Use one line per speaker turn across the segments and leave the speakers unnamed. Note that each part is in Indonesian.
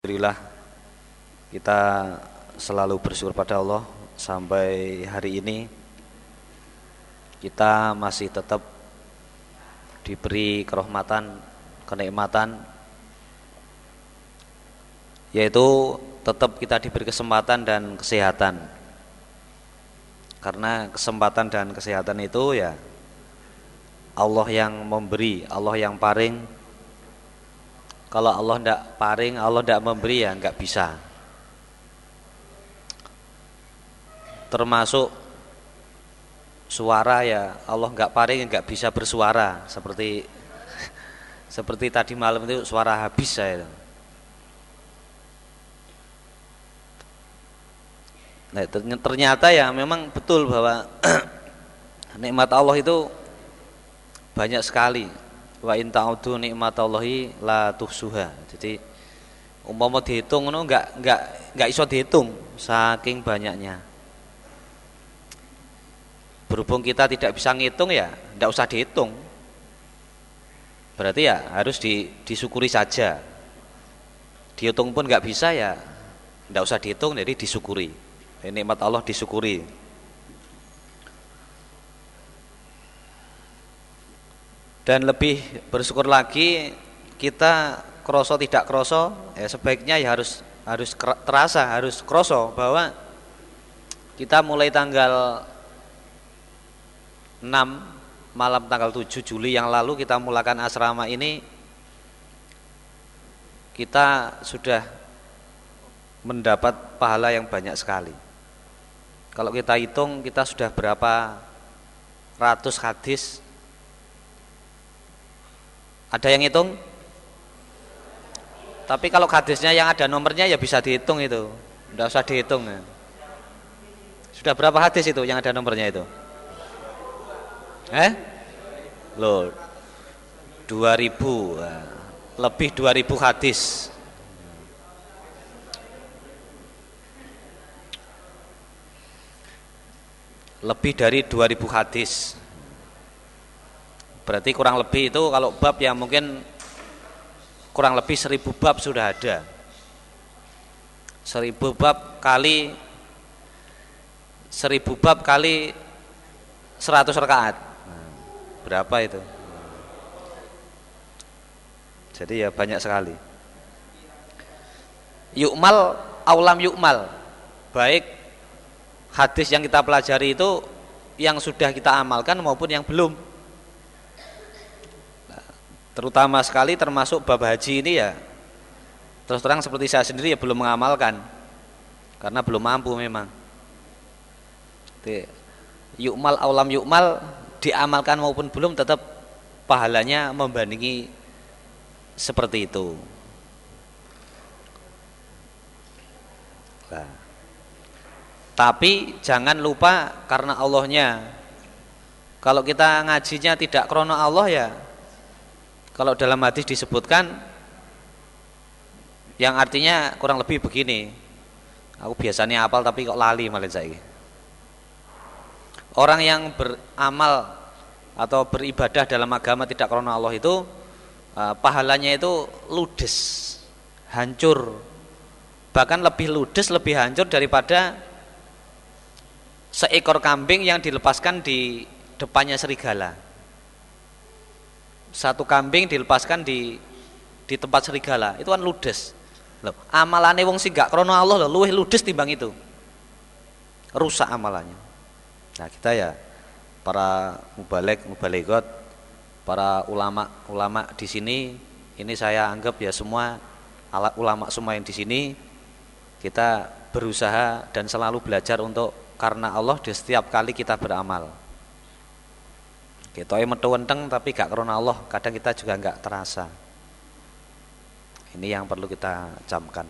Alhamdulillah kita selalu bersyukur pada Allah sampai hari ini kita masih tetap diberi kerahmatan, kenikmatan, yaitu tetap kita diberi kesempatan dan kesehatan. Karena kesempatan dan kesehatan itu ya Allah yang memberi, Allah yang paring. Kalau Allah tidak paring, Allah tidak memberi ya nggak bisa. Termasuk suara ya Allah nggak paring nggak bisa bersuara seperti tadi malam itu suara habis saya. Nah, ternyata ya memang betul bahwa nikmat Allah itu banyak sekali. Wa in ta'udu nikmatallahi la tuhsuha. Jadi umpama dihitung ngono enggak iso dihitung saking banyaknya. Berhubung kita tidak bisa ngitung ya enggak usah dihitung. Berarti ya harus disyukuri saja. Dihitung pun enggak bisa ya enggak usah dihitung, jadi disyukuri. Nikmat Allah disyukuri. Dan lebih bersyukur lagi kita kroso tidak kroso ya sebaiknya ya harus terasa, harus kroso bahwa kita mulai tanggal 6 malam tanggal 7 Juli yang lalu kita mulakan asrama ini, kita sudah mendapat pahala yang banyak sekali. Kalau kita hitung kita sudah berapa ratus hadis. Ada yang hitung? Tapi kalau hadisnya yang ada nomornya ya bisa dihitung itu. Tidak usah dihitung ya. Sudah berapa hadis itu yang ada nomornya itu? Loh 2000. Lebih 2000 hadis. Lebih dari 2000 hadis. Berarti kurang lebih itu kalau bab ya mungkin kurang lebih 1000 bab sudah ada. 1000 bab kali 100 rakaat. Berapa itu? Jadi ya banyak sekali. Yukmal aulam yukmal. Baik hadis yang kita pelajari itu yang sudah kita amalkan maupun yang belum. Terutama sekali termasuk bab haji ini ya terus terang seperti saya sendiri ya belum mengamalkan karena belum mampu memang. Yukmal aulam yukmal diamalkan maupun belum tetap pahalanya membandingi seperti itu. Nah, tapi jangan lupa karena Allahnya. Kalau kita ngajinya tidak krono Allah ya, kalau dalam hadis disebutkan yang artinya kurang lebih begini. Aku biasanya hafal tapi kok lali malah saya. Orang yang beramal atau beribadah dalam agama tidak karena Allah itu pahalanya itu ludes, hancur. Bahkan lebih ludes, lebih hancur daripada seekor kambing yang dilepaskan di depannya serigala. Satu kambing dilepaskan di tempat serigala itu kan ludes. Loh, amalane wong sing gak krana Allah lho luwih ludes timbang itu. Rusak amalannya. Nah, kita ya para mubalegot, para ulama di sini ini saya anggap ya semua ulama semua yang di sini kita berusaha dan selalu belajar untuk karena Allah di setiap kali kita beramal. Kita metu wenteng tapi gak karena Allah, kadang kita juga gak terasa. Ini yang perlu kita camkan.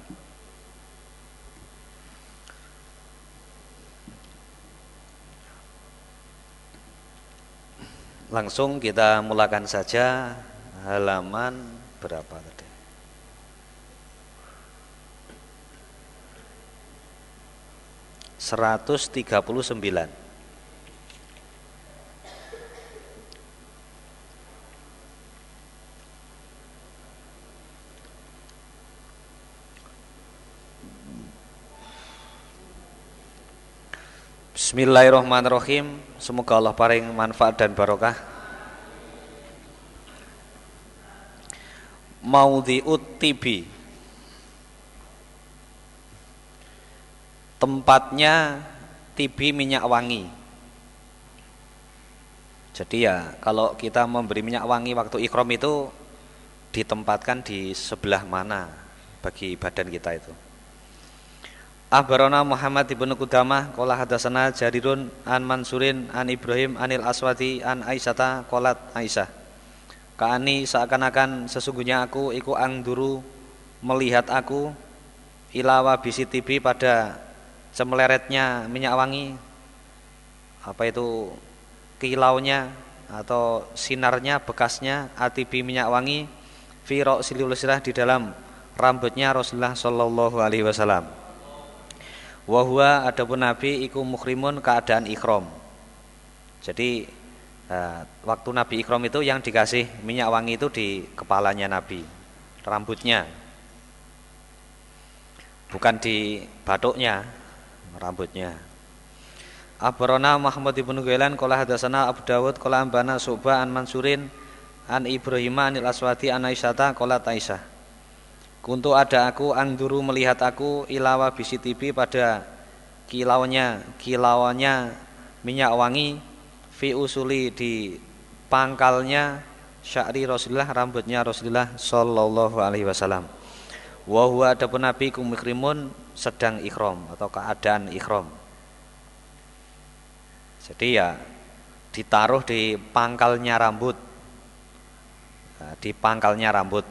Langsung kita mulakan saja halaman berapa tadi? (139). Bismillahirrahmanirrahim. Semoga Allah paring manfaat dan barokah. Maudhi'ut tibi, tempatnya tibi minyak wangi. Jadi ya kalau kita memberi minyak wangi waktu ikhram itu ditempatkan di sebelah mana bagi badan kita itu. Akhbarana Muhammad ibnu Qudamah qala hadatsana Jarirun an Mansurin an Ibrahim anil Aswadi an Aisyata qalat Aisyah Ka'ani seakan-akan sesungguhnya aku iku angduru melihat aku ilawa bisi tibi pada cemeleretnya minyak wangi, apa itu kilaunya atau sinarnya bekasnya atibi minyak wangi fi ra'silillah di dalam rambutnya Rasulullah sallallahu alaihi wasallam. Wa huwa adapun Nabi iku muhrimun keadaan ikhram. Jadi waktu Nabi ikhram itu yang dikasih minyak wangi itu di kepalanya Nabi, rambutnya, bukan di batuknya, rambutnya. Akhbarana Muhammad ibnu Ghailan qala hadatsana Abu Dawud qala ambana Subah an Mansurin an Ibrahim anil Aswadi an Aisyata qala Aisyah Kuntu ada aku angduru melihat aku ilawa bisitibi pada kilauannya minyak wangi fi usuli di pangkalnya sya'ri Rasulullah rambutnya Rasulullah sallallahu alaihi wasallam. Wa huwa adapun Nabi kumikrimun sedang ikhram atau keadaan ikhram. Jadi ya ditaruh di pangkalnya rambut. Di pangkalnya rambut.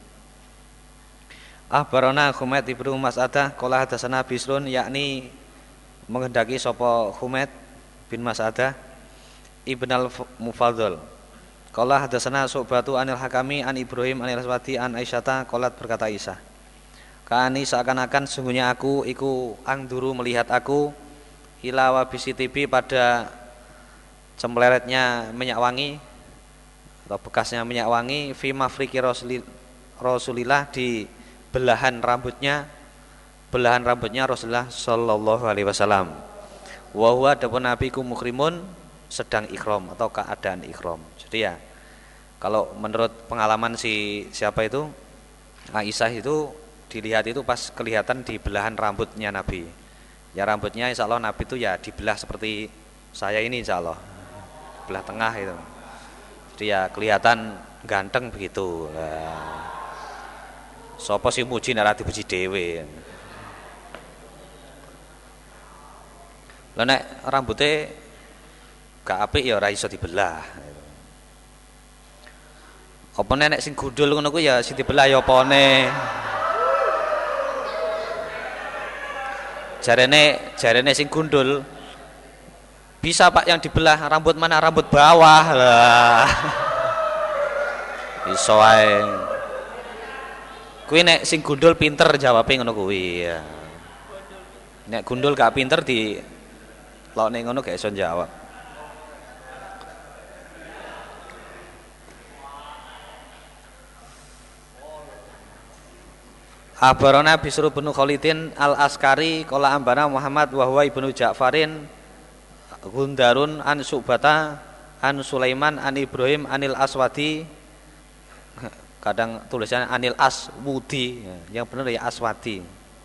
Akhbarana Humaid ibnu Mas'adah qala hadatsana Bisrun yakni menghendaki sapa Humaid bin Mas'adah Ibn al-Mufaddal qala hadatsana Su'batu anil Hakami an Ibrahim anil Aswadi an Aisyata qalat berkata Aisyah Ka'ani seakan-akan sungguhnya aku iku angduru melihat aku ilawa bisitibi pada cemeleretnya minyak wangi atau bekasnya minyak wangi fi mafriki Rasulillah di belahan rambutnya Rasulullah sallallahu alaihi wasallam. Wa huwa adapun Nabi ku muhrimun sedang ikhram atau keadaan ikhram. Jadi ya kalau menurut pengalaman siapa itu Aisyah itu dilihat itu pas kelihatan di belahan rambutnya Nabi. Ya rambutnya insyaallah Nabi itu ya dibelah seperti saya ini insyaallah. Belah tengah itu. Jadi ya kelihatan ganteng begitu. Sapa sing muji nek ora dipuji dhewe. Lah nek rambuté gak apik ya ora iso dibelah. Apa nek sing gundul ngono ku ya sing dibelah ya apane. Jarene sing gundul bisa Pak yang dibelah rambut mana rambut bawah lah. Iso ae. Kuwi nek sing gundul pinter jawabe ngono kuwi ya. Nek gundul gak pinter di lokne ngono gak iso jawab. Akhbarana Bisru bin Khalidin al-Askari qala ambana Muhammad wa huwa ibnu Ja'farin Gundarun an Subata an Sulaiman an Ibrahim anil Aswadi. Kadang tulisannya Anil Aswudi, yang benar ya Aswadi.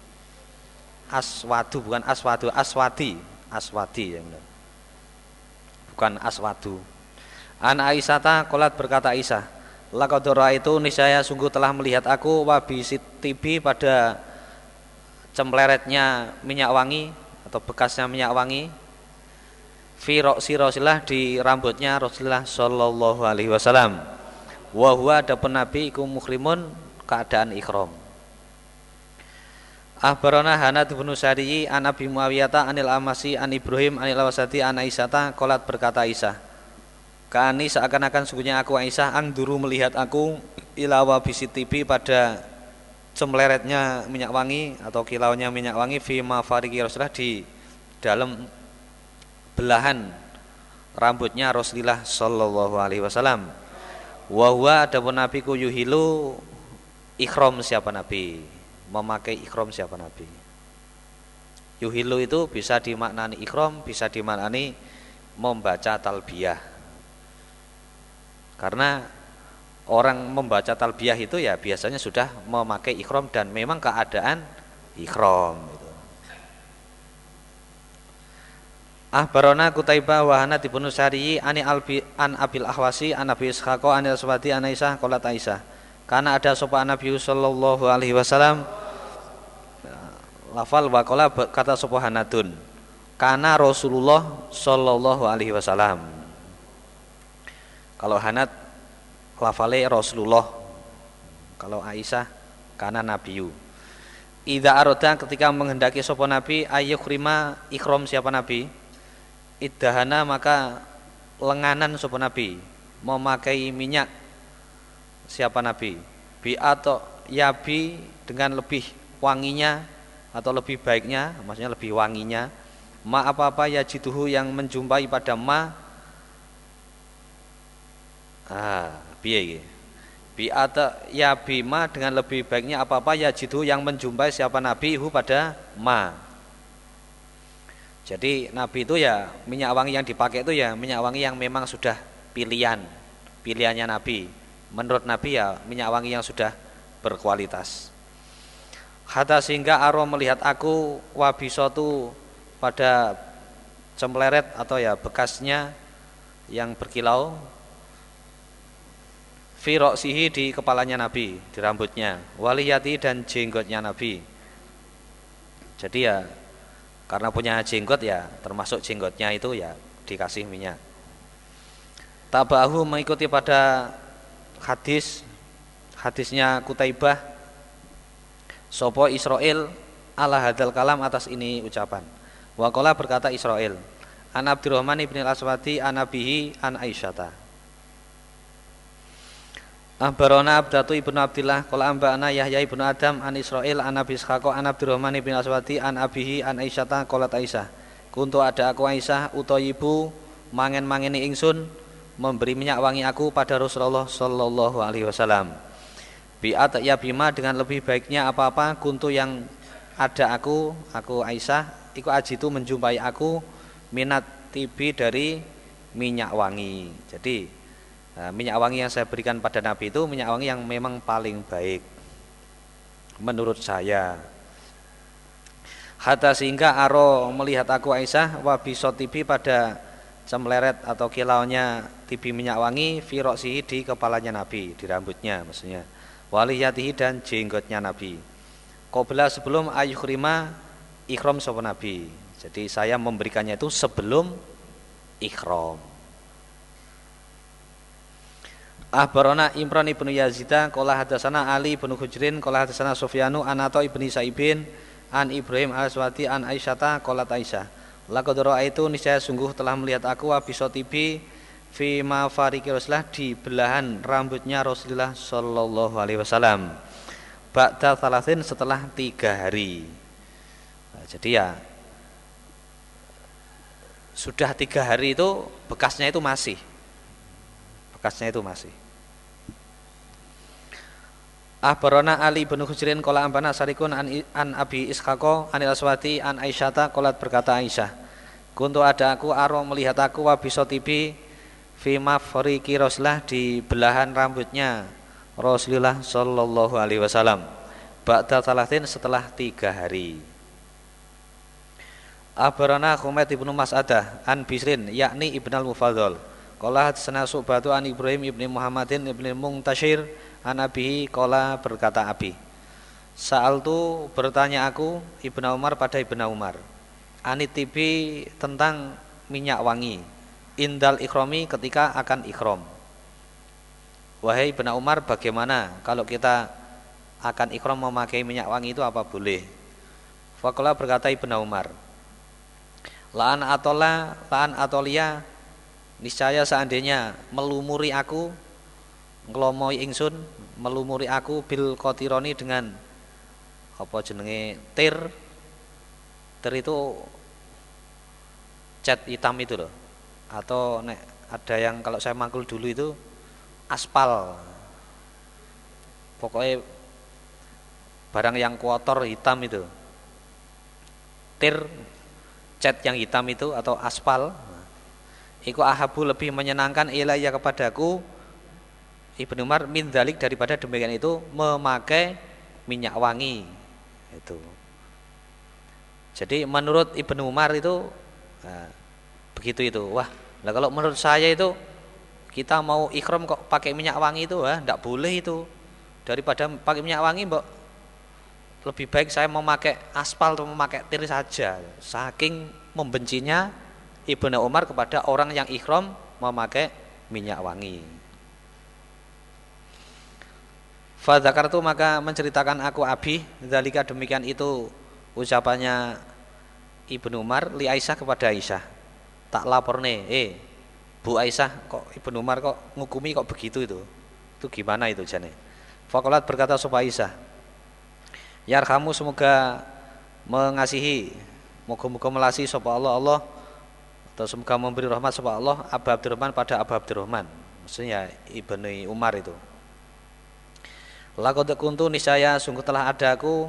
Aswadu bukan Aswadu, Aswadi yang benar. Bukan Aswadu. An Aisyata qalat berkata Aisyah, laqad raaitu niscaya sungguh telah melihat aku wabi sitibi pada cemleretnya minyak wangi atau bekasnya minyak wangi fi ra'si Rasulullah di rambutnya Rasulullah sallallahu alaihi wasallam. Wa huwa adapun Nabi iku muhrimun keadaan ikhram. Akhbarana Hanad bin Sariyi an Abi Muawiyah anil Amasi an Ibrahim anil Awsati an Aisyata qalat berkata Aisyah Ka'ani seakan-akan sungguhnya aku Aisyah angduru melihat aku ilawa bisitibi pada cemleretnya minyak wangi atau kilaunya minyak wangi fi mafariki Rasulullah di dalam belahan rambutnya Rasulullah sallallahu alaihi wasallam. Wa huwa adapun Nabi ku yuhilu ikhram siapa Nabi? Memakai ikhram siapa Nabi? Yuhilu itu bisa dimaknani ihram, bisa dimaknani membaca talbiyah. Karena orang membaca talbiyah itu ya biasanya sudah memakai ihram dan memang keadaan ihram gitu. Ahbarona Kutaibah wa Hanad ibnu Sariyi an Abil Ahwasi an Abi Ishaq an Aswadi an Aisyah qalat Aisyah. Karena ada sapa Nabi sallallahu alaihi wasallam lafal wa qala kata sapa Hanadun. Karena Rasulullah sallallahu alaihi wasallam. Kalau Hanad lafale Rasulullah. Kalau Aisyah karena Nabiyu. Idza arada ketika menghendaki sapa Nabi ayyukhrima ihram siapa Nabi? Iddahana maka lenganan sapa Nabi, memakai minyak siapa Nabi? Bi atau yabi dengan lebih wanginya atau lebih baiknya, maksudnya lebih wanginya. Ma apa-apa ya jiduhu yang menjumpai pada ma piye iki? Bi atau yabi ma dengan lebih baiknya apa-apa ya jiduhu yang menjumpai siapa Nabi hu pada ma. Jadi Nabi itu ya minyak wangi yang dipakai itu ya minyak wangi yang memang sudah pilihannya Nabi. Menurut Nabi ya minyak wangi yang sudah berkualitas. Hatta sehingga aro melihat aku wabisotu pada cempleret atau ya bekasnya yang berkilau fi roksihi di kepalanya Nabi, di rambutnya, waliyati dan jenggotnya Nabi. Jadi ya karena punya jenggot ya termasuk jenggotnya itu ya dikasih minyak. Tabahu mengikuti pada hadisnya Kutaibah sopo Israel ala hadal kalam atas ini ucapan. Waqala berkata Israel an Abdurrahman ibn al-Aswadi an Abihi an Aisyata. Ahbarona Abdatu ibnu Abdillah qala amba'ana Yahya ibnu Adam an Israil an Abi Ishaq an Abdurrahman ibn Aswadi an Abihi an Aisyata qalat Aisyah. Kuntu ada aku Aisyah utayibu mangen-mangeni ingsun memberi minyak wangi aku pada Rasulullah sallallahu alaihi wasallam. Bi ya bima dengan lebih baiknya apa-apa kuntu yang ada aku Aisyah iku ajitu menjumpai aku minat tibi dari minyak wangi. Jadi minyak wangi yang saya berikan pada Nabi itu minyak wangi yang memang paling baik menurut saya. Hatta sehingga aro melihat aku Aisyah wabisotibi pada cemleret atau kilaunya tibi minyak wangi firoksihi di kepalanya Nabi, di rambutnya maksudnya, waliyatihi dan jenggotnya Nabi. Qabla sebelum ayukhrima ikhram sapa Nabi. Jadi saya memberikannya itu sebelum ikhram. Ahbarona Imran ibnu Yazida qala hadatsana Ali ibnu Hujrin qala hadatsana Sufyanu an Atha ibni Sa'ibin an Ibrahim al-Aswadi an Aisyata qalat Aisyah laqad ra'aitu niscaya sungguh telah melihat aku wabisotibi fi mafariqi Rasulullah di belahan rambutnya Rasulullah sallallahu alaihi wasallam ba'da thalathin setelah 3 hari. Jadi ya sudah 3 hari itu bekasnya itu masih Ahbarona Ali bin Hujrin qala ambana sarikun an Abi Ishaq an Aswati an Aisyata qalat berkata Aisyah kuntu ada aku aro melihat aku wabisotibi fi mafriqi Rasulullah di belahan rambutnya Rasulullah sallallahu alaihi wasallam ba'da salatin setelah 3 hari. Ahbarona Humaid ibnu Mas'adah an Bisrin yakni Ibnul Mufaddal qala hadatsana Su'batu an Ibrahim ibni Muhammadin ibni Muntashir an Abihi qala berkata Abi Sa'altu bertanya aku Ibnu Umar pada Ibnu Umar anitibi tentang minyak wangi indal ikhrami ketika akan ikhram. Wahai Ibnu Umar bagaimana kalau kita akan ikhram memakai minyak wangi itu apa boleh? Faqala berkata Ibnu Umar La'an atolia niscaya seandainya melumuri aku ngelomoi ingsun melumuri aku bil qatironi dengan apa jenenge tir itu cat hitam itu loh, atau nek ada yang kalau saya mangkul dulu itu aspal, pokoknya barang yang kotor hitam itu tir cat yang hitam itu atau aspal, iku ahabu lebih menyenangkan ilayya kepadaku Ibnu Umar min dzalik daripada demikian itu memakai minyak wangi itu. Jadi menurut Ibnu Umar itu begitu itu. Wah, lah kalau menurut saya itu kita mau ikhram kok pakai minyak wangi itu, enggak boleh itu. Daripada pakai minyak wangi, mbok lebih baik saya memakai aspal atau memakai tir saja. Saking membencinya Ibnu Umar kepada orang yang ikhram memakai minyak wangi. Fa dzakartu maka menceritakan aku Abi dzalika demikian itu ucapannya Ibnu Umar li Aisyah kepada Aisyah. Tak laporne, Bu Aisyah kok Ibnu Umar kok ngukumi kok begitu itu. Itu gimana itu jane? Faqalat berkata sapa Aisyah, yarhamu semoga mengasihi, moga-moga melasi sapa Allah atau semoga memberi rahmat sapa Allah Abu Abdurrahman pada Abu Abdurrahman. Maksudnya Ibnu Umar itu. Laqad kuntu niscaya sungguh telah ada aku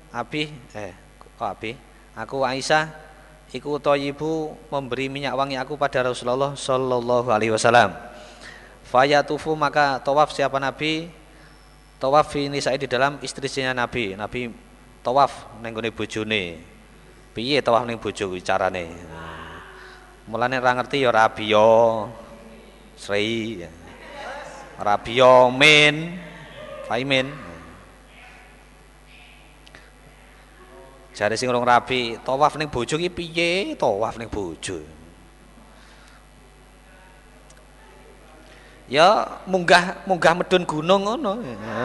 aku Aisyah iku thayyibu memberi minyak wangi aku pada Rasulullah sallallahu alaihi wasallam. Fayatufu maka tawaf siapa Nabi? Tawaf ini saya di dalam istrinya Nabi. Nabi tawaf ning gone bojone. Piye tawaf ning bojo kuwi carane? Mulane ora ngerti ya Rabiyo Sri. Rabiyo min Faimin. Jare sing urung rabi, tawaf ning bojo ki piye? Tawaf ning bojo. Ya munggah medun gunung ngono.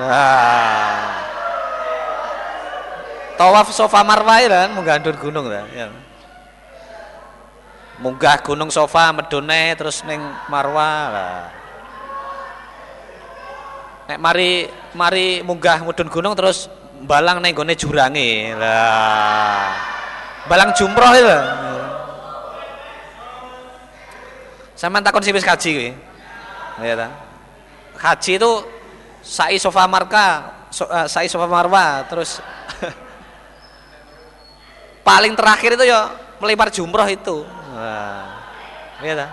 Tawaf Safa Marwah kan munggah medun gunung ta, ya. Munggah gunung Safa medune terus ning Marwah lah. Nek mari munggah medun gunung terus balang neng gone jurange lah, balang jumroh itu. Sampeyan takon sing wis kaji kuwi, ya ta? Haji itu sa'i Safa sa'i Safa Marwah, terus paling terakhir itu ya melempar jumroh itu, ya ta?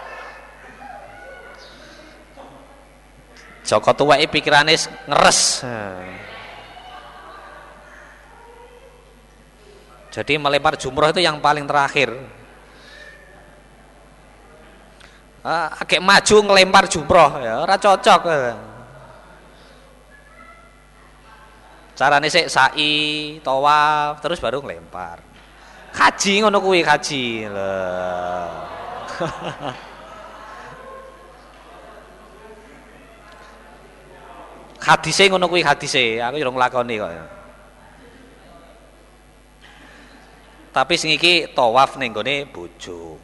Joko tuweke pikirane ngeres. Jadi melempar jumroh itu yang paling terakhir. Agak maju ngelempar jumroh ya, ora cocok. Carane sik sa'i, tawaf, terus baru ngelempar. Haji ngono kuwi haji. Lho. Hadise ngono kuwi hadise, aku yo nglakoni kok. Tapi sing iki tawaf ning gone bojo.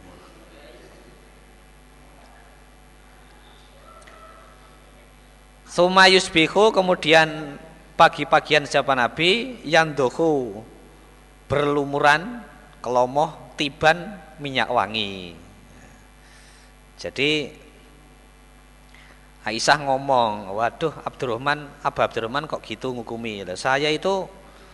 Suma yusbihu kemudian pagi-pagian siapa Nabi yandohu berlumuran kelomoh tiban minyak wangi. Jadi Aisyah ngomong, waduh Abu Abdurrahman kok gitu ngukumi. Saya itu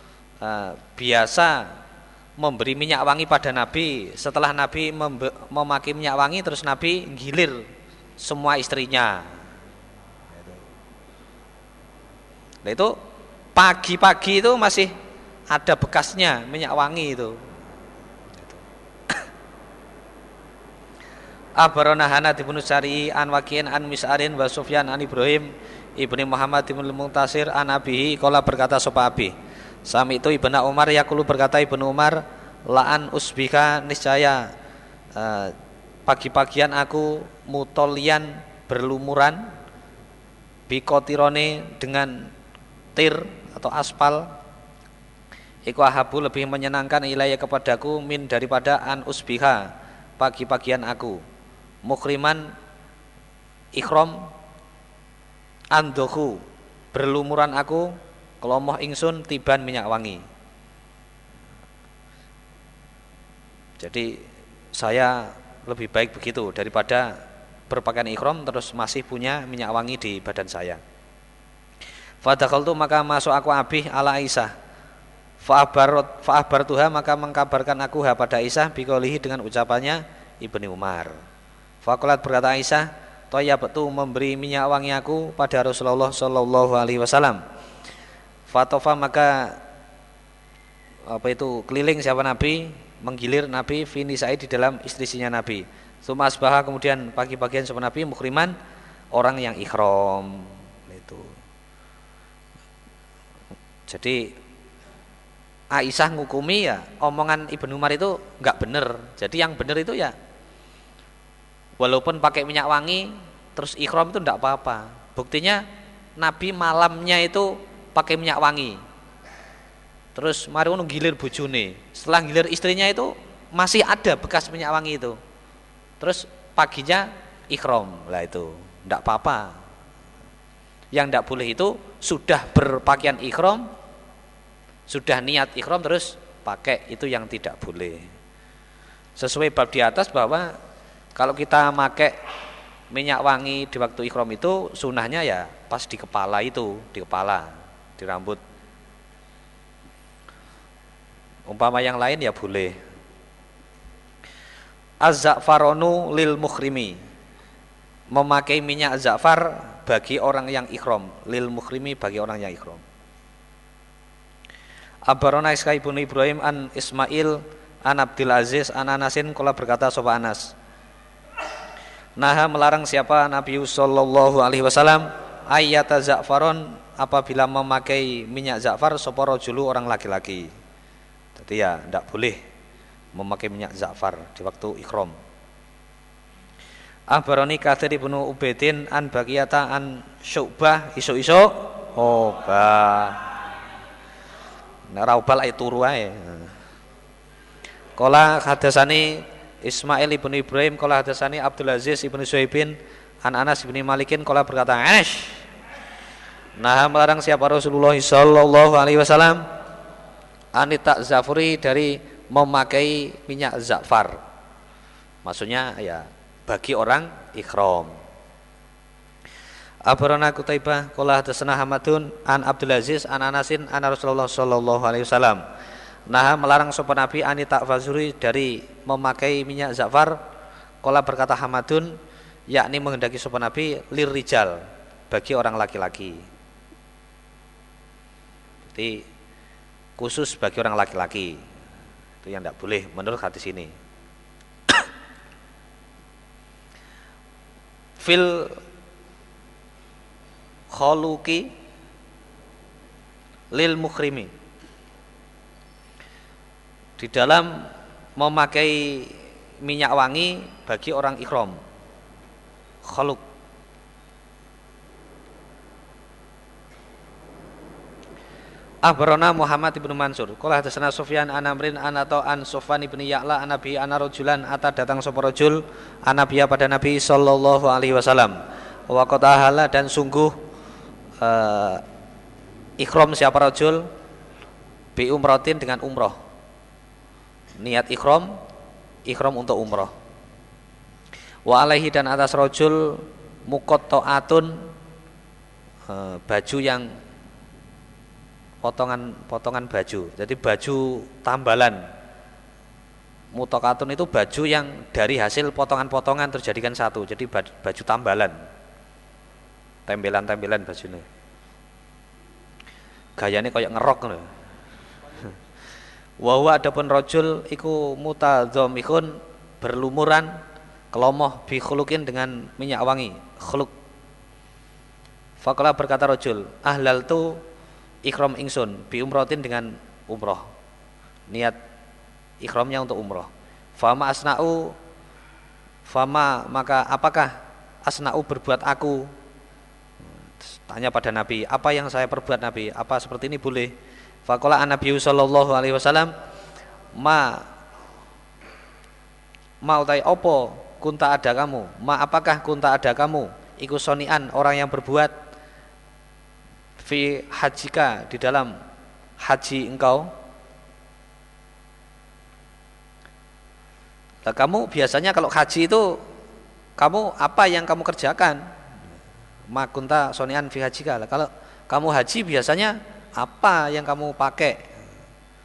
biasa memberi minyak wangi pada Nabi. Setelah Nabi memakai minyak wangi, terus Nabi gilir semua istrinya. Nah itu pagi-pagi itu masih ada bekasnya minyak wangi itu. Abarona Hanad ibnu Sari an Waqi'in an Mis'arin wa Sufyan an Ibrahim ibni Muhammad ibn Muntasir an Abihi qala berkata sapa Abi sami itu Ibnu Umar yaqulu berkata Ibnu Umar la'an usbika niscaya pagi-pagian aku mutolian berlumuran bikotirone dengan tir atau aspal iku ahabu lebih menyenangkan ilayya kepadaku min daripada an usbiha pagi-pagian aku mukriman ikhram andohu berlumuran aku kelomoh ingsun tiban minyak wangi. Jadi saya lebih baik begitu daripada berpakaian ikhram terus masih punya minyak wangi di badan saya. Fadakhaltu maka masuk aku Abi ala Aisyah. Fa'abartuha maka mengkabarkan aku pada Aisyah biqaulihi dengan ucapannya Ibnu Umar. Faqalat berkata Aisyah, thayyabtu memberi minyak wangi aku pada Rasulullah sallallahu alaihi wasallam. Fatofa maka keliling siapa Nabi, menggilir Nabi finisai di dalam istrinya Nabi. Tsumma asbaha kemudian pagi-pagian siapa Nabi muhriman, orang yang ihram itu. Jadi Aisyah ngukumi ya omongan Ibnu Umar itu enggak benar. Jadi yang benar itu ya walaupun pakai minyak wangi terus ihram itu enggak apa-apa. Buktinya Nabi malamnya itu pakai minyak wangi. Terus mari ngono gilir bojone. Setelah gilir istrinya itu masih ada bekas minyak wangi itu. Terus paginya ihram. Lah itu enggak apa-apa. Yang enggak boleh itu sudah berpakaian ihram, sudah niat ihram terus pakai, itu yang tidak boleh. Sesuai bab di atas bahwa kalau kita pakai minyak wangi di waktu ihram itu sunahnya ya pas di kepala itu, di kepala, di rambut. Umpama yang lain ya boleh. Az-za'faronu lil mukhrimi, memakai minyak za'far bagi orang yang ihram, lil mukhrimi bagi orang yang ihram. Abarona Iska ibnu Ibrahim an Ismail an Abdul Aziz an Anasin kala berkata sapa Anas, naha melarang siapa Nabi sallallahu alaihi wasallam ayyata za'faron apabila memakai minyak za'far sapa rajulu orang laki-laki. Jadi ya tidak boleh memakai minyak za'far di waktu ihram. Abaroni Katsir ibnu Ubaidin an Baqiyata an Syu'bah isu-isu obah. Nek ra ubal ae turu ae. Qala hadatsani Ismail ibnu Ibrahim qala hadatsani Abdul Aziz ibnu Suhaibin an Anas bin Malikin qala berkata Anas nah melarang siapa Rasulullah sallallahu alaihi wasallam anita zafuri dari memakai minyak za'far. Maksudnya ya bagi orang ihram. Abarana Qutaibah qala hadatsana Hamadun an Abdul Aziz an Anasin an Rasulullah sallallahu alaihi wasallam. Nah melarang sapa Nabi anita fazuri dari memakai minyak za'far. Qala berkata Hamadun yakni menghendaki sapa Nabi lirijal bagi orang laki-laki. Jadi khusus bagi orang laki-laki. Itu yang tidak boleh menurut hadis ini. Fil kholuki lil mukhrimi, di dalam memakai minyak wangi bagi orang ihram. Khuluk Akhbarana Muhammad ibnu Mansur qala hadatsana Sufyan an Amrin an Atha an Sufyan ibnu Ya'la an Nabi ana rajulan ata datang sapa rajul an Nabiya pada Nabi sallallahu alaihi wasallam wa qad ahala dan sungguh ihram siapa rajul bi umratin dengan umrah, niat ihram untuk umrah. Wa alaihi dan atas rajul muqatta'atun baju yang potongan baju. Jadi baju tambalan. Mutaqatun itu baju yang dari hasil potongan-potongan terjadikan satu. Jadi baju tambalan. Tembelan-tembelan bajunya. Gayane kayak ngerok ngono. Wa huwa adapun rajul iku mutadzamikun berlumuran kelomoh bi khuluqin dengan minyak wangi, khuluq. Faqala berkata rajul, ahlal tu ihram ingsun bi umratin dengan umrah. Niat ihramnya untuk umrah. Fama maka apakah asna'u berbuat aku? Tanya pada Nabi, apa yang saya perbuat Nabi? Apa seperti ini boleh? Faqala an-Nabi sallallahu alaihi wasallam ma utai opo kunta ada kamu? Ma apakah kunta ada kamu? Iku sonian orang yang berbuat fi hajika di dalam haji engkau. Nah, kamu biasanya kalau haji itu kamu apa yang kamu kerjakan? Makunta sonian fi hajika. Kalau kamu haji biasanya apa yang kamu pakai?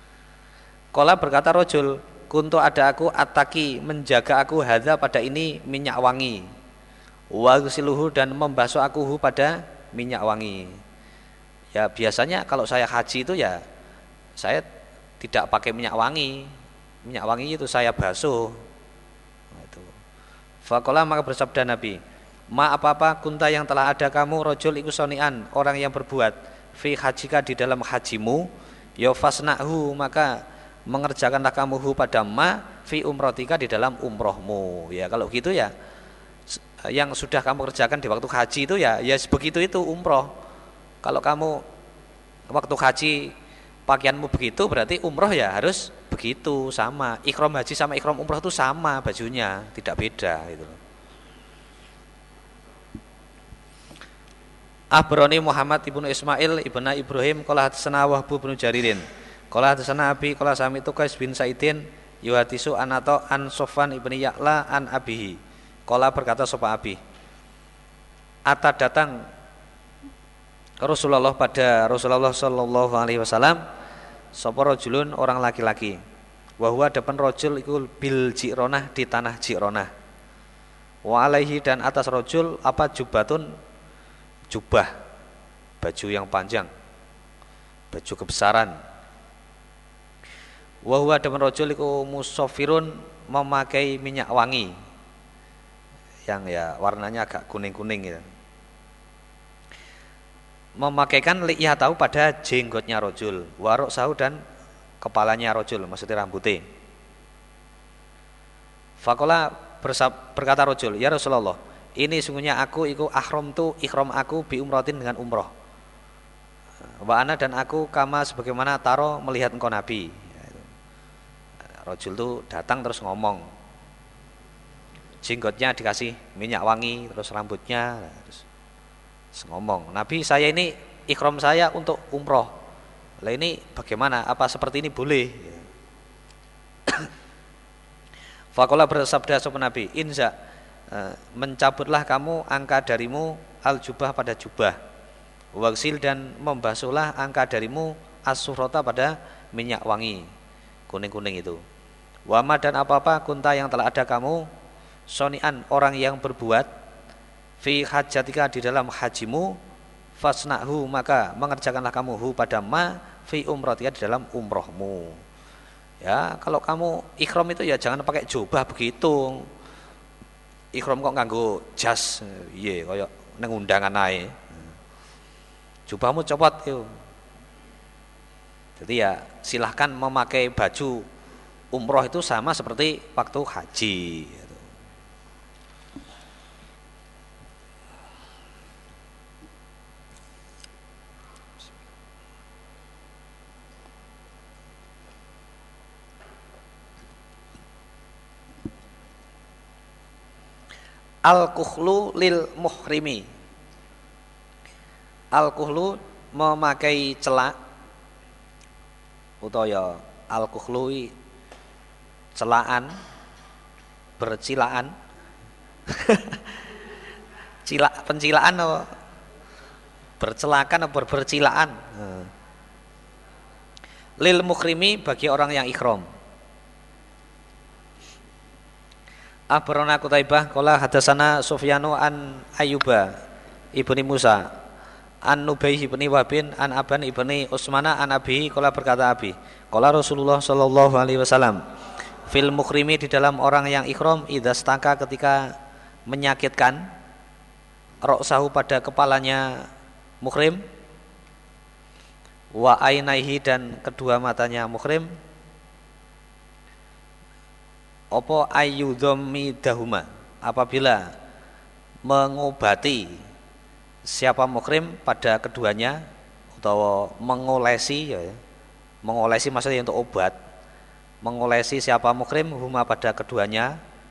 Qala berkata rajul, kuntu ada aku ataki menjaga aku hadza pada ini minyak wangi. Wa ghsiluhu dan membasuh aku pada minyak wangi. Ya biasanya kalau saya haji itu ya saya tidak pakai minyak wangi. Minyak wangi itu saya basuh. Itu. Faqala maka bersabda Nabi, ma apa-apa kunta yang telah ada kamu rajul iku sonian orang yang berbuat fi hajika di dalam hajimu ya fasnahu maka mengerjakanlah kamu pada ma fi umrotika di dalam umrohmu. Ya kalau gitu ya yang sudah kamu kerjakan di waktu haji itu ya begitu itu umroh. Kalau kamu waktu haji pakaianmu begitu berarti umroh ya harus begitu sama. Ikhram haji sama ikhram umroh itu sama bajunya, tidak beda gitu. Abroni Muhammad ibnu Ismail ibnu Ibrahim qala hadatsana Wahb bin Jaririn qala hadatsana Abi qala sami Qais bin Saidin yuhadisu anato an Sofwan ibnu Ya'la an abihi qala berkata sapa Abi ata datang Rasulullah pada Rasulullah sallallahu alaihi wasallam sapa rajulun orang laki-laki wa huwa depan rajul iku bil Ji'ronah di tanah Ji'ronah wa alaihi dan atas rajul apa jubatun jubah, baju yang panjang, baju kebesaran. Wa huwa depan rajul iku musafirun memakai minyak wangi yang ya warnanya agak kuning-kuning gitu. Memakaikan li'yah tahu pada jenggotnya rajul, warok sahu dan kepalanya rajul, maksudnya rambutnya. Faqala berkata rajul, ya Rasulullah, ini sungguhnya aku iku ikhram aku bi umratin dengan umroh. Wa ana dan aku kama sebagaimana taro melihat engkau Nabi. Rajul itu datang terus ngomong. Jenggotnya dikasih minyak wangi, terus rambutnya terus ngomong. Nabi saya ini ikhram saya untuk umroh. Lah ini bagaimana? Apa seperti ini boleh? Faqala bersabda sapa Nabi, inza mencabutlah kamu angka darimu al-jubah pada jubah waksil dan membasuhlah angka darimu as-sufrata pada minyak wangi kuning-kuning itu wama dan apa-apa kunta yang telah ada kamu sonian orang yang berbuat fi hajatika di dalam hajimu fasnahu maka mengerjakanlah kamu pada ma fi umratika di dalam umrohmu. Ya kalau kamu ikhram itu ya jangan pakai jubah begitu. Ikhram kok nganggo jas, iya kaya nang undangan ae. Jubahmu copot yo. Jadi ya silahkan memakai baju umroh itu sama seperti waktu haji. Al-kuhlu lil muhrimi. Al-kuhlu memakai celak utawa al-kuhlu celaan bercilaan pencilaan atau bercelakan atau bercilaan lil muhrimi bagi orang yang ikhram. Abarona Qutaibah qala hadatsana Sufyanu an Ayyuba ibni Musa an Nubaih ibni Wabin an Aban ibni Utsmana an Abi qala berkata Abi qala Rasulullah sallallahu alaihi wasallam fil mukhrimi di dalam orang yang ikhram idzastaka ketika menyakitkan ra'sahu pada kepalanya muhrim wa ainaihi dan kedua matanya muhrim apa ayyudhamidahuma apabila mengobati siapa muhrim pada keduanya atau mengolesi ya, mengolesi maksudnya untuk obat mengolesi siapa muhrim huma pada keduanya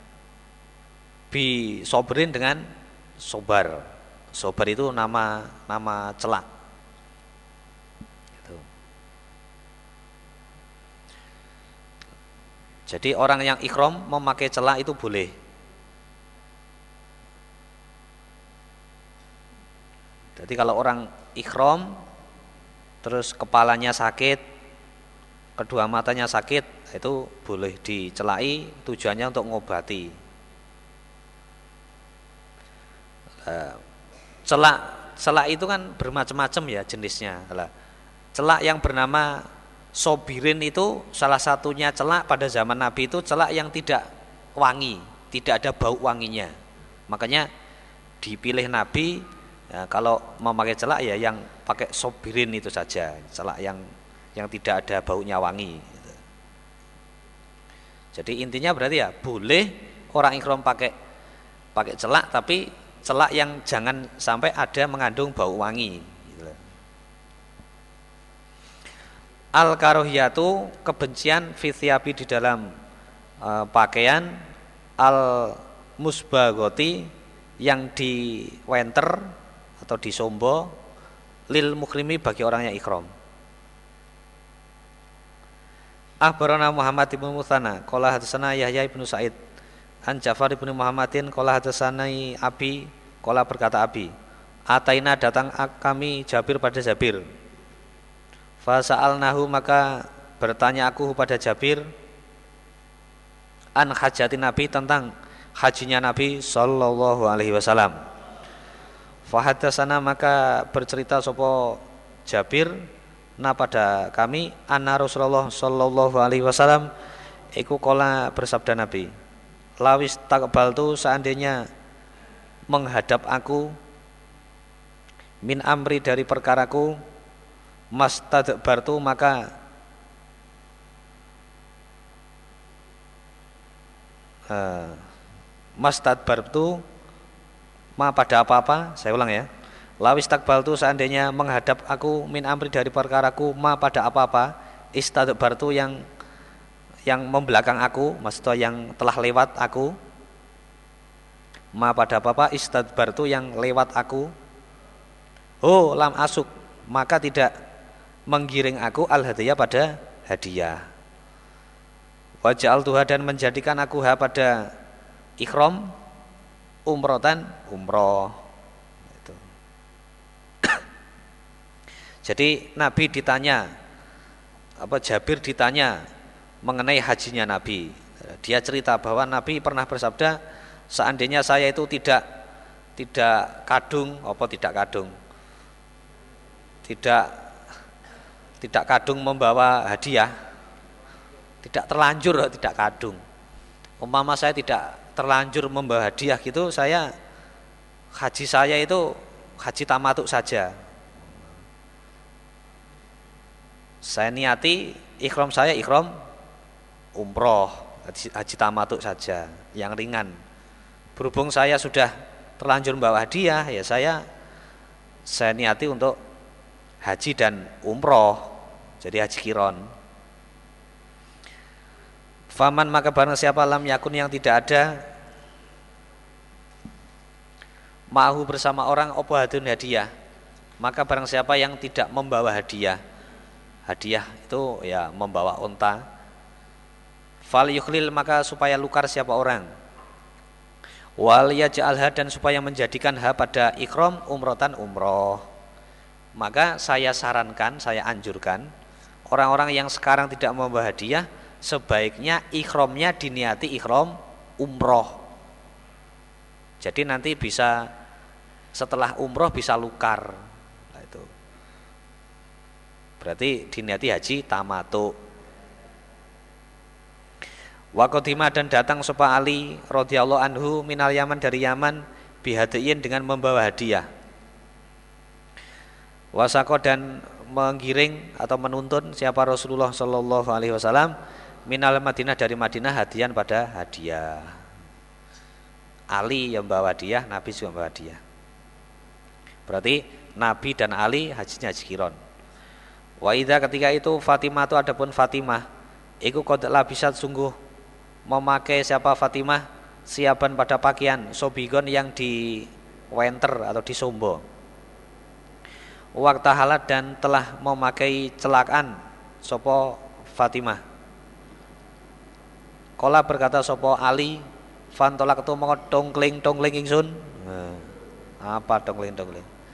bi sobrin dengan sobar itu nama celak. Jadi orang yang ikhram memakai celak itu boleh. Jadi kalau orang ikhram terus kepalanya sakit kedua matanya sakit, itu boleh dicelai, tujuannya untuk mengobati. Celak itu kan bermacam-macam ya jenisnya. Celak yang bernama sobirin itu salah satunya celak pada zaman Nabi itu celak yang tidak wangi, tidak ada bau wanginya. Makanya dipilih Nabi ya, kalau memakai celak ya yang pakai sobirin itu saja, celak yang tidak ada baunya wangi. Jadi intinya berarti ya boleh orang ihram pakai celak, tapi celak yang jangan sampai ada mengandung bau wangi. Al-karohiyatu kebencian fithiabi di dalam pakaian, al-musbagoti yang diwenter atau disombo, lil mukrimi bagi orang yang ihram. Akhbarana Muhammad ibn Muthana qala hadatsana Yahya ibn Sa'id an Ja'far ibn Muhammadin qala hadatsana Abi qala berkata Abi ataina datang kami Jabir pada Jabir fa sa'alnahu maka bertanya aku pada Jabir an hajatin Nabi tentang hajinya Nabi sallallahu alaihi wasallam. Fa hadatsana maka bercerita sapa Jabir nah pada kami anna Rasulullah sallallahu alaihi wasallam iku qala bersabda Nabi lawis taqbaltu seandainya menghadap aku min amri dari perkaraku mastadbartu maka mastadbartu ma pada apa-apa, saya ulang ya. Lawis takbaltu seandainya menghadap aku min amri dari perkaraku ma pada apa-apa istadbartu yang membelakang aku, maksudnya yang telah lewat aku, ma pada apa-apa istadbartu yang lewat aku, oh lam asuk maka tidak menggiring aku al hadiah pada hadiah, waja'al tuha dan menjadikan aku ha pada ikhram umrotan umroh. Jadi Nabi ditanya, Jabir ditanya mengenai hajinya Nabi. Dia cerita bahwa Nabi pernah bersabda, seandainya saya itu tidak kadung membawa hadiah, tidak kadung. Umpama saya tidak terlanjur membawa hadiah gitu, haji saya itu haji tamatuk saja. Saya niati ikhram saya ikhram umroh, haji tamatuk saja, yang ringan. Berhubung saya sudah terlanjur membawa hadiah, ya saya niati untuk haji dan umroh, jadi haji kiron. Faman maka barang siapa lam yakun yang tidak ada ma'hu bersama orang opo hadun hadiah, maka barang siapa yang tidak membawa hadiah itu ya membawa unta, fal yukhlil maka supaya lukar siapa orang, wal yaj'alha dan supaya menjadikan ha pada ikhram umrotan umroh. Maka saya sarankan, saya anjurkan orang-orang yang sekarang tidak membawa hadiah sebaiknya ikhramnya diniati ikhram umroh. Jadi nanti bisa setelah umroh bisa lukar. Nah, itu berarti diniati haji tamatuk. Wa qadima dan datang sapa Ali radhiyallahu anhu minal Yaman dari Yaman bihadiyin dengan membawa hadiah. Wasako dan menggiring atau menuntun siapa Rasulullah sallallahu alaihi wasallam minal Madinah dari Madinah hadian pada hadiah. Ali yang bawa hadiah, Nabi juga membawa hadiah. Berarti Nabi dan Ali hajinya haji kiron. Wa idza ketika itu Fatimah itu adapun Fatimah iku qad labisat sungguh memakai siapa Fatimah siapan pada pakaian sobigon yang diwenter atau disombo. Waktu halat dan telah memakai celakan sopo Fatimah. Kola berkata sopo Ali fantolak itu mau dongkling ingsun. Apa dongkling?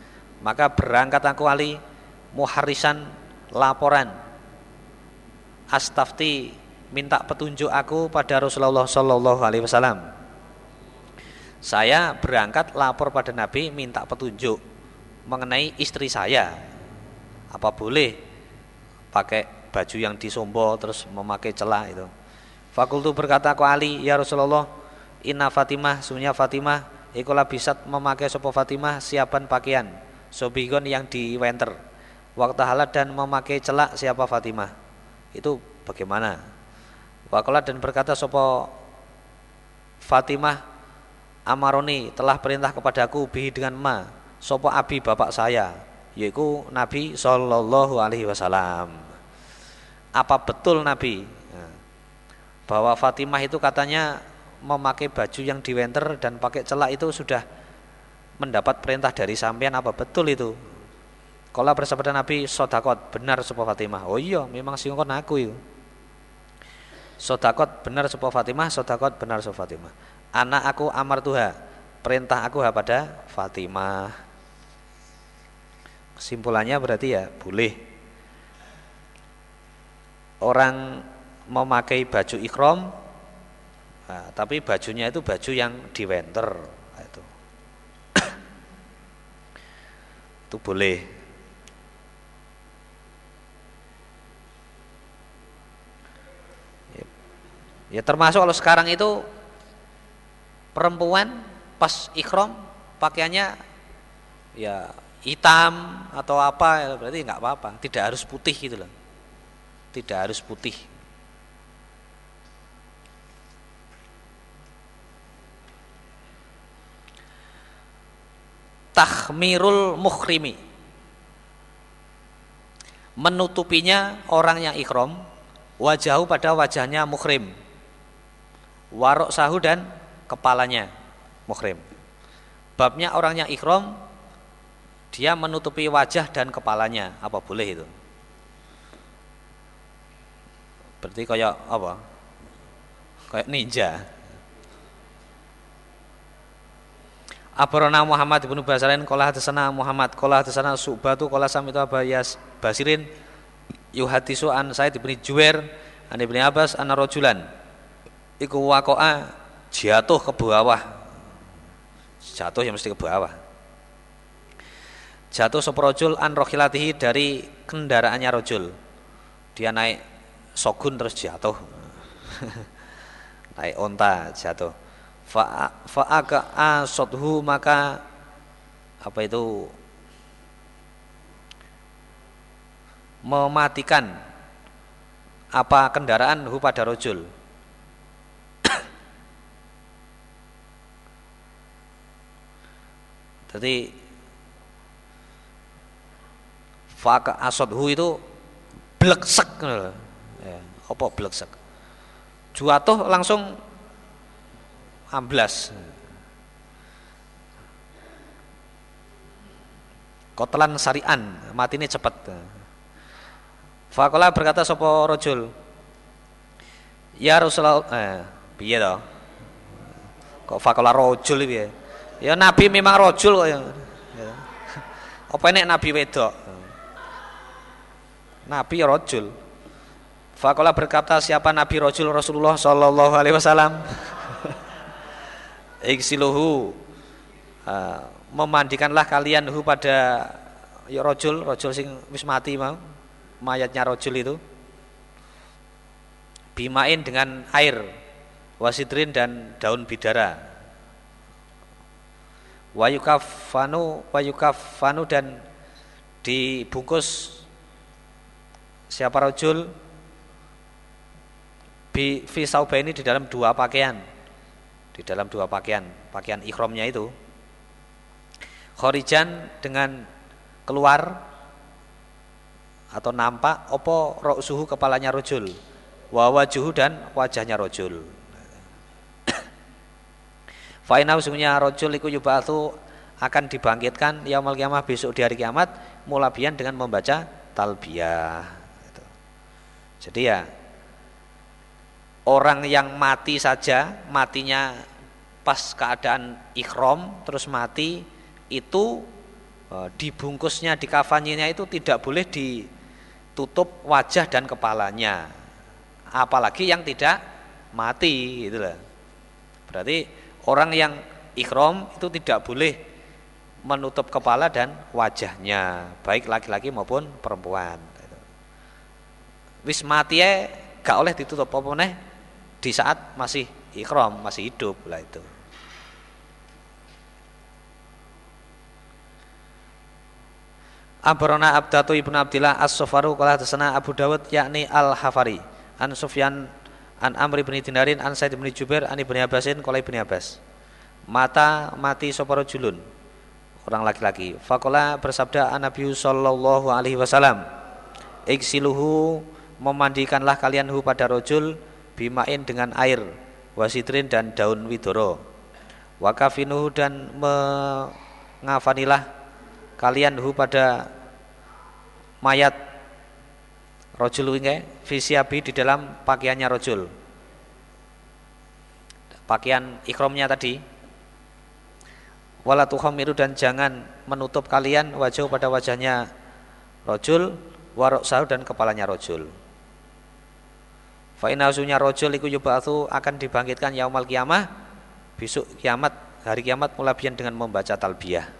Maka berangkat aku Ali muharisan laporan astafti, minta petunjuk aku pada Rasulullah Shallallahu Alaihi Wasallam. Saya berangkat lapor pada Nabi minta petunjuk mengenai istri saya. Apa boleh pakai baju yang disombo terus memakai celah itu. Fakultu berkata aku Ali, ya Rasulullah, inna Fatimah, sunya Fatimah, ikulah bisat memakai sopo Fatimah siapan pakaian, sobigon yang diwenter, waktu halat dan memakai celak siapa Fatimah. Itu bagaimana? Wakola dan berkata sopo Fatimah, amaroni telah perintah kepadaku bihi dengan ma, sopo abi bapak saya, yaitu Nabi Shallallahu Alaihi Wasallam. Apa betul Nabi bahwa Fatimah itu katanya memakai baju yang diwenter dan pakai celak itu sudah mendapat perintah dari sampean? Apa betul itu? Kala bersabda Nabi, sodakot, benar sopo Fatimah. Oh iya, memang singkon aku itu. Sodakot, benar sopo Fatimah. Sodakot, benar sopo Fatimah. Anak aku amar tuha, perintah aku pada Fatimah. Kesimpulannya berarti ya boleh orang memakai baju ikhram, nah, tapi bajunya itu baju yang diwenter, itu boleh. Ya termasuk kalau sekarang itu perempuan pas ikhram pakaiannya ya hitam atau apa, berarti nggak apa-apa, tidak harus putih gitu loh, tidak harus putih. Takhmirul mukhrimi, menutupinya orang yang ikhram, wajahu pada wajahnya mukhrim, warok sahu dan kepalanya mukhrim. Babnya orang yang ikhram dia menutupi wajah dan kepalanya, apa boleh itu? Berarti kayak apa? Kayak ninja. Abarona Muhammad ibnu Basarin qala hadatsana Muhammad qala hadatsana Su'batu qala sami'tu Abayas Basirin yuhadisu an Said bin Jubair an Ibnu Abbas anna rajulan iku waqa'a jatuh ke bawah. Jatuh ya mesti ke bawah. Jatuh sapa rajul an rohilatihi, dari kendaraannya rajul. Dia naik sogun terus jatuh. Naik onta jatuh. Fa'aka asodhu, maka apa itu mematikan apa kendaraan hu pada rojul. Jadi fa'aka asodhu itu bleksek, ya, apa bleksek? Jatuh langsung amblas. Kotelan sarian, mati ini cepat. Faqala berkata sapa rajul, ya Rasulullah, piye to? Kok faqala rajul piye? Ya Nabi memang rajul kok ya. Apa nek Nabi wedok? Nabi ya rajul. Faqala berkata siapa Nabi rajul Rasulullah sallallahu alaihi wasallam? Iksiluhu, memandikanlah kalian hu pada ya rojul sing wis mati mau, mayatnya rojul itu, bimain dengan air, wasidrin dan daun bidara, wayukafanu dan dibungkus siapa rojul bi fi saubaini, di dalam dua pakaian, pakaian ikhramnya itu, khorijan dengan keluar atau nampak, opo ra'suhu kepalanya rojul, wa wajuhu dan wajahnya rojul. Fa'inau sungguhnya rojul iku yub'atsu, akan dibangkitkan yaumul qiyamah, besok di hari kiamat, mulabiyan dengan membaca talbiyah. Jadi ya orang yang mati saja, matinya pas keadaan ikhram terus mati, itu dibungkusnya, dikafanyinya itu tidak boleh ditutup wajah dan kepalanya. apalagi yang tidak mati itulah. Berarti orang yang ihram itu tidak boleh menutup kepala dan wajahnya, baik laki-laki maupun perempuan. Wis mati gak oleh ditutup apa meneh di saat masih ihram, masih hidup lah itu. Abarona Abdatu ibnu Abdillah As-Sofaru qala hadatsana Abu Dawud yakni Al-Hafari an Sufyan an Amr bin Dinarin an Said bin Jubair an Ibnu Abbasin qala Ibnu Abbas mati sapa rajulun orang laki-laki faqala bersabda Nabi sallallahu alaihi wasallam iksiluhu memandikanlah kalian hu pada rajul bimain dengan air wasidrin dan daun widoro wakafinuhu dan mengafanilah kalian hu pada mayat rojul ini fisiabi di dalam pakaiannya rojul, pakaian ikromnya tadi. Wala tukhamiru dan jangan menutup kalian wajah pada wajahnya rojul, waroksahu dan kepalanya rojul. Fa inna usunya rojul iku yub'atsu akan dibangkitkan yaumal kiamah, besok kiamat, hari kiamat mulabian dengan membaca talbiyah.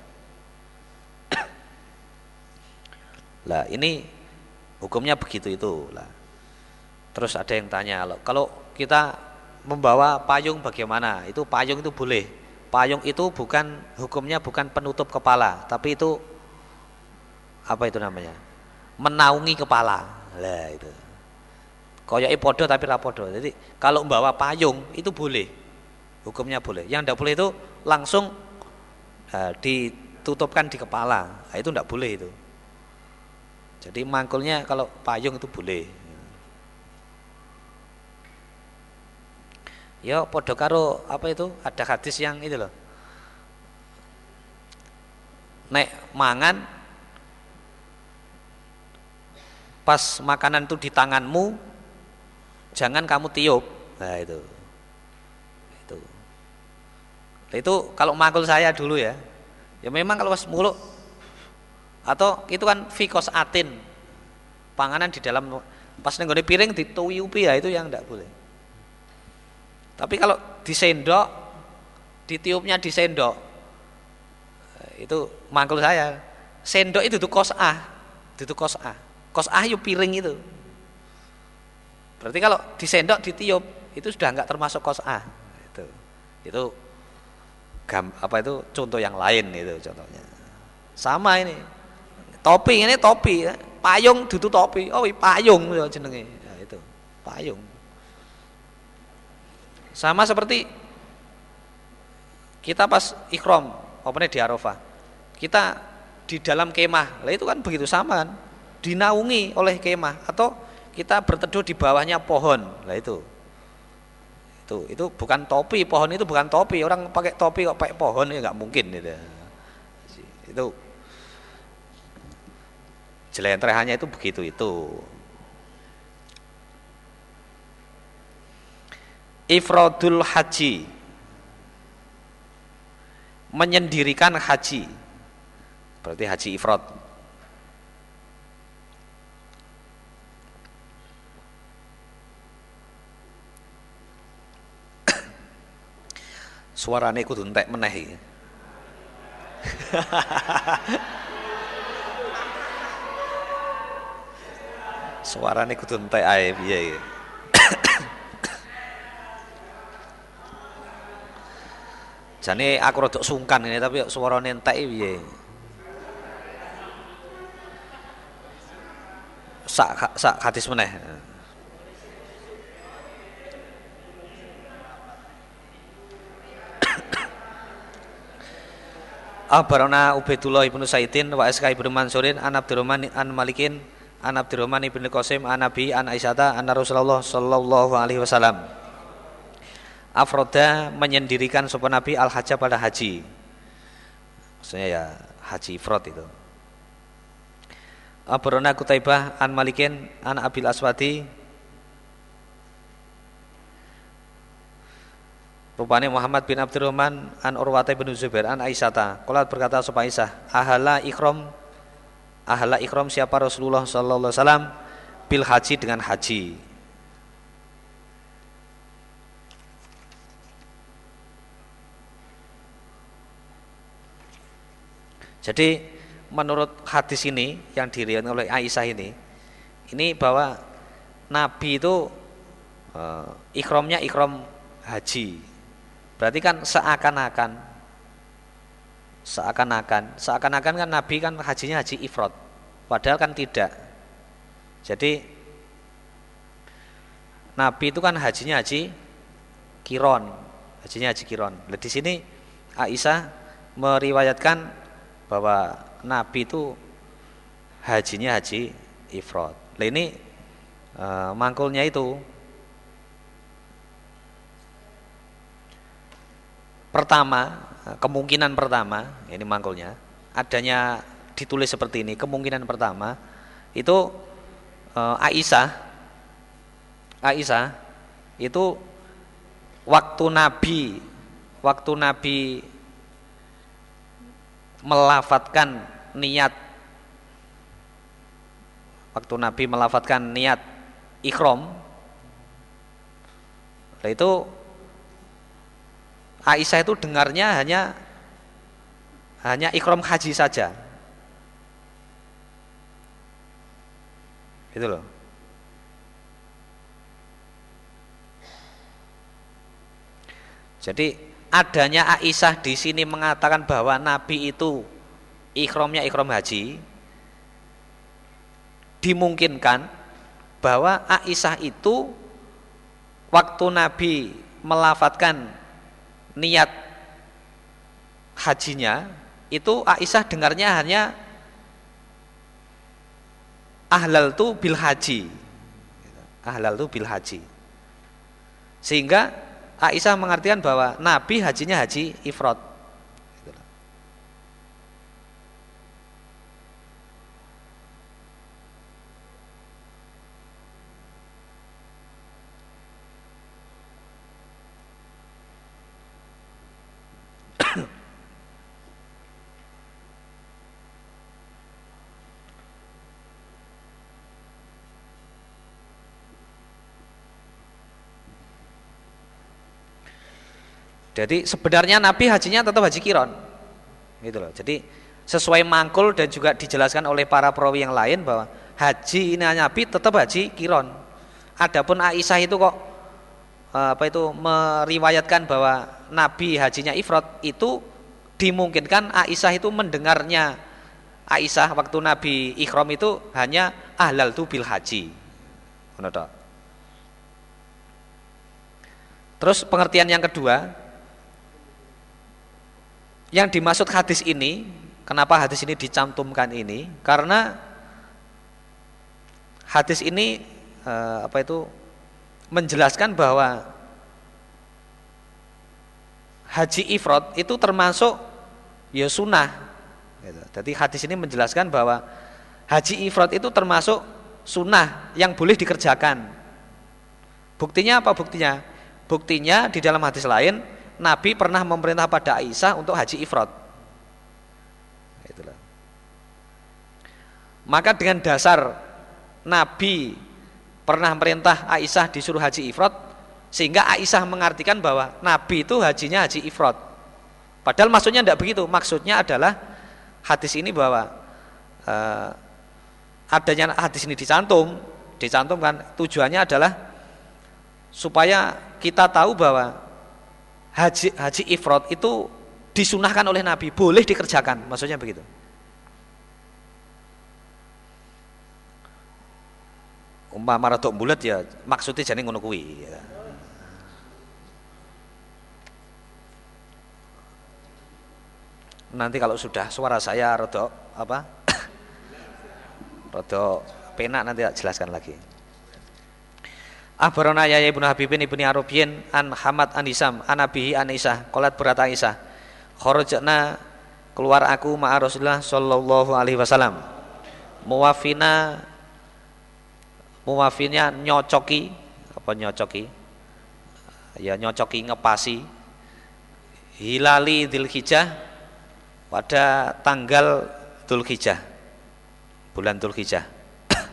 Lah ini hukumnya begitu itu lah. Terus ada yang tanya, kalau kita membawa payung bagaimana? Itu payung itu boleh. Payung itu bukan hukumnya bukan penutup kepala, tapi itu apa itu namanya? Menaungi kepala. Lah itu. Koyoke podo tapi ra podo. Jadi kalau membawa payung itu boleh. Hukumnya boleh. Yang tidak boleh itu langsung ditutupkan di kepala. Nah, itu tidak boleh itu. Jadi mangkulnya kalau payung itu boleh. Ya podo karo apa itu? Ada hadis yang itu loh. Nek mangan pas makanan itu di tanganmu jangan kamu tiup. Nah itu. Itu kalau mangkul saya dulu ya. Ya memang kalau pas muluk atau itu kan fikos atin panganan di dalam pas nenggone piring dituyupi ya itu yang tidak boleh. Tapi kalau disendok ditiupnya di sendok itu mangkul saya sendok itu kos ah yuk piring itu berarti kalau disendok ditiup itu sudah enggak termasuk kos ah itu apa itu contoh yang lain itu contohnya sama ini. Topi ini topi, payung dudu topi. Oh, payung ya jenenge. Ya, itu, payung. Sama seperti kita pas ihram, apa di Arafah. Kita di dalam kemah. Lah itu kan begitu sama kan? Dinaungi oleh kemah atau kita berteduh di bawahnya pohon. Lah itu. Itu bukan topi, pohon itu bukan topi. Orang pakai topi kok pakai pohon ya enggak mungkin gitu. Itu jelentrehannya itu begitu itu. Ifradul haji, menyendirikan haji, berarti haji ifrad. Suarane kudu entek meneh iki. Suarane kudu entek ae piye iki. Jane aku rada sungkan ini tapi suarane entek piye. Sak hadis meneh. Abarona Ubaidullah ibnu Saidin wa Iska ibnu Mansurin an Abdurrahman an Malikin an Abdurrahman ibnu Qasim an Nabi an Aisyata anna Rasulullah sallallahu alaihi wasallam afroda menyendirikan sopan Nabi al-hajjah pada haji. Maksudnya ya haji ifrad itu. Abarona Qutaibah an Malikin an Abil Aswadi rupanya Muhammad bin Abdurrahman an Urwata bin Zubair an Aisyata qalat berkata sapa Aisyah ahala ikhram siapa Rasulullah sallallahu alaihi wasallam bil haji dengan haji. Jadi menurut hadis ini yang diriwayatkan oleh Aisyah ini bahwa Nabi itu ikromnya ikrom haji. Berarti kan seakan-akan kan Nabi kan hajinya haji ifrad. Padahal kan tidak. Jadi Nabi itu kan hajinya haji kiron. Nah, di sini Aisyah meriwayatkan bahwa Nabi itu hajinya haji ifrad. Nah, ini mangkulnya itu kemungkinan pertama ini mangkulnya adanya ditulis seperti ini. Kemungkinan pertama itu Aisyah itu waktu Nabi melafatkan niat ikhram, itu Aisyah itu dengarnya hanya ikhram haji saja, gitu loh. Jadi adanya Aisyah di sini mengatakan bahwa Nabi itu ikhramnya ikhram haji, dimungkinkan bahwa Aisyah itu waktu Nabi melafatkan niat hajinya itu Aisyah dengarnya hanya ahlaltu bil haji, sehingga Aisyah mengartikan bahwa Nabi hajinya haji ifrad. Jadi sebenarnya Nabi hajinya tetap haji kiron, gitu loh. Jadi sesuai mangkul dan juga dijelaskan oleh para perawi yang lain bahwa haji ini Nabi tetap haji kiron. Adapun Aisyah itu kok meriwayatkan bahwa Nabi hajinya ifrad, itu dimungkinkan Aisyah itu mendengarnya Aisyah waktu Nabi ikhram itu hanya ahlaltu bil haji. Terus pengertian yang kedua, yang dimaksud hadis ini, kenapa hadis ini dicantumkan ini? Karena hadis ini menjelaskan bahwa haji ifrad itu termasuk ya sunnah. Jadi hadis ini menjelaskan bahwa haji ifrad itu termasuk sunnah yang boleh dikerjakan. Buktinya apa buktinya? Buktinya di dalam hadis lain Nabi pernah memerintah pada Aisyah untuk haji ifrad. Itulah. Maka dengan dasar Nabi pernah merintah Aisyah disuruh haji ifrad, sehingga Aisyah mengartikan bahwa Nabi itu hajinya haji ifrad. Padahal maksudnya tidak begitu. Maksudnya adalah hadis ini bahwa adanya hadis ini dicantumkan tujuannya adalah supaya kita tahu bahwa haji ifrad itu disunahkan oleh Nabi, boleh dikerjakan, maksudnya begitu. Umpama rada bulet ya maksudnya jane ngono kuwi ya. Nanti kalau sudah suara saya rada rada penak nanti tak jelaskan lagi. Akhbarana Yahya ibnu Habibin ibni Arabiyin an Hamad an Hisam an Abihi an Aisyah qalat berkata Aisyah, kharajna keluar aku ma'a Rasulullah sallallahu alaihi wasallam, muwafinya nyocoki ya nyocoki ngepasi hilali Dzulhijjah pada tanggal Dzulhijjah, bulan Dzulhijjah.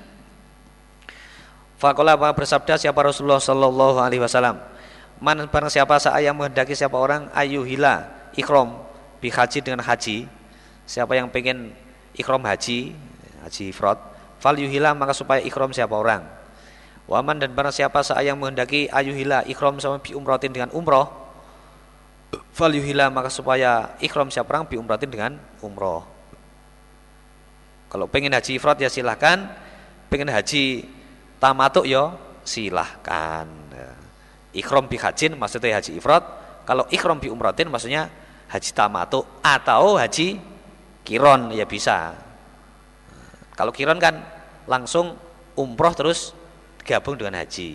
Faqala bersabda siapa Rasulullah sallallahu alaihi wasallam, man barang siapa saya menghendaki siapa orang ayuhila ikhram bi haji dengan haji, Siapa yang pengen ikhram haji ifrad, fal yuhila maka supaya ikhram siapa orang. Waman dan barang siapa yang menghendaki ayuhila ikhram sama bi umratin dengan umroh, fal yuhila maka supaya ikhram siapa orang bi umratin dengan umroh. Kalau pengen haji ifrad ya silahkan, pengen haji tamatuk ya silahkan. Ikhram bi hajin maksudnya haji ifrad, kalau ikhram bi umratin maksudnya haji tamatuk atau haji kiron ya bisa. Kalau kiron kan langsung umroh terus gabung dengan haji.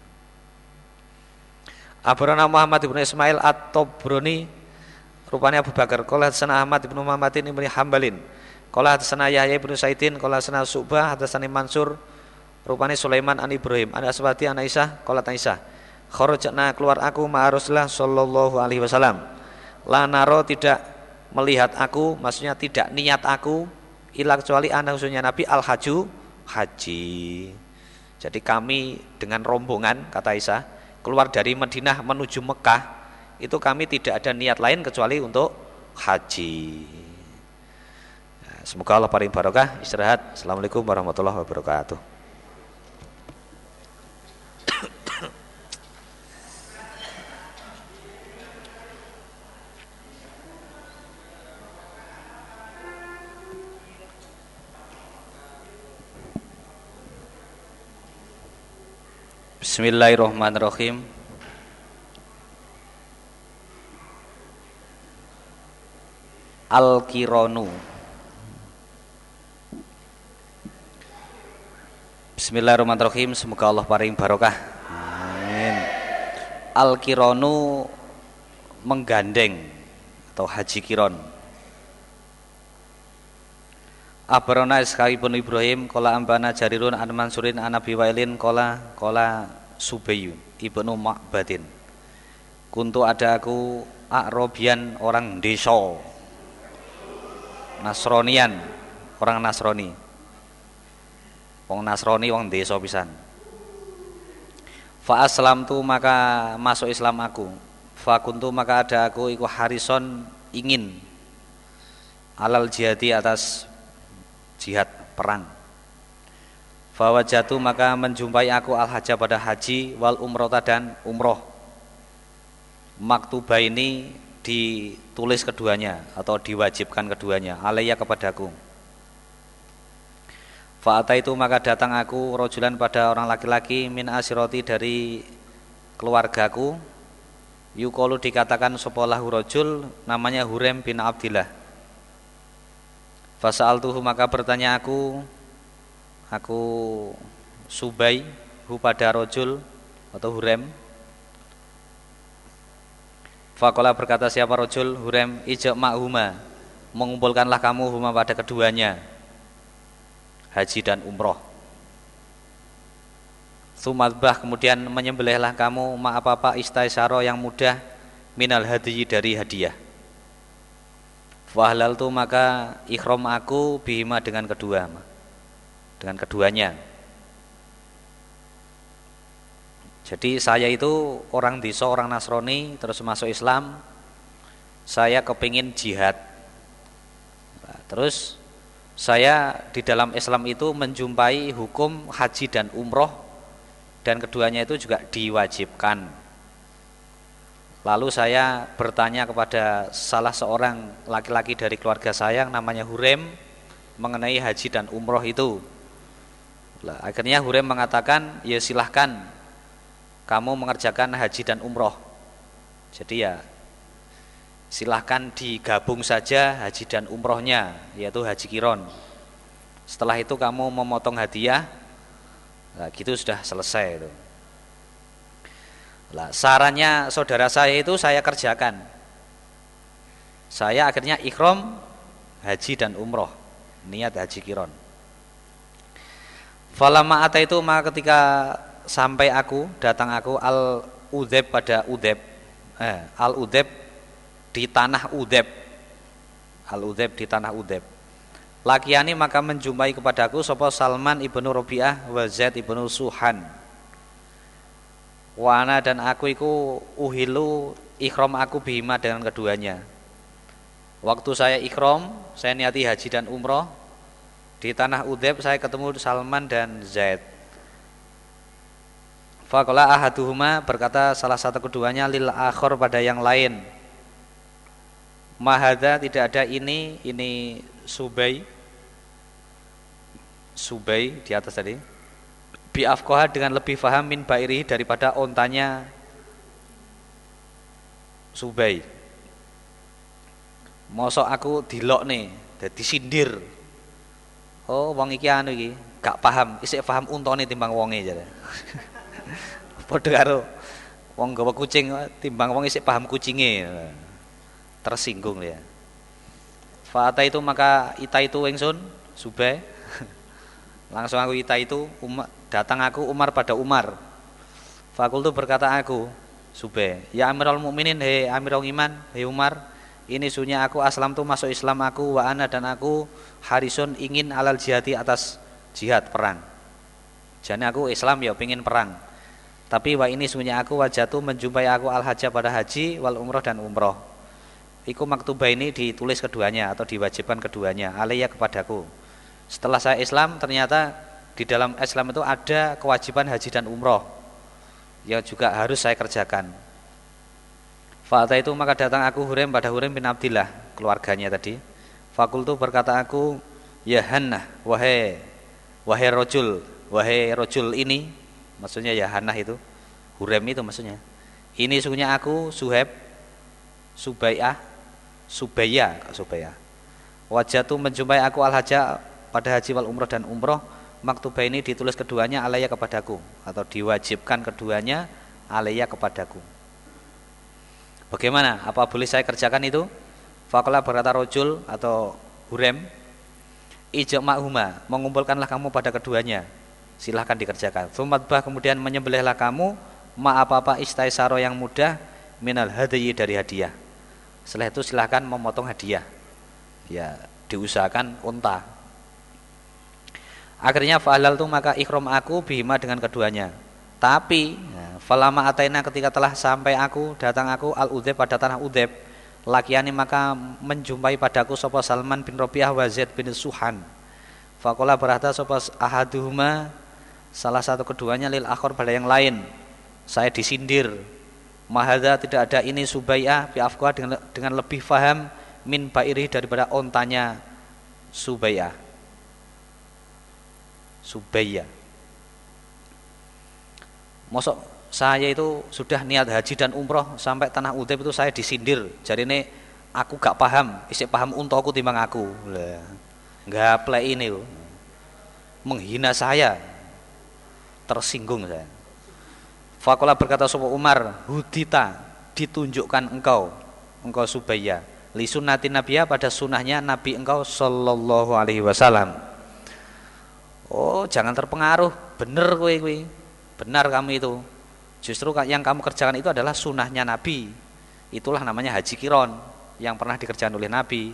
Abarana Muhammad ibnu Ismail at-Tabrani rupanya Abu Bakar qala hadatsana Ahmad ibnu Muhammadin ibnu Hambalin qala hadatsana Yahya ibnu Saidin qala hadatsana Su'bah hadatsani Mansur rupanya Sulaiman an Ibrahim an Aswati an Aisyah qala Aisyah kharajna keluar aku ma Rasulullah sallallahu alaihi wasallam la naro tidak melihat aku maksudnya tidak niat aku ila kecuali ana khususnya Nabi al haju haji. Jadi kami dengan rombongan kata Aisyah keluar dari Madinah menuju Mekah itu kami tidak ada niat lain kecuali untuk haji. Semoga Allah paling barokah. Istirahat. Assalamualaikum warahmatullahi wabarakatuh. Bismillahirrahmanirrahim. Al-Qiranu. Bismillahirrahmanirrahim. Semoga Allah paring barokah. Amin. Al-Qiranu menggandeng atau haji kiron. Abarona Ishaq ibn Ibrahim qala ambana Jarirun an Mansurin an Abi Wailin qala Subayy ibnu Ma'badin kuntu ada aku A'robian orang desa Nasronian orang Nasrani wong Nasrani wong desa pisan fa aslamtu maka masuk Islam aku fa kuntu maka ada aku iku harison ingin alal jihadi atas jihad perang. Fawajatu maka menjumpai aku al-hajjah pada haji wal umrota dan umroh. Maktubah ini ditulis keduanya atau diwajibkan keduanya alayya kepadaku. Fa'ata itu maka datang aku rojulan pada orang laki-laki min asiroti dari keluargaku. Yuqalu dikatakan sopolahu rojul namanya Hurem bin Abdillah. Fasa'altuhu maka bertanya aku Subay hu pada rojul atau Hurem. Faqala berkata siapa rojul Hurem ijak ma'huma mengumpulkanlah kamu huma pada keduanya haji dan umroh. Sumadbah kemudian menyembelihlah kamu apa istaisaro yang mudah minal hadiyi dari hadiah. Fahlal tu maka ikhram aku bihima dengan keduanya. Jadi saya itu orang desa orang Nasrani terus masuk Islam. Saya kepingin jihad. Terus saya di dalam Islam itu menjumpai hukum haji dan umroh dan keduanya itu juga diwajibkan. Lalu saya bertanya kepada salah seorang laki-laki dari keluarga saya yang namanya Hurem mengenai haji dan umroh itu. Akhirnya Hurem mengatakan, ya silahkan kamu mengerjakan haji dan umroh. Jadi ya silahkan digabung saja haji dan umrohnya, yaitu haji kiron. Setelah itu kamu memotong hadiah, nah gitu sudah selesai itu. Sarannya saudara saya itu saya kerjakan. Saya akhirnya ikhram haji dan umroh, niat haji kiron. Falamma ata itu maka ketika sampai datang aku al-Udeb pada Udeb. Al-Udeb di tanah Udeb. Al-Udeb di tanah Udeb. Lakiani maka menjumpai kepadaku sapa Salman ibnu Rabi'ah wa Zaid ibnu Suhan. Wana dan aku iku uhilu ikhram aku bihima dengan keduanya. Waktu saya ikram, saya niati haji dan umroh di tanah Udzaib, saya ketemu Salman dan Zaid. Faqala ahaduhuma, berkata salah satu keduanya, lil akhor, pada yang lain, mahadha, tidak ada ini Subay di atas tadi, bi afqaha, dengan lebih faham, min bairi, daripada ontanya Subay. Mosok aku dilok nih, dadi sindir. Oh, wong iki anu iki, gak paham, isih paham untone timbang wonge jare. Padha karo wong gawa kucing timbang wong isih paham kucinge. Tersinggung dia. Fa'ata itu, maka ita itu ingsun Subay. Langsung aku ita itu, datang aku Umar pada Umar. Fakultu, berkata aku Subay, ya Amirul Mukminin, hei Amirul Iman, hei Umar, ini sunya aku aslam tu, masuk Islam aku, wa ana, dan aku harisun, ingin alal jihadi, atas jihad perang. Jadi aku Islam ya pingin perang. Tapi wa ini sunya aku wajatu, menjumpai aku al hajjah, pada haji, wal umroh, dan umroh. Iku maktubah, ini ditulis keduanya atau diwajibkan keduanya, alaiya, kepadaku. Setelah saya Islam, ternyata di dalam Islam itu ada kewajiban haji dan umroh yang juga harus saya kerjakan. Fa'ata itu, maka datang aku Huraim, pada Huraim bin Abdillah, keluarganya tadi. Fakultu, berkata aku, ya Hannah, wahai rojul ini, maksudnya ya Hannah itu, Huraim itu maksudnya. Ini sungguhnya aku Subayah. Wajatu, menjumpai aku al hajjah, pada haji wal umroh, dan umroh. Maktubah, ini ditulis keduanya alaiya, kepadaku, atau diwajibkan keduanya alaiya, kepadaku. Bagaimana? Apa boleh saya kerjakan itu? Faqala, berkata rojul atau Huraim, ijma'huma, mengumpulkanlah kamu pada keduanya, silahkan dikerjakan. Tsumatbah, kemudian menyembelihlah kamu, ma apa-apa istaisaro, yang mudah, minal hadiyi, dari hadiah. Setelah itu silahkan memotong hadiah, ya diusahakan unta. Akhirnya fa'alal tu, maka ikhram aku bihima, dengan keduanya. Tapi falama ataina, ketika telah sampai aku, datang aku al Udzaib, pada tanah Udzaib, lakiani, maka menjumpai padaku sapa Salman bin Rabi'ah wa Zaid bin Suhan. Faqala, berkata sapa ahaduhuma, salah satu keduanya, lil akhor, pada yang lain, saya disindir. Mahadha, tidak ada ini Subayah bi afqah, dengan lebih faham, min bairi, daripada ontanya Subayah. Mosok saya itu sudah niat haji dan umroh sampai tanah Udzaib itu saya disindir. Jadi ini aku gak paham, isih paham untukku timbang aku. Lah, gaplek ini menghina saya. Tersinggung saya. Faqala, berkata sapa Umar, hudita, ditunjukkan engkau Subayah, li sunnati nabiyya, pada sunnahnya Nabi engkau sallallahu alaihi wasallam. Oh, jangan terpengaruh, bener kowe. Benar kamu itu. Justru yang kamu kerjakan itu adalah sunnahnya Nabi. Itulah namanya haji kiron, yang pernah dikerjakan oleh Nabi.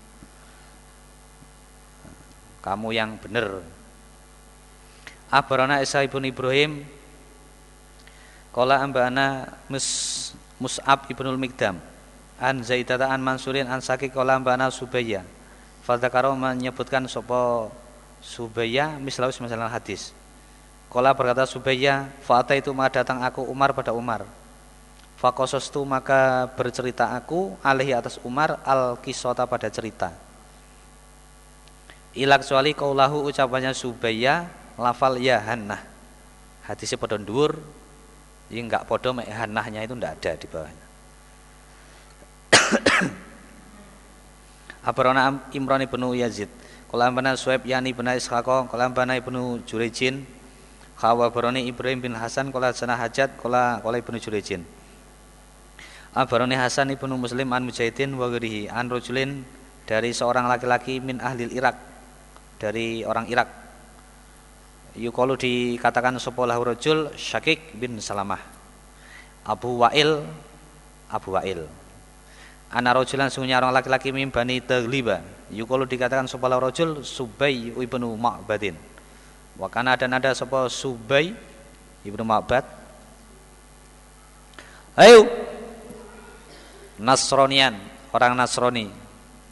Kamu yang benar. Abarana Isa ibn Ibrahim, qala ambana Mus'ab ibnul Mikdam, an Zaidata an Mansurin an Saki, qala ambana Subayya. Fadzakara, menyebutkan sapa Subayya mislahu, misalan hadis. Qala, berkata Subayya, fa'ata itu, maka datang aku Umar pada Umar. Faqasastu, maka bercerita aku alaihi, atas Umar, al kisota, pada cerita. Ilak kecuali qaulahu, ucapannya Subayya, lafal ya Hannah. Hadisnya pada ndur, ini enggak podo mek Hannahnya itu enggak ada di bawahnya. Abarona Imran ibnu Yazid, qala ambana Suhaib yani bin Ishaq, qala ambana ibnu Jurejin, Khawa baroni Ibrahim bin Hasan, qala sana Hajat, qala ibnu Jurejin. Abaroni Hasan ibnu Muslim an Mujahidin wa ghairihi, an rajulin, dari seorang laki-laki, min ahlil Irak, dari orang Irak. Yuqalu, dikatakan sapa lahu rajul, Syakik bin Salamah, Abu Wa'il. Ana rajulan, sungguhnya orang laki-laki, min Bani Taghliba. Yuqalu, dikatakan sapa lahu rajul, Subay ibnu Ma'badin. Wa kana, dan ada sapa Subay ibnu Ma'bad, ayo Nasronian, orang Nasrani,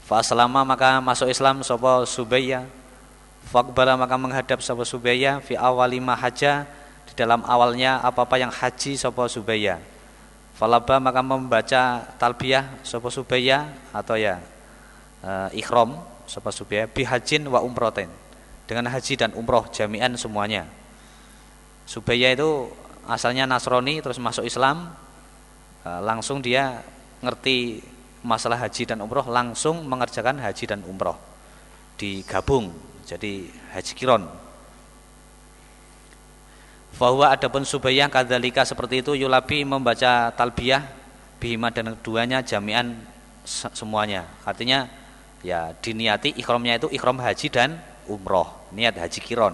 Fa aslama maka masuk Islam sapa Subayya. Faqbala maka menghadap sapa Subayya fi awali ma haja, di dalam awalnya apa-apa yang haji sapa Subayya. Falaba maka membaca talbiyah sapa Subayya atau ya ikhram sapa Subayya bi hajin wa umroten, dengan haji dan umroh jami'an semuanya. Subayya itu asalnya Nasrani terus masuk Islam, langsung dia ngerti masalah haji dan umroh, langsung mengerjakan haji dan umroh digabung jadi haji kiron. Fahuwa adapun Subayyah kadzalika seperti itu, yulabi membaca talbiyah bihima dan keduanya jami'an semuanya. Artinya ya diniati ikhramnya itu ikhram haji dan umroh, niat haji kiron.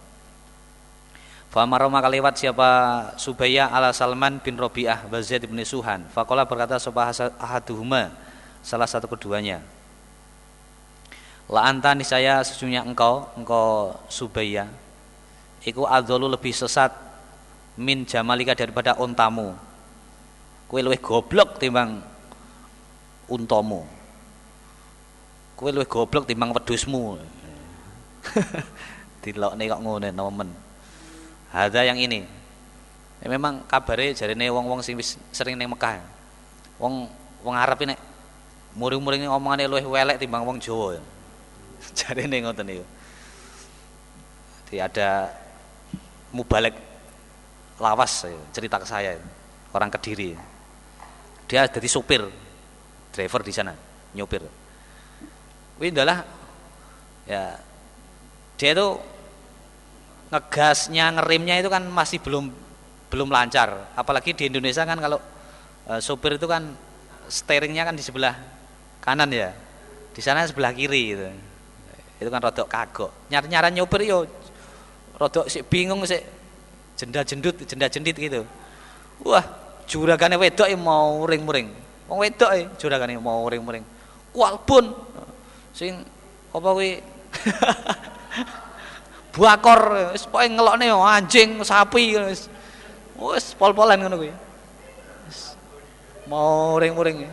Fa marama kalewat siapa Subayyah ala Salman bin Rabi'ah wa Zaid bin Suhan. Faqala berkata sapa ahaduhuma, salah satu keduanya. La anta niscaya sesungguhnya engkau Subayyah iku adzolu lebih sesat min jamalika daripada untamu. Kowe luwih goblok timbang untamu. Kowe luwih goblok timbang wedhusmu. Dilokne kok ngono nemen. Hadza yang ini. Ya, memang kabare jarine wong-wong sing wis sering ning Mekah. Wong Arab ini muring-muring omongane luwih welek timbang wong Jawa. Jarine ngoten niku. Jadi ada mubalek lawas cerita ke saya, orang Kediri. Dia jadi supir, driver di sana, nyupir. Wih adalah ya dia itu ngegasnya, ngerimnya itu kan masih belum lancar. Apalagi di Indonesia kan kalau supir itu kan steeringnya kan di sebelah kanan ya, di sana sebelah kiri gitu. Itu kan rodok kagok. Nyar-nyaran nyupir yo rodok sik bingung sik jenda-jendit gitu. Wah, juragane wedok mau ring-muring. Wong wedok juragane mau ring-muring. Kualbun sing apa kuwi buakor wis pokoke ngelokne anjing, sapi wis pol-polan ngono kuwi. Mau ring-muring.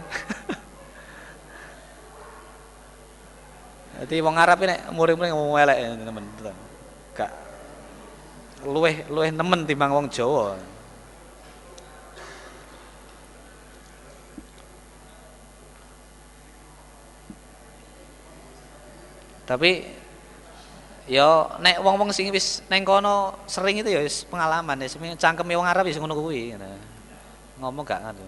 Jadi wong Arab ini muring-muring mau elek teman. Gak luweh nemen timbang wong Jawa. Tapi ya nek wong-wong sing wis neng kono sering itu ya wis pengalaman ya, cangkeme wong Arab wis ngono kuwi. Ngomong gak ngono.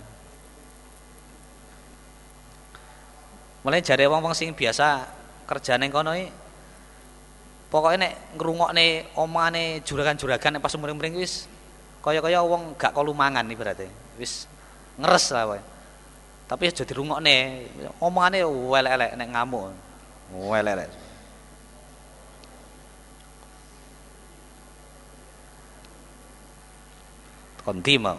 Mulai jare wong-wong sing biasa kerja neng kono iki pokoke nek ngrungokne omongane juragan-juragan pas muring-muring wis kaya-kaya wong gak kolu mangan ibarate. Wis ngeres lah wae. Tapi aja dirungokne, omongane elek-elek nek ngamuk. Elek-elek. Kontima.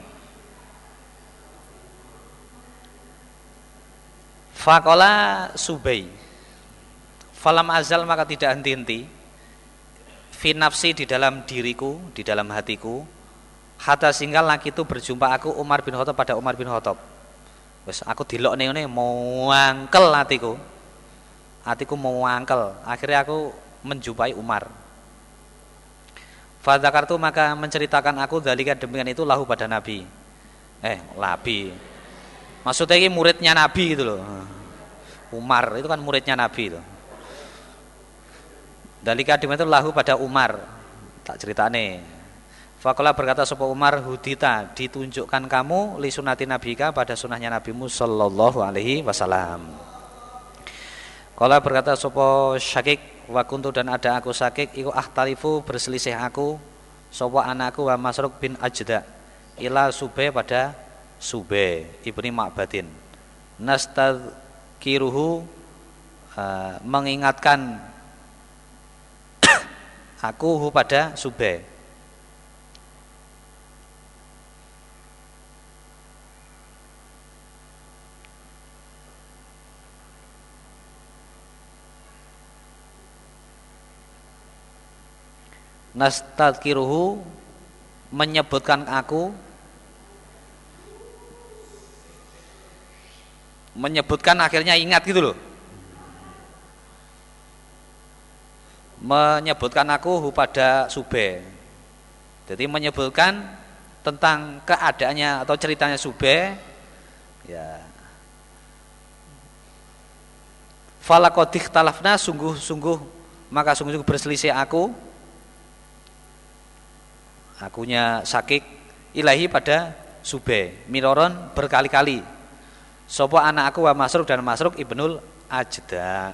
Faqala Subay. Falam azal maka tidak henti-henti fi nafsi di dalam diriku, di dalam hatiku, hatta singgal laki itu berjumpa aku Umar bin Khattab pada Umar bin Khattab. Wes aku dilokne ngene mau angkel hatiku. Hatiku mau angkel. Akhirnya aku menjumpai Umar. Fadzakartu maka menceritakan aku dzalika demikian itu lahu pada Nabi. Nabi. Maksudnya ini muridnya Nabi gitu loh. Umar itu kan muridnya Nabi itu. Dalika demikian itu lahu pada Umar. Tak ceritane. Faqala berkata sapa Umar, hudita ditunjukkan kamu li sunati nabika pada sunnahnya Nabimu sallallahu alaihi wasallam. Qala berkata sapa Syakik wa kuntu dan ada aku Syakik iku ahtalifu berselisih aku sapa anakku wa Masruq bin Ajda ila Subay pada Subay ibni Ma'badin. Nastadkiruhu mengingatkan aku pada Subay. Nastadkiruhu menyebutkan aku, menyebutkan akhirnya ingat gitu loh. menyebutkan aku pada Sube. Jadi menyebutkan tentang keadaannya atau ceritanya Sube, ya. Falaqad ikhtalafna, sungguh-sungguh berselisih akunya Sakik ilahi pada Sube, miroron berkali-kali. Sopo anak aku wa Masruk dan Masruk ibnul Ajda.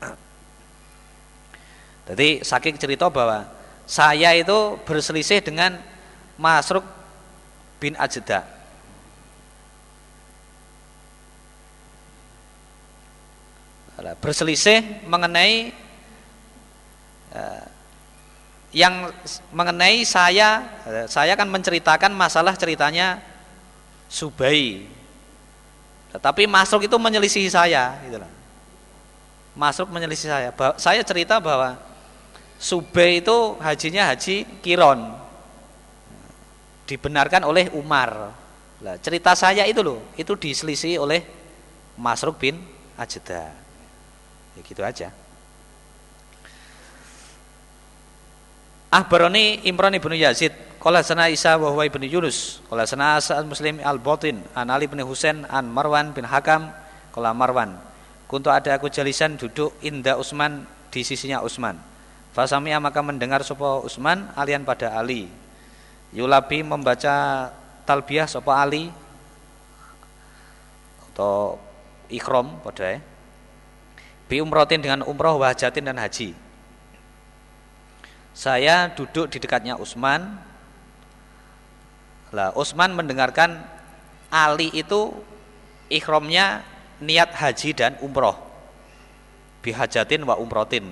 Jadi Sakik cerita bahwa saya itu berselisih dengan Masruk bin Ajda. Berselisih mengenai yang mengenai saya kan menceritakan masalah ceritanya Subai. Tetapi Masruk itu menyelisihi saya, gitu lah. Masruk menyelisihi saya. Saya cerita bahwa Subai itu hajinya haji Kiron, dibenarkan oleh Umar. Nah, cerita saya itu loh, itu diselisih oleh Masruk bin Ajda. Ya gitu aja. Akhbarani Imran ibnu Yazid qala sana Isa wa huwa ibnu Yunus qala sana Sa'ad Muslim al-Batin an Ali bin Husain an Marwan bin Hakam qala Marwan kuntu ada aku jalisan duduk inda Utsman di sisinya Utsman fasami maka mendengar sapa Utsman alian pada Ali yulabi membaca talbiyah sapa Ali atau ikhram padha bi umratin dengan umrah wa hajatin dan haji. Saya duduk di dekatnya Utsman. Lah Utsman mendengarkan Ali itu ikhramnya niat haji dan umrah. Bi hajatin wa umratin.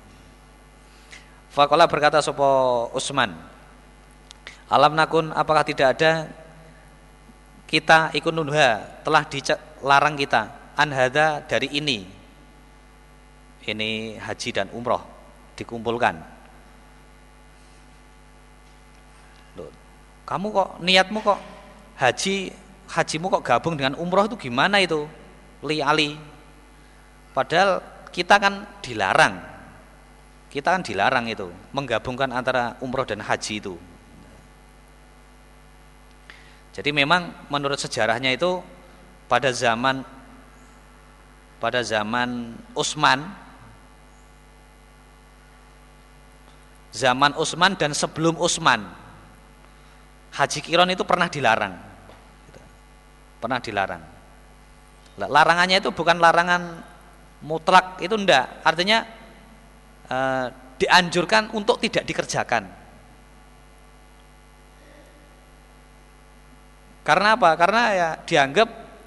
Faqala berkata sapa Utsman, alam nakun apakah tidak ada kita ikun nunha telah dilarang kita an hadza dari ini haji dan umrah dikumpulkan. Loh, kamu kok niatmu kok hajimu kok gabung dengan umrah itu gimana itu? Li Ali. Padahal kita kan dilarang itu menggabungkan antara umrah dan haji itu. Jadi memang menurut sejarahnya itu pada zaman Utsman dan sebelum Utsman haji Qiron itu pernah dilarang. Larangannya itu bukan larangan mutlak, itu enggak. Artinya dianjurkan untuk tidak dikerjakan. Karena apa? Karena ya dianggap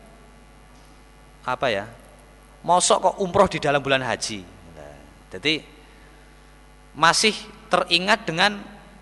mosok kok umroh di dalam bulan haji. Jadi masih teringat dengan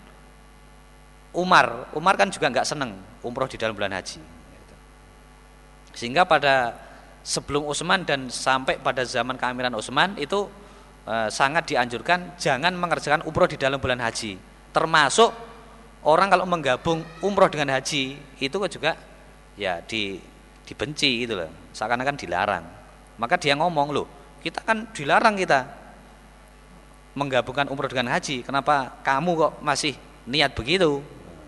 Umar kan juga nggak seneng umroh di dalam bulan haji. Sehingga pada sebelum Utsman dan sampai pada zaman keamiran Utsman itu sangat dianjurkan jangan mengerjakan umroh di dalam bulan haji. Termasuk orang kalau menggabung umroh dengan haji itu juga ya dibenci gitu loh. Seakan-akan dilarang. Maka dia ngomong, loh, kita kan dilarang kita menggabungkan umroh dengan haji, kenapa kamu kok masih niat begitu?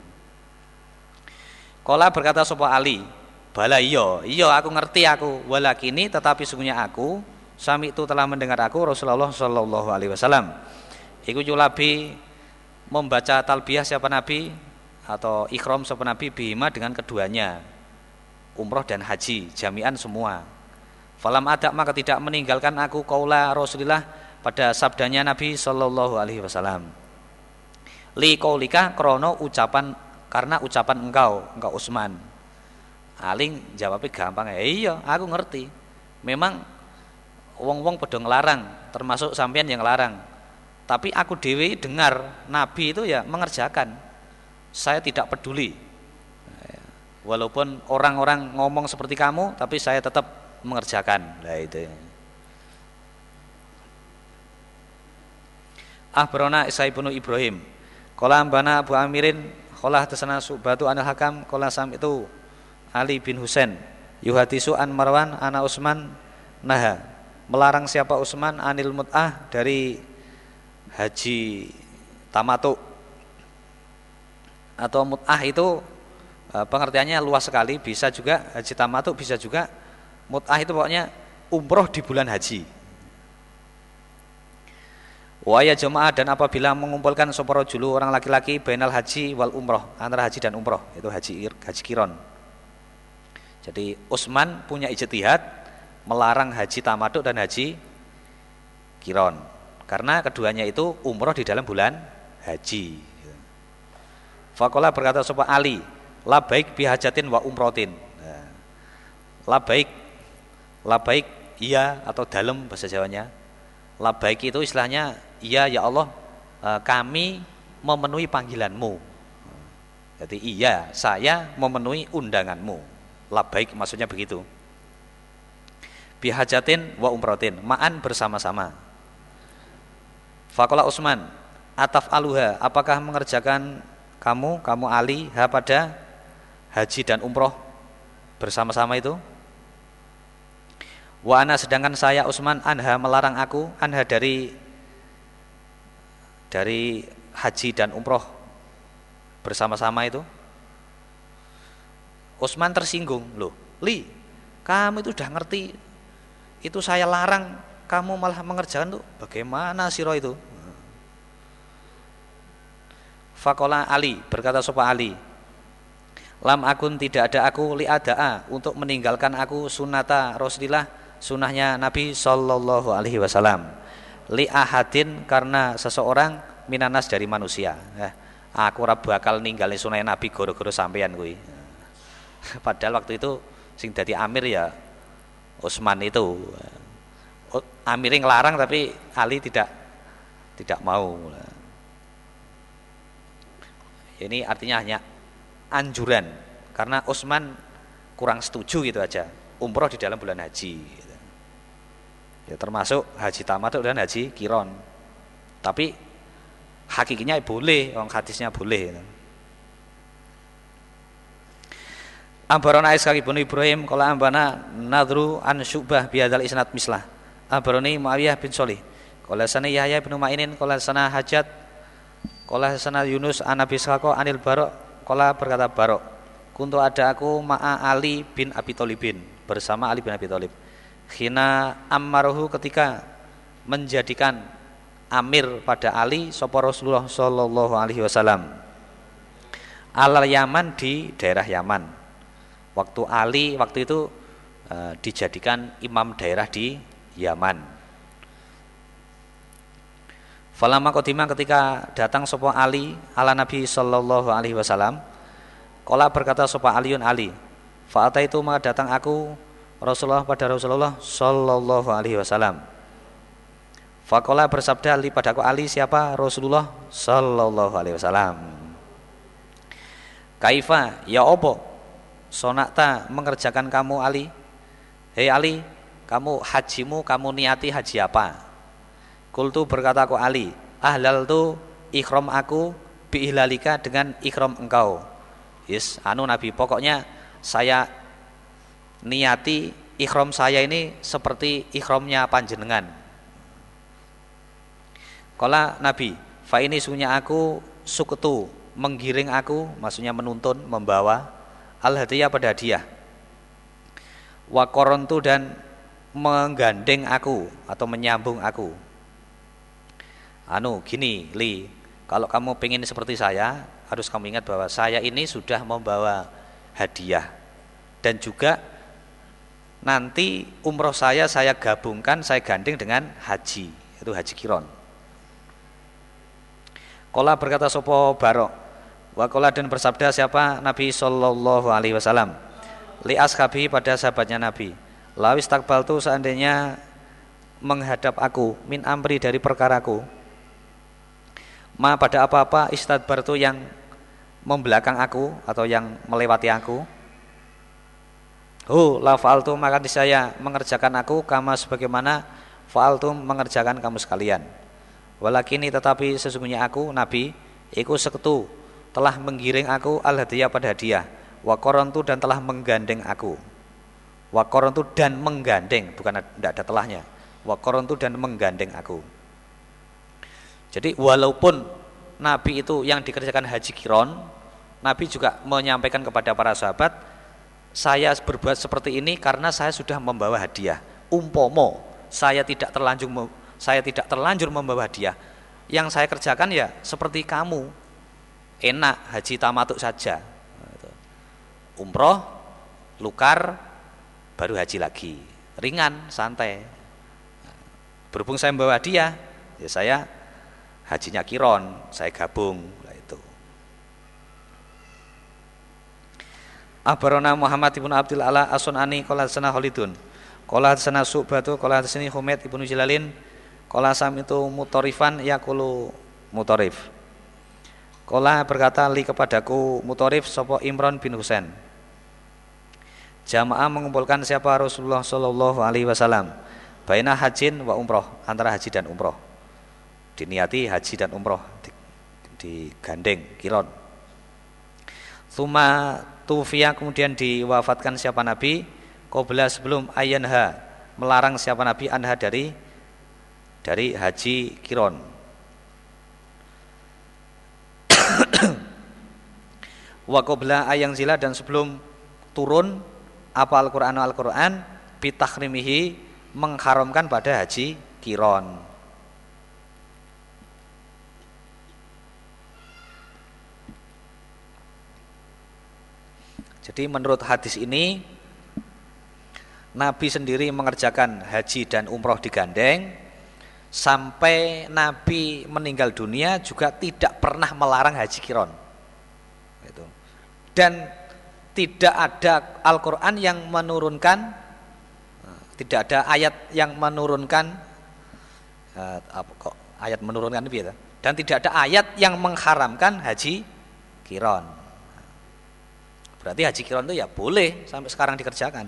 Qala berkata sapa Ali, bala iya aku ngerti aku, walakini tetapi sungguhnya aku sami itu telah mendengar aku Rasulullah sallallahu alaihi wasallam iku yulabi membaca talbiyah siapa Nabi atau ikhram siapa Nabi bihima dengan keduanya, umroh dan haji jami'an semua. Falam ada maka tidak meninggalkan aku qaula Rasulillah pada sabdanya Nabi sallallahu alaihi wasallam. Li qaulika karena ucapan engkau Utsman. Ali jawabnya gampang, iya aku ngerti. Memang wong-wong padha nglarang, termasuk sampean yang larang. Tapi aku dewi dengar Nabi itu ya mengerjakan. Saya tidak peduli. Walaupun orang-orang ngomong seperti kamu, tapi saya tetap mengerjakan. Nah itu. Akhbarana Isa ibnu Ibrahim qala ambana Abu Amirin qala hadatsana Subatu anil Hakam qala sam itu Ali bin Husain yuhadisu an Marwan ana Utsman naha melarang siapa Utsman anil mut'ah dari haji tamattu atau mut'ah itu pengertiannya luas sekali, bisa juga haji tamattu, bisa juga mut'ah itu pokoknya umroh di bulan haji. Wa ya jamaah, dan apabila mengumpulkan sapa rajulu orang laki-laki bainal haji wal umroh, antara haji dan umroh, itu haji kiron. Jadi Utsman punya ijtihad melarang haji tamattu dan haji kiron karena keduanya itu umroh di dalam bulan haji. Faqala berkata sapa Ali, labaik bihajatin wa umrotin. Labaik iya atau dalam bahasa Jawanya. Labaik itu istilahnya iya ya Allah, kami memenuhi panggilanmu. Jadi iya, saya memenuhi undanganmu. Labaik maksudnya begitu. Bihajatin wa umrotin, ma'an bersama-sama. Faqala Utsman, ataf aluha, apakah mengerjakan kamu Ali pada haji dan umroh bersama-sama itu? Wa ana, sedangkan saya Utsman anha melarang aku, anha dari haji dan umroh bersama-sama itu. Utsman tersinggung, loh Li, kamu itu udah ngerti itu saya larang, kamu malah mengerjakan tuh, bagaimana siro itu? Faqala Ali, berkata sapa Ali, lam akun, tidak ada aku, li adaa, untuk meninggalkan aku sunnata Rasulillah, sunnahnya Nabi sallallahu alaihi wasallam, li ahadin, karena seseorang, minanas, dari manusia. Aku ora bakal ninggalin sunnah Nabi goro-goro sampeyan kuwi. Padahal waktu itu sing dadi amir ya Utsman itu. Amir ngelarang tapi Ali tidak mau. Ini artinya hanya anjuran, karena Utsman kurang setuju gitu aja umroh di dalam bulan haji gitu. Ya termasuk haji tamattu dan haji kiron, tapi hakikinya boleh, orang hadisnya boleh gitu. Ambarona Ishaq bin Ibrahim qala ambana nadru an Syu'bah bihadzal isnad mislah. Ambaroni Muawiyah bin Shalih qala sana Yahya bin Ma'inin qala sana Hajat qala sana Yunus an Abi Ishaq anil Barok qala, berkata Barok, kuntu ada aku ma'a Ali bin Abi Thalibin, bersama Ali bin Abi Thalib, khina ammaruhu, ketika menjadikan amir pada Ali sapa Rasulullah sallallahu alaihi wasallam alal Yaman, di daerah Yaman. Waktu Ali waktu itu dijadikan imam daerah di Yaman. Falamma qadima, ketika datang sapa Ali ala Nabi sallallahu alaihi wasallam, qala, berkata sapa Aliun Ali, fa ataitu, maka datang aku Rasulullah pada Rasulullah sallallahu alaihi wasallam. Faqala, bersabda Ali padaku, Ali siapa? Rasulullah sallallahu alaihi wasallam. Kaifa, ya opo? Sonakta, mengerjakan kamu Ali. Hei Ali, kamu hajimu, kamu niati haji apa? Kultu, berkata aku Ali, ahlal tu ikhram aku biihlalika, dengan ikhram engkau. Yes, Nabi, pokoknya saya niati ikhram saya ini seperti ikhramnya panjenengan. Kala Nabi, fa ini sunya aku sukutu, menggiring aku, maksudnya menuntun, membawa al-hadiyah, pada hadiah. Wa korontu, dan menggandeng aku atau menyambung aku. Gini Li, kalau kamu pengen seperti saya, harus kamu ingat bahwa saya ini sudah membawa hadiah, dan juga nanti umroh saya gabungkan, saya gandeng dengan haji, itu haji kiron. Qala, berkata sapa Barok, wa qala, dan bersabda siapa? Nabi sallallahu alaihi wasallam, li ashabi, pada sahabatnya Nabi, lawis takbaltu, seandainya menghadap aku, min amri, dari perkaraku, ma, pada apa-apa, istadbartu, yang membelakang aku atau yang melewati aku, la fa'altu, maka saya mengerjakan aku, kama, sebagaimana fa'altum, mengerjakan kamu sekalian. Walakini, tetapi sesungguhnya aku Nabi iku seketu, telah menggiring aku al-hadiyah, pada hadiah, wa korontu, dan telah menggandeng aku, wa korontu, dan menggandeng, bukan tidak ada telahnya, wa korontu, dan menggandeng aku. Jadi walaupun Nabi itu yang dikerjakan haji kiron, Nabi juga menyampaikan kepada para sahabat, saya berbuat seperti ini karena saya sudah membawa hadiah. Umpomo saya tidak terlanjur membawa hadiah, yang saya kerjakan ya seperti kamu, enak, haji tamatuk saja, umroh, lukar, baru haji lagi, ringan, santai. Berhubung saya membawa hadiah, ya saya hajinya kiron, saya gabung lah itu. Akhbarana Muhammad ibn Abdul Ala As-Sunani qala sana Khalidun qala sana Su'batu qala sini Humaid ibnu Jalalin qala samitu Mutarifan yaqulu Mutarif qala berkata li kepadaku Mutarif sapa Imran bin Husain, jamaah mengumpulkan siapa Rasulullah sallallahu alaihi wasallam baina hajin wa umroh, antara haji dan umroh, diniati haji dan umroh, digandeng kiron. Tsumma tufiya, kemudian diwafatkan siapa Nabi, qabla sebelum ayanha, melarang siapa Nabi anha dari haji kiron. Wa qabla ayang zila, dan sebelum turun apa Al-Qur'an bitahrimihi, mengharamkan pada haji kiron. Jadi menurut hadis ini Nabi sendiri mengerjakan haji dan umroh digandeng, sampai Nabi meninggal dunia juga tidak pernah melarang haji kiron. Dan tidak ada Al-Quran yang menurunkan, tidak ada ayat yang menurunkan, ayat menurunkan itu, dan tidak ada ayat yang mengharamkan haji kiron. Berarti haji kiron itu ya boleh sampai sekarang dikerjakan.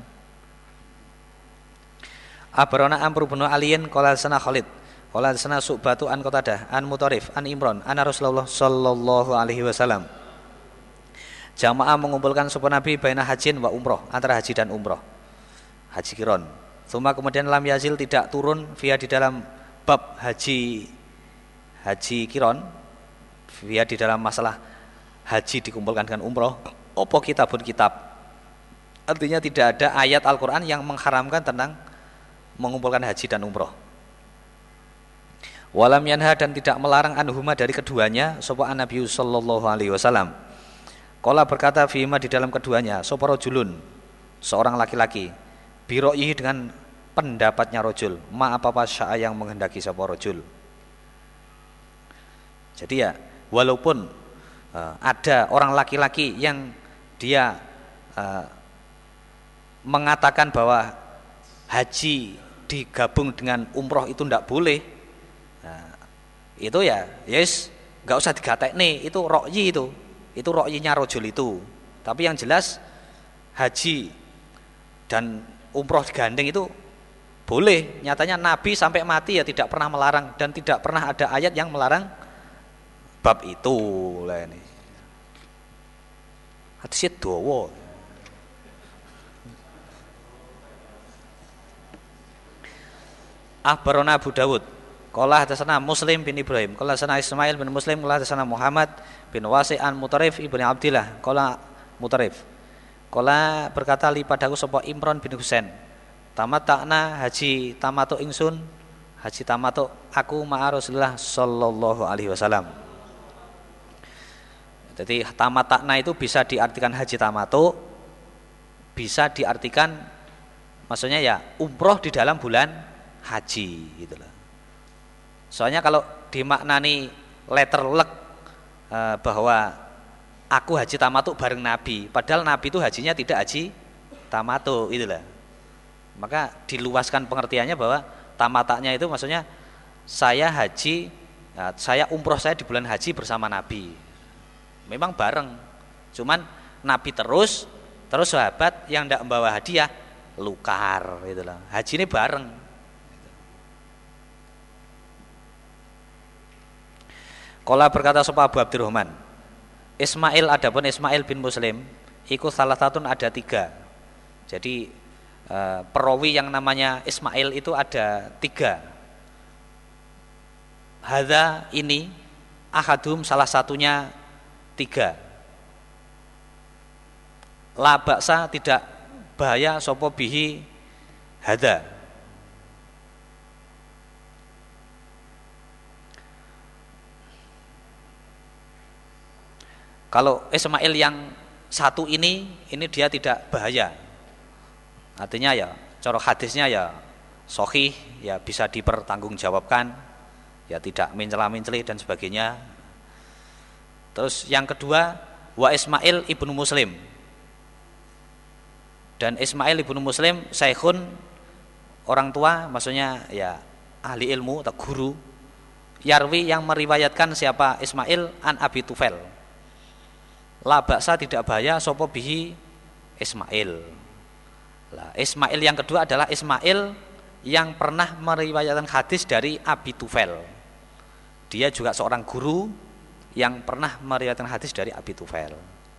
Abarona Amr bin Aliyin qala sana Khalid qala sana Su'batu an Qatadah an Mutarif an Imran anna Rasulullah sallallahu alaihi wasallam, jamaah mengumpulkan sapa Nabi baina hajin wa umroh, antara haji dan umroh, haji kiron. Tsumma kemudian lam yazil, tidak turun, via di dalam bab haji kiron, via di dalam masalah haji dikumpulkan dengan umroh, opo kitabun kitab. Artinya tidak ada ayat Al-Quran yang mengharamkan tentang mengumpulkan haji dan umroh. Walam yanha, dan tidak melarang anhuma dari keduanya sapa Nabi sallallahu alaihi wasallam. Qala berkata fima, di dalam keduanya, sapa rajulun, seorang laki-laki, biro'ihi, dengan pendapatnya rajul, ma apa syaa, yang menghendaki sapa rajul. Jadi ya walaupun ada orang laki-laki yang dia mengatakan bahwa haji digabung dengan umroh itu tidak boleh, itu ya yes, nggak usah digatek nih, itu rokyi, itu rokyinya rojul itu. Tapi yang jelas haji dan umroh digandeng itu boleh. Nyatanya Nabi sampai mati ya tidak pernah melarang, dan tidak pernah ada ayat yang melarang bab itu lah ini. Hadisnya dawa. Akhbarana Abu Dawud qala hadatsana Muslim bin Ibrahim qala hadatsana Ismail bin Muslim qala hadatsana Muhammad bin Wasi' an Mutarif ibni Abdillah qala Mutarif qala berkata li padaku sapa Imran bin Husain, tamatakna haji tamatuk ingsun, haji tamatuk aku ma'a Rasulullah sallallahu alaihi wasallam. Jadi tamatakna itu bisa diartikan haji tamatuk, bisa diartikan maksudnya ya umroh di dalam bulan haji gitu loh. Soalnya kalau dimaknani letter luck bahwa aku haji tamatuk bareng Nabi, padahal Nabi itu hajinya tidak haji tamatuk gitu loh. Maka diluaskan pengertiannya bahwa tamataknya itu maksudnya saya haji, saya umroh saya di bulan haji bersama Nabi. Memang bareng, cuman Nabi terus sahabat yang tidak membawa hadiah lukar gitu loh. Haji ini bareng. Qala berkata sapa Abu Abdurrahman, Ismail, adapun Ismail bin Muslim iku salah satu, ada 3. Jadi perawi yang namanya Ismail itu ada 3. hadza ini, ahadum salah satunya 3. La ba'sa tidak bahaya sapa bihi hadza. Kalau Ismail yang satu ini dia tidak bahaya. Artinya ya cara hadisnya ya sahih, ya bisa dipertanggungjawabkan, ya tidak mencela-menceli dan sebagainya. Terus yang kedua, wa Ismail ibnu Muslim. Dan Ismail ibnu Muslim syekhun, orang tua, maksudnya ya ahli ilmu atau guru. Yarwi yang meriwayatkan siapa? Ismail an Abi Tufail. La ba'sa tidak bahaya sapa bihi Ismail. Lah, Ismail yang kedua adalah Ismail yang pernah meriwayatkan hadis dari Abi Tufail. Dia juga seorang guru yang pernah meriwayatkan hadis dari Abi Tufail.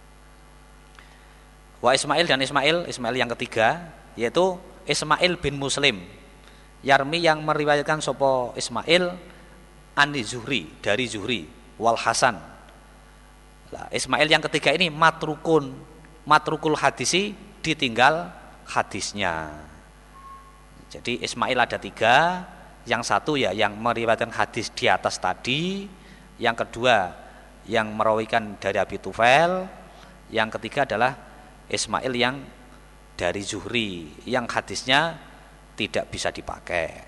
Wa Ismail dan Ismail yang ketiga yaitu Ismail bin Muslim. Yarmi yang meriwayatkan sapa Ismail ani Zuhri, dari Zuhri, wal Hasan. Nah, Ismail yang ketiga ini matrukul hadisi, ditinggal hadisnya. Jadi Ismail ada 3, yang satu ya yang meriwayatkan hadis di atas tadi, yang kedua yang merawikan dari Abi Tufail, yang ketiga adalah Ismail yang dari Zuhri, yang hadisnya tidak bisa dipakai.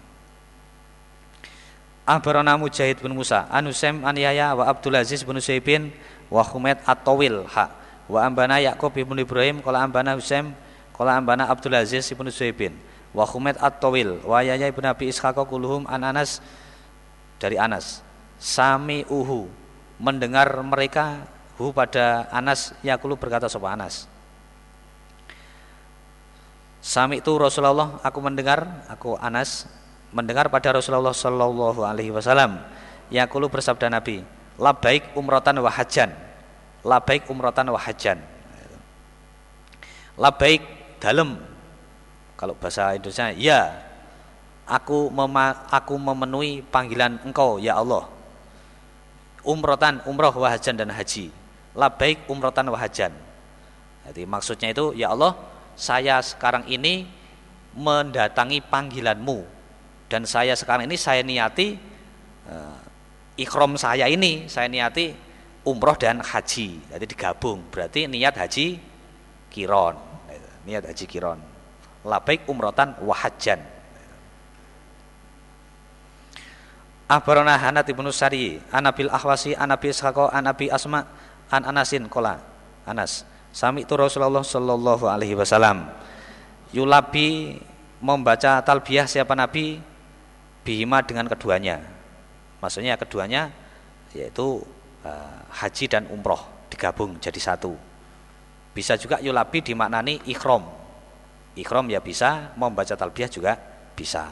Akhbarana Mujahid bin Musa, Anusem an Yahya wa Abdul Aziz bin Usaibin wa Humaid at-Tawil wa ambana Yaqub bin Ibrahim qala ambana Husam qala ambana Abdul Aziz bin Usaibin wa Humaid at-Tawil wa Yahya bin Abi Ishaq kulluhum an Anas, dari Anas. Sami'uhu, mendengar mereka hu pada Anas, yaqulu berkata sapa Anas. Sami'tu Rasulullah, aku mendengar, aku Anas mendengar pada Rasulullah sallallahu alaihi wasallam, yaqulu bersabda Nabi, labaik umratan wa hajjan. Labaik umratan wa hajjan. Labaik dalem, kalau bahasa Indonesia ya, aku memenuhi panggilan Engkau ya Allah. Umratan, umroh, wa hajjan, dan haji. Labaik umratan wa hajjan. Jadi maksudnya itu, ya Allah, saya sekarang ini mendatangi panggilanmu, dan saya sekarang ini saya niati ikhram saya ini, saya niati umroh dan haji. Jadi digabung, berarti niat haji kiron. Niat haji kiron. Labaik umrotan wa hajjan. Akhbarana Hanad ibnu Sari, Anabil Ahwasi, Anabi Ishaq, Anabi Asma, an Anasin qala. Anas, sami'tu Rasulullah sallallahu alaihi wasallam yulabi, membaca talbiyah siapa Nabi, bihima, dengan keduanya. Maksudnya keduanya yaitu haji dan umroh digabung jadi satu. Bisa juga yulabi dimaknani ikhram. Ikhram ya bisa, membaca talbiyah juga bisa.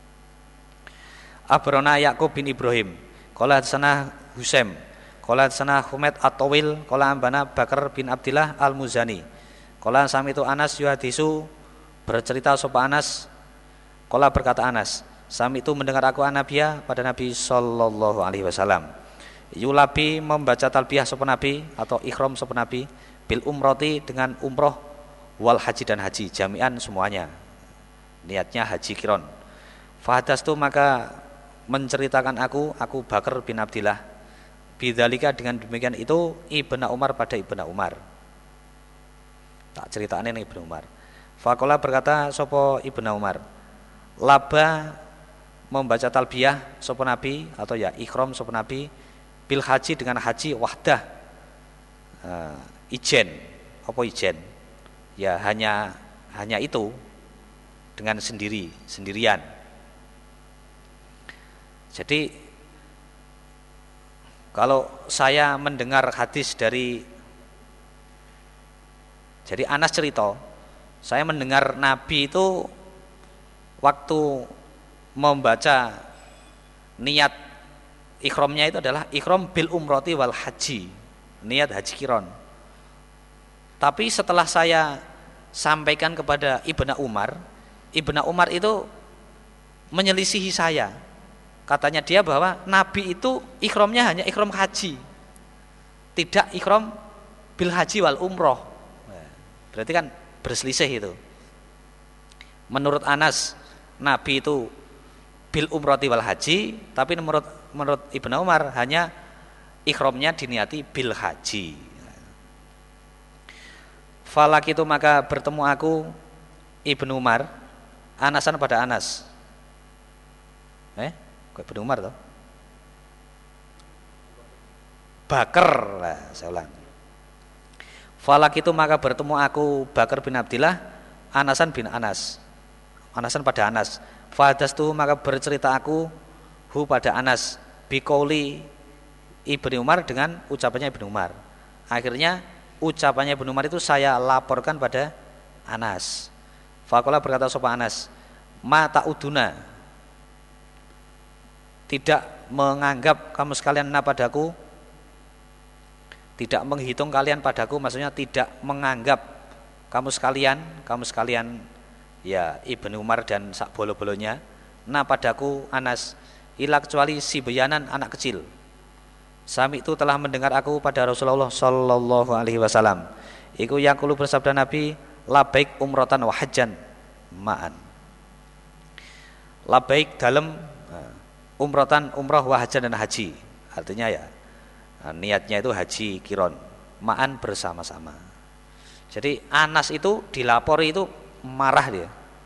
Abrona Yaqub bin Ibrahim, qala sana Husam, qala sana Humaid at-Tawil, qala ambana Bakar bin Abdillah al-Muzani, qala sami itu Anas yuhadisu, bercerita sapa Anas, qala berkata Anas, sami itu mendengar aku Nabiya pada Nabi sallallahu alaihi wasallam, yulabi, membaca talbiyah sapa Nabi atau ikhram sapa Nabi, bil umrati, dengan umroh, wal haji, dan haji jami'an semuanya, niatnya haji kiron. Fahadastu, maka menceritakan aku Bakar bin Abdillah, bidzalika, dengan demikian itu, Ibnu Umar pada Ibnu Umar. Tak ceritakan ini Ibnu Umar. Faqala, berkata sapa Ibnu Umar, laba, membaca talbiyah sapa Nabi atau ya ikhram sapa Nabi, bil haji, dengan haji wahdah, ijen, apa ijen? Ya hanya itu, dengan sendirian. Jadi kalau saya mendengar hadis dari, jadi Anas cerita, saya mendengar Nabi itu waktu membaca niat ikhramnya itu adalah ikhram bil umrati wal haji, niat haji kiron. Tapi setelah saya sampaikan kepada Ibnu Umar itu menyelisihi saya. Katanya dia bahwa Nabi itu ikhramnya hanya ikhram haji, tidak ikhram bil haji wal umroh. Berarti kan berselisih itu. Menurut Anas, Nabi itu bil umroti wal haji, tapi menurut Ibnu Umar hanya ikhramnya diniati bil haji. Falak itu maka bertemu aku Ibnu Umar, Anasan pada Anas. Kok Ibnu Umar toh? Bakar lah, saya ulang. Falak itu maka bertemu aku Bakar bin Abdillah, Anasan bin Anas. Anasan pada Anas. Fadastu maka bercerita aku hu pada Anas biqauli Ibnu Umar dengan ucapannya Ibnu Umar. Akhirnya ucapannya Ibnu Umar itu saya laporkan pada Anas. Faqala berkata sapa Anas, ma ta'uduna, tidak menganggap kamu sekalian padaku, tidak menghitung kalian padaku, maksudnya tidak menganggap kamu sekalian ya Ibnu Umar dan sak bolo-bolonya padaku Anas ila kecuali si beyanan anak kecil. Sami itu telah mendengar aku pada Rasulullah sallallahu alaihi wasallam. Iku yang kulo bersabda Nabi, labaik umratan wa hajjan ma'an. Labaik dalam umratan, umrah wa hajjan dan haji. Artinya ya niatnya itu haji kiron, ma'an bersama-sama. Jadi Anas itu dilapori itu marah dia.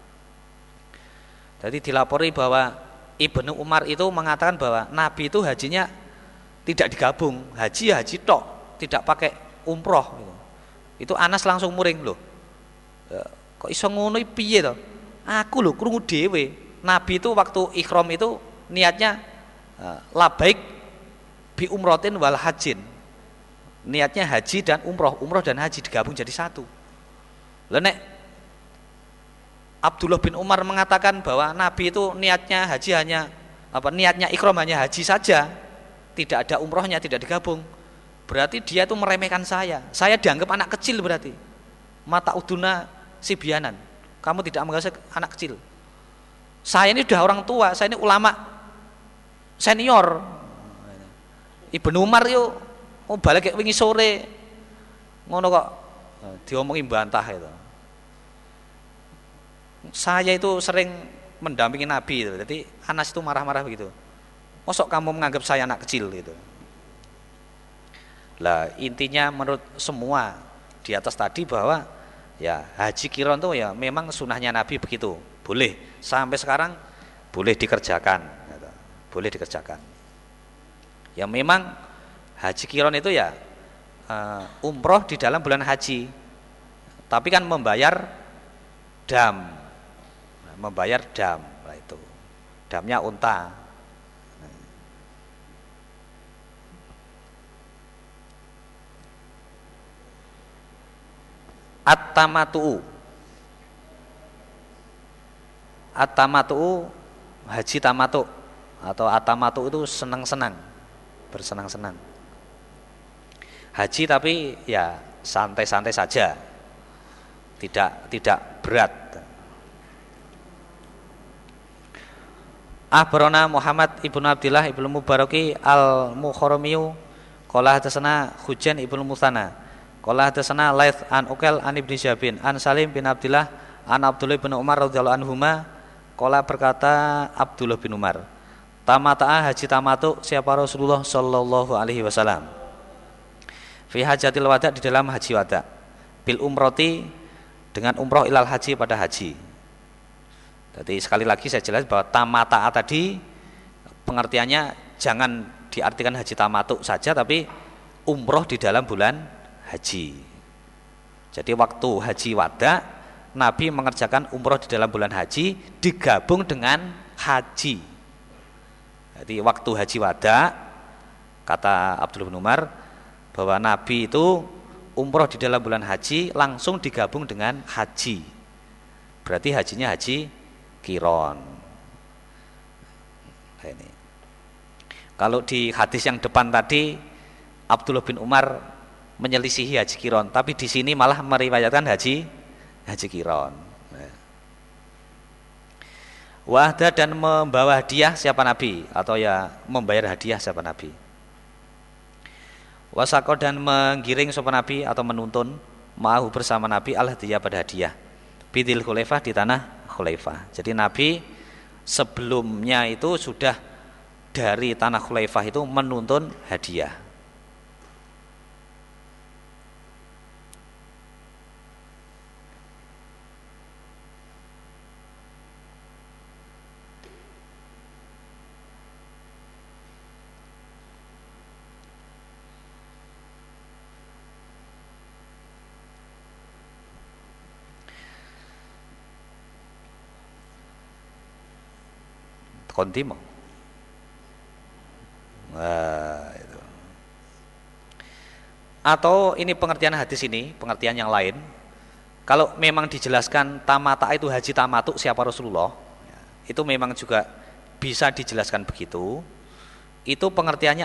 Jadi dilapori bahwa Ibnu Umar itu mengatakan bahwa Nabi itu hajinya tidak digabung, haji tok, tidak pakai umroh. Itu Anas langsung muring loh. Kok iso ngono piye to? Aku lho krungu dhewe. Nabi itu waktu ikhram itu niatnya labaik bi umrotin wal hajin. Niatnya haji dan umroh dan haji digabung jadi satu. Lah nek Abdullah bin Umar mengatakan bahwa Nabi itu niatnya haji hanya niatnya ikhram hanya haji saja, tidak ada umrohnya, tidak digabung. Berarti dia itu meremehkan saya. Saya dianggap anak kecil berarti. Mata uduna sibianan. Kamu tidak menganggap saya anak kecil. Saya ini sudah orang tua, saya ini ulama senior. Ibnu Umar yo balik wingi sore ngono kok diomongin bantah itu. Saya itu sering mendampingi Nabi itu. Jadi Anas itu marah-marah begitu. Mosok kamu menganggap saya anak kecil gitu. Lah intinya menurut semua di atas tadi bahwa ya haji kiron itu ya memang sunahnya Nabi begitu. Boleh sampai sekarang boleh dikerjakan gitu. Boleh dikerjakan. Ya memang haji kiron itu ya umroh di dalam bulan haji. Tapi kan membayar dam. Membayar dam lah itu. Damnya unta. At-tamatu'u. At-tamatu'u haji tamatu atau at-tamatu itu senang-senang, bersenang-senang. Haji tapi ya santai-santai saja. Tidak berat. Akhbarana Muhammad ibnu Abdillah ibnu Mubaraki al-Mukharamiyu qala hadatsana Hujan ibnu Mutsana qala hadatsana Laits an Uqail an Ibnu Syabin an Salim bin Abdillah an Abdullah bin Umar radhiyallahu anhuma qala berkata Abdullah bin Umar tamata'a haji tamatu siapa Rasulullah sallallahu alaihi wasallam fi hajatil wada di dalam haji wada bil umrati dengan umroh ilal haji pada haji. Jadi sekali lagi saya jelas bahwa tamata'a tadi pengertiannya jangan diartikan haji tamatu saja tapi umroh di dalam bulan haji. Jadi waktu haji wada Nabi mengerjakan umroh di dalam bulan haji digabung dengan haji. Jadi waktu haji wada kata Abdullah bin Umar bahwa Nabi itu umroh di dalam bulan haji langsung digabung dengan haji. Berarti hajinya haji kiron. Nah, ini. Kalau di hadis yang depan tadi Abdullah bin Umar menyelisihi haji kiron, tapi di sini malah meriwayatkan haji kiron. Wahda dan membawa hadiah siapa Nabi, atau ya membayar hadiah siapa Nabi. Wasako dan menggiring siapa Nabi atau menuntun ma'ahu bersama Nabi al-hadiyah pada hadiah. Bidil Khulaifah di tanah Khulaifah. Jadi Nabi sebelumnya itu sudah dari tanah Khulaifah itu menuntun hadiah. Kontimo. Nah, itu. Atau ini pengertian hadis ini, pengertian yang lain. Kalau memang dijelaskan tamata itu haji tamatu siapa Rasulullah, itu memang juga bisa dijelaskan begitu. Itu pengertiannya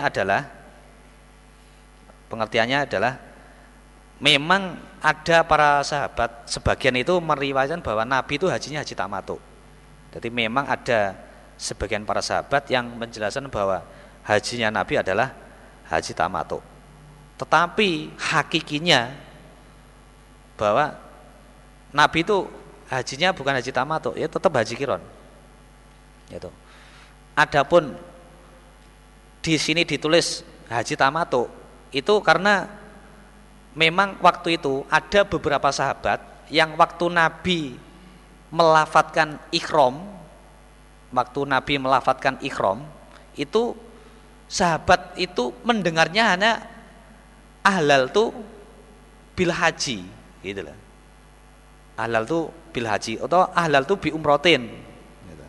adalah memang ada para sahabat sebagian itu meriwayatkan bahwa Nabi itu hajinya haji tamatu. Jadi memang ada sebagian para sahabat yang menjelaskan bahwa hajinya Nabi adalah haji tamatu. Tetapi hakikinya bahwa Nabi itu hajinya bukan haji tamatu, ya tetap haji kiron. Gitu. Adapun di sini ditulis haji tamatu itu karena memang waktu itu ada beberapa sahabat yang waktu Nabi melafatkan ikhram, itu sahabat itu mendengarnya hanya ahlal tuh bil haji, gitu lah. Ahlal tuh bil haji atau ahlal tuh bi umrotin. Gitu.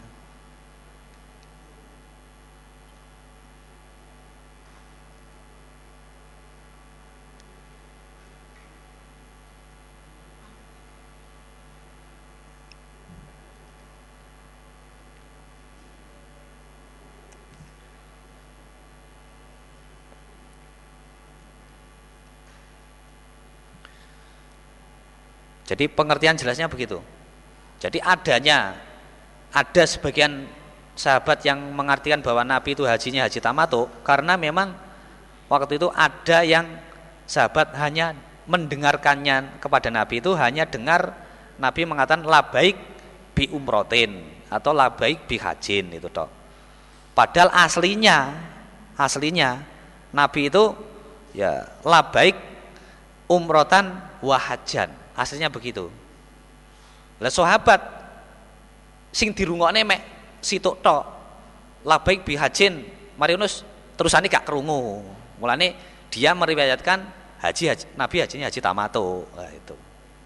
Jadi pengertian jelasnya begitu. Jadi ada sebagian sahabat yang mengartikan bahwa Nabi itu hajinya haji tamatu karena memang waktu itu ada yang sahabat hanya mendengarkannya kepada Nabi itu hanya dengar Nabi mengatakan labaik bi umrotin atau labaik bi hajin itu toh. Padahal aslinya Nabi itu ya labaik umrotan wahajan. Aslinya begitu. Lah sahabat sing dirungokne mek situk tok. Labaik bi hajin, Mariunus terusane gak krungu. Mulane dia meriwayatkan Nabi hajinya haji tamatu. Nah, itu.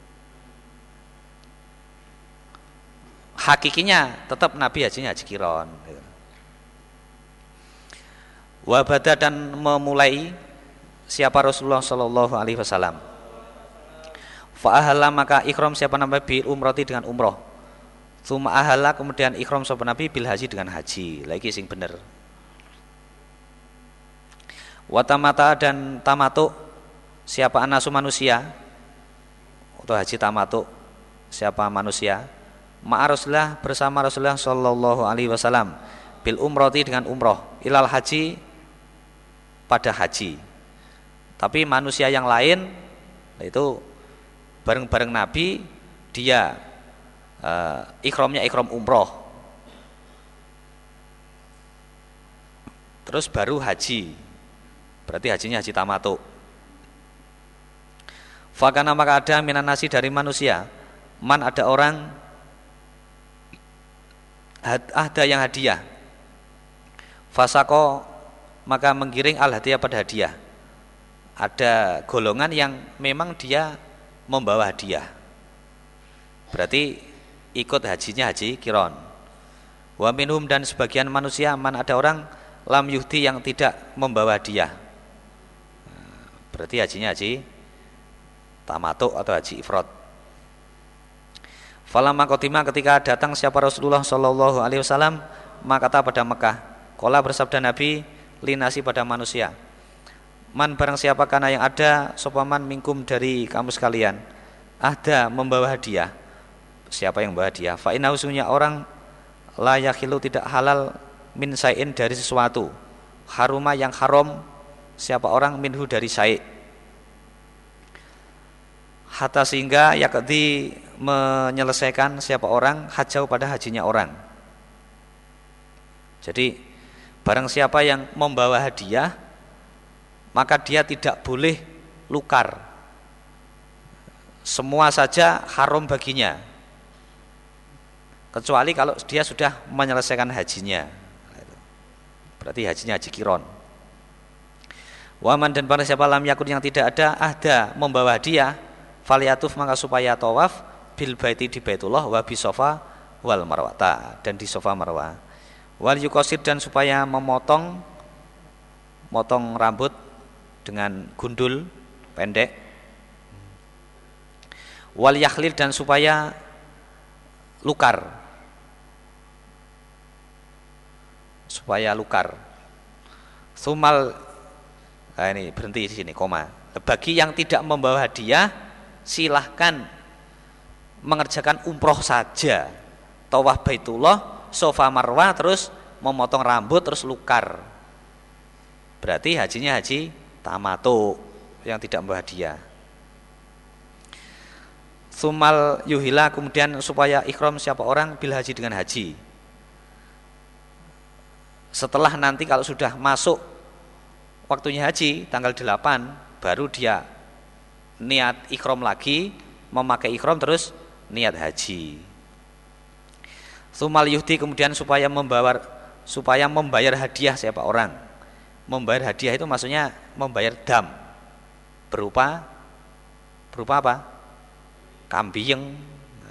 Hakikinya tetap Nabi hajinya haji kiron. Wabada dan memulai siapa Rasulullah Shallallahu Alaihi Wasallam. Fa'ahala maka ikhram siapa Nabi bil umrati dengan umroh. Tsumma ahala kemudian ikhram siapa Nabi bil haji dengan haji. Lagi sing bener. Watamata dan tamatu siapa anasu manusia atau haji tamatu siapa manusia. Ma'a Rasulullah bersama Rasulullah Shallallahu Alaihi Wasallam bil umrati dengan umroh ilal haji pada haji. Tapi manusia yang lain itu bareng-bareng Nabi dia ikhramnya ikhram umroh, terus baru haji, berarti hajinya haji tamatu. Fakana maka ada minan nasi dari manusia, man ada orang ada yang hadiah, fasako maka menggiring al hadiah pada hadiah. Ada golongan yang memang dia membawa hadiah, berarti ikut hajinya haji kiron. Wa minhum dan sebagian manusia man ada orang lam yuhdi yang tidak membawa hadiah, berarti hajinya haji tamatu atau haji ifrad. Falamma qatima ketika datang siapa Rasulullah Shallallahu Alaihi Wasallam maka kata pada Mekah, qala bersabda Nabi linasi pada manusia, man barang siapa kana yang ada sopaman minkum dari kamu sekalian ada membawa hadiah, siapa yang membawa hadiah fa innahu sunya orang la yakhilu tidak halal min syai'in dari sesuatu, haruma yang haram siapa orang minhu dari syai', hatta sehingga yakdi menyelesaikan siapa orang hajau pada hajinya orang. Jadi barang siapa yang membawa hadiah maka dia tidak boleh lukar, semua saja haram baginya kecuali kalau dia sudah menyelesaikan hajinya, berarti hajinya haji kiron. Waman dan barang siapa lam yakun yang tidak ada ahda membawa hadiah, faliyatuf maka supaya tawaf bil baiti di Baitullah wa bi sofa wal marwata dan di sofa marwah, wal yuqasid dan supaya motong rambut dengan gundul pendek, wal yakhlil dan supaya lukar, sumal, nah ini berhenti di sini koma. Bagi yang tidak membawa hadiah silahkan mengerjakan umroh saja, tawaf Baitullah, sofa marwah, terus memotong rambut, terus lukar, berarti hajinya haji tamato yang tidak membawa hadiah. Sumal yuhila kemudian supaya ikhram siapa orang bil haji dengan haji, setelah nanti kalau sudah masuk waktunya haji tanggal 8 baru dia niat ikhram lagi, memakai ikhram terus niat haji. Sumal yuhdi kemudian supaya membayar hadiah siapa orang. Membayar hadiah itu maksudnya membayar dam berupa apa? Kambing.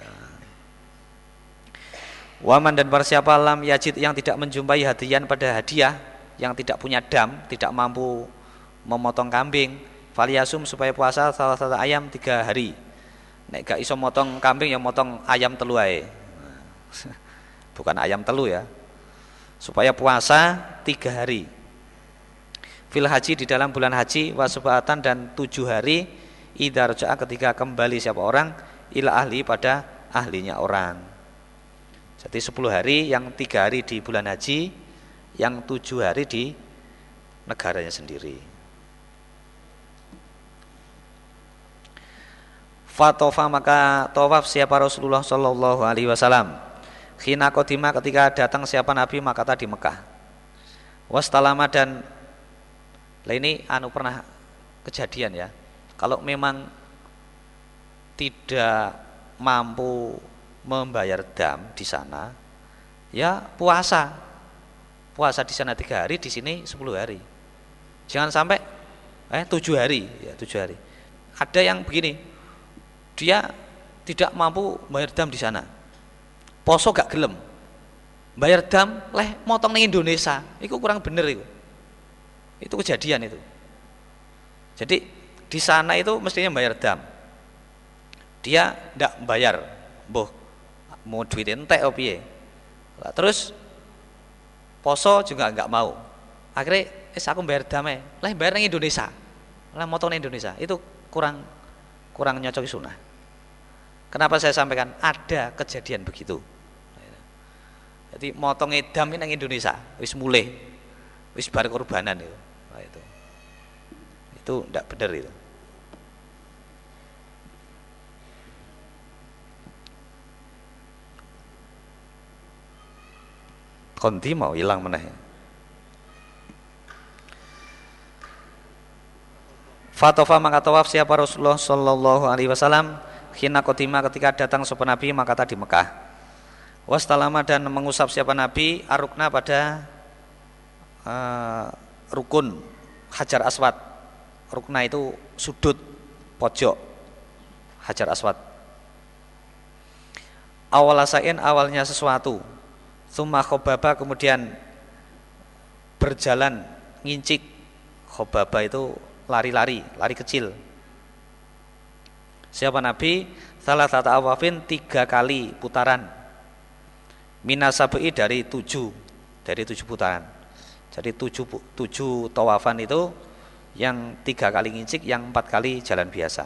Waman dan barang siapa lam yajid yang tidak menjumpai hadiah pada hadiah, yang tidak punya dam, tidak mampu memotong kambing, faliyasum supaya puasa salah satu ayam 3 hari. Nek gak iso motong kambing yang motong ayam telu ae. Bukan ayam telu ya. Supaya puasa 3 hari. Fil haji di dalam bulan haji wasubatan dan 7 hari idza raja'a ketika kembali siapa orang ila ahli pada ahlinya orang. Jadi 10 hari, yang 3 hari di bulan haji, yang 7 hari di negaranya sendiri. Fatofa maka tawaf siapa Rasulullah Shallallahu Alaihi Wasallam. Khina kodima ketika datang siapa Nabi maka di Mekah. Wastalama dan ini pernah kejadian ya. Kalau memang tidak mampu membayar dam di sana, ya puasa di sana 3 hari, di sini 10 hari. Jangan sampai 7 hari, ya 7 hari. Ada yang begini, dia tidak mampu bayar dam di sana, poso gak gelem, bayar dam motong ning Indonesia, itu kurang bener itu kejadian itu. Jadi di sana itu mestinya bayar dam, dia tidak bayar, mau duit entek piye. Terus poso juga enggak mau. Akhirnya aku bayar damai. Bayar nang Indonesia. Motong nang Indonesia. Itu kurang nyocoki sunnah. Kenapa saya sampaikan? Ada kejadian begitu. Jadi motong edam nang Indonesia, wis mulih. Wis bar kurbanan itu. Itu enggak benar itu. Konti mau hilang meneh. Fatofa maka tawaf siapa Rasulullah Shallallahu Alaihi Wasallam khina kotima ketika datang sopan Nabi maka di Mekah. Wastalama dan mengusap siapa Nabi arukna pada rukun Hajar Aswad. Rukna itu sudut pojok Hajar Aswad. Awalasain awalnya sesuatu. Summa khobaba kemudian berjalan ngincik. Khobaba itu lari kecil. Siapa Nabi? Salah satu awafin 3 kali putaran. Minasabi dari 7 putaran. Jadi 7 tawafan itu yang 3 kali ngincik, yang 4 kali jalan biasa.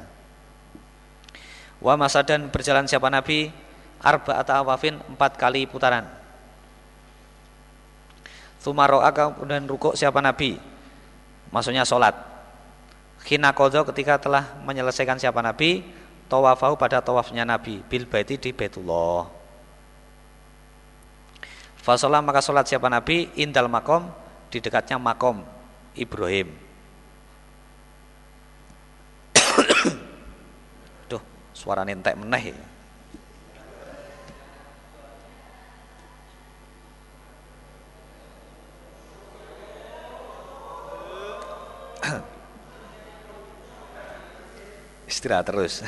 Wa masadan berjalan siapa Nabi? Arba'ata awafin 4 kali putaran. Tsumma ro'a, kemudian rukuk siapa Nabi? Maksudnya sholat. Khina qadha, ketika telah menyelesaikan siapa Nabi? Tawafahu, pada tawafnya Nabi, bil baiti, di Baitullah. Fa sholat, maka sholat siapa Nabi? Indal makom, di dekatnya makom Ibrahim. Duh, suara nentek meneh ya. Istirahat terus.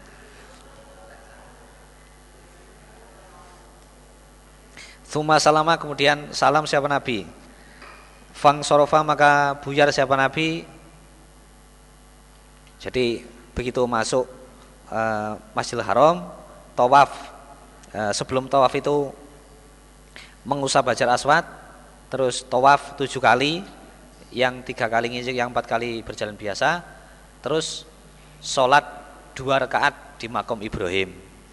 Tsumma salama, kemudian salam siapa Nabi? Fang sorofa, maka buyar siapa Nabi? Jadi begitu masuk Masjidil Haram, tawaf. Sebelum tawaf itu mengusap Hajar Aswad, terus tawaf 7 kali, yang 3 kali nginjek, yang 4 kali berjalan biasa, terus sholat 2 rakaat di makom Ibrahim.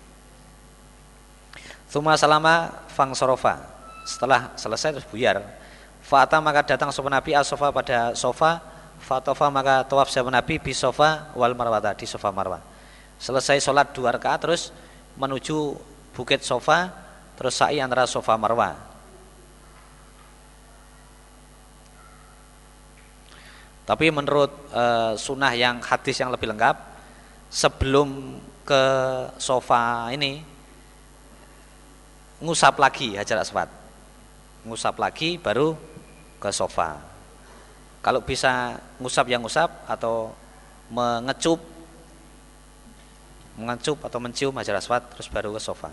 Tsumma salama fang sorofa, setelah selesai terus buyar. Fa'ata, maka datang sofa Nabi as-sofa, pada sofa. Fatofa, maka tawaf siapa Nabi bi sofa wal marwata, di sofa marwah. Selesai sholat 2 rakaat terus menuju bukit sofa, terus sa'i antara sofa marwah. Tapi menurut sunnah yang hadis yang lebih lengkap, sebelum ke sofa ini ngusap lagi Hajar Aswad, ngusap lagi baru ke sofa. Kalau bisa ngusap yang ngusap, atau mengecup atau mencium Hajar Aswad, terus baru ke sofa.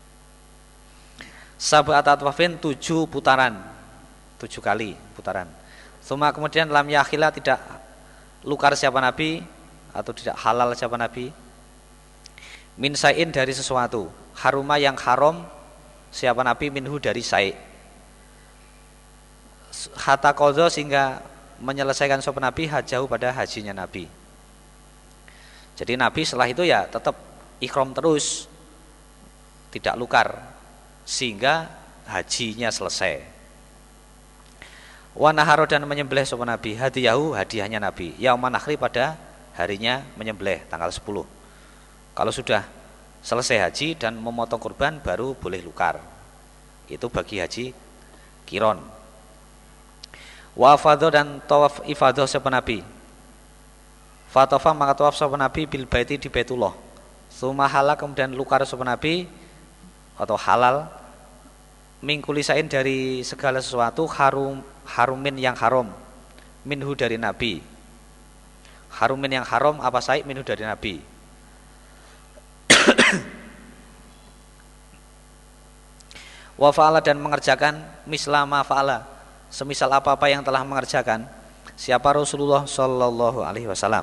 Sab'at atwafin, 7 putaran, 7 kali putaran. Tsumma, kemudian lam yakhila, tidak lukar siapa Nabi, atau tidak halal siapa Nabi? Min sa'in, dari sesuatu. Haruma, yang haram siapa Nabi? Minhu, dari sa'i. Hatta qadha, sehingga menyelesaikan siapa Nabi hajahu, pada hajinya Nabi. Jadi Nabi setelah itu ya tetap ikhram terus, tidak lukar, sehingga hajinya selesai. Wa naharo, dan menyembelih sapa Nabi hadiyahu, hadiahnya Nabi, yauman nahri, pada harinya menyembelih tanggal 10. Kalau sudah selesai haji dan memotong kurban, baru boleh lukar. Itu bagi haji kiron. Wa fadho, dan tawaf ifadah sapa Nabi. Fatofa, maka tawaf sapa Nabi bil baiti, di Baitullah. Tsumma halal, kemudian lukar sapa Nabi, atau halal, mingkulisain, dari segala sesuatu, harumin, yang haram, minhu, dari Nabi. Harumin, yang haram, apa saik, minhu, dari Nabi. Wa fa'ala, dan mengerjakan mislama fa'ala, semisal apa-apa yang telah mengerjakan siapa Rasulullah sallallahu alaihi wasallam.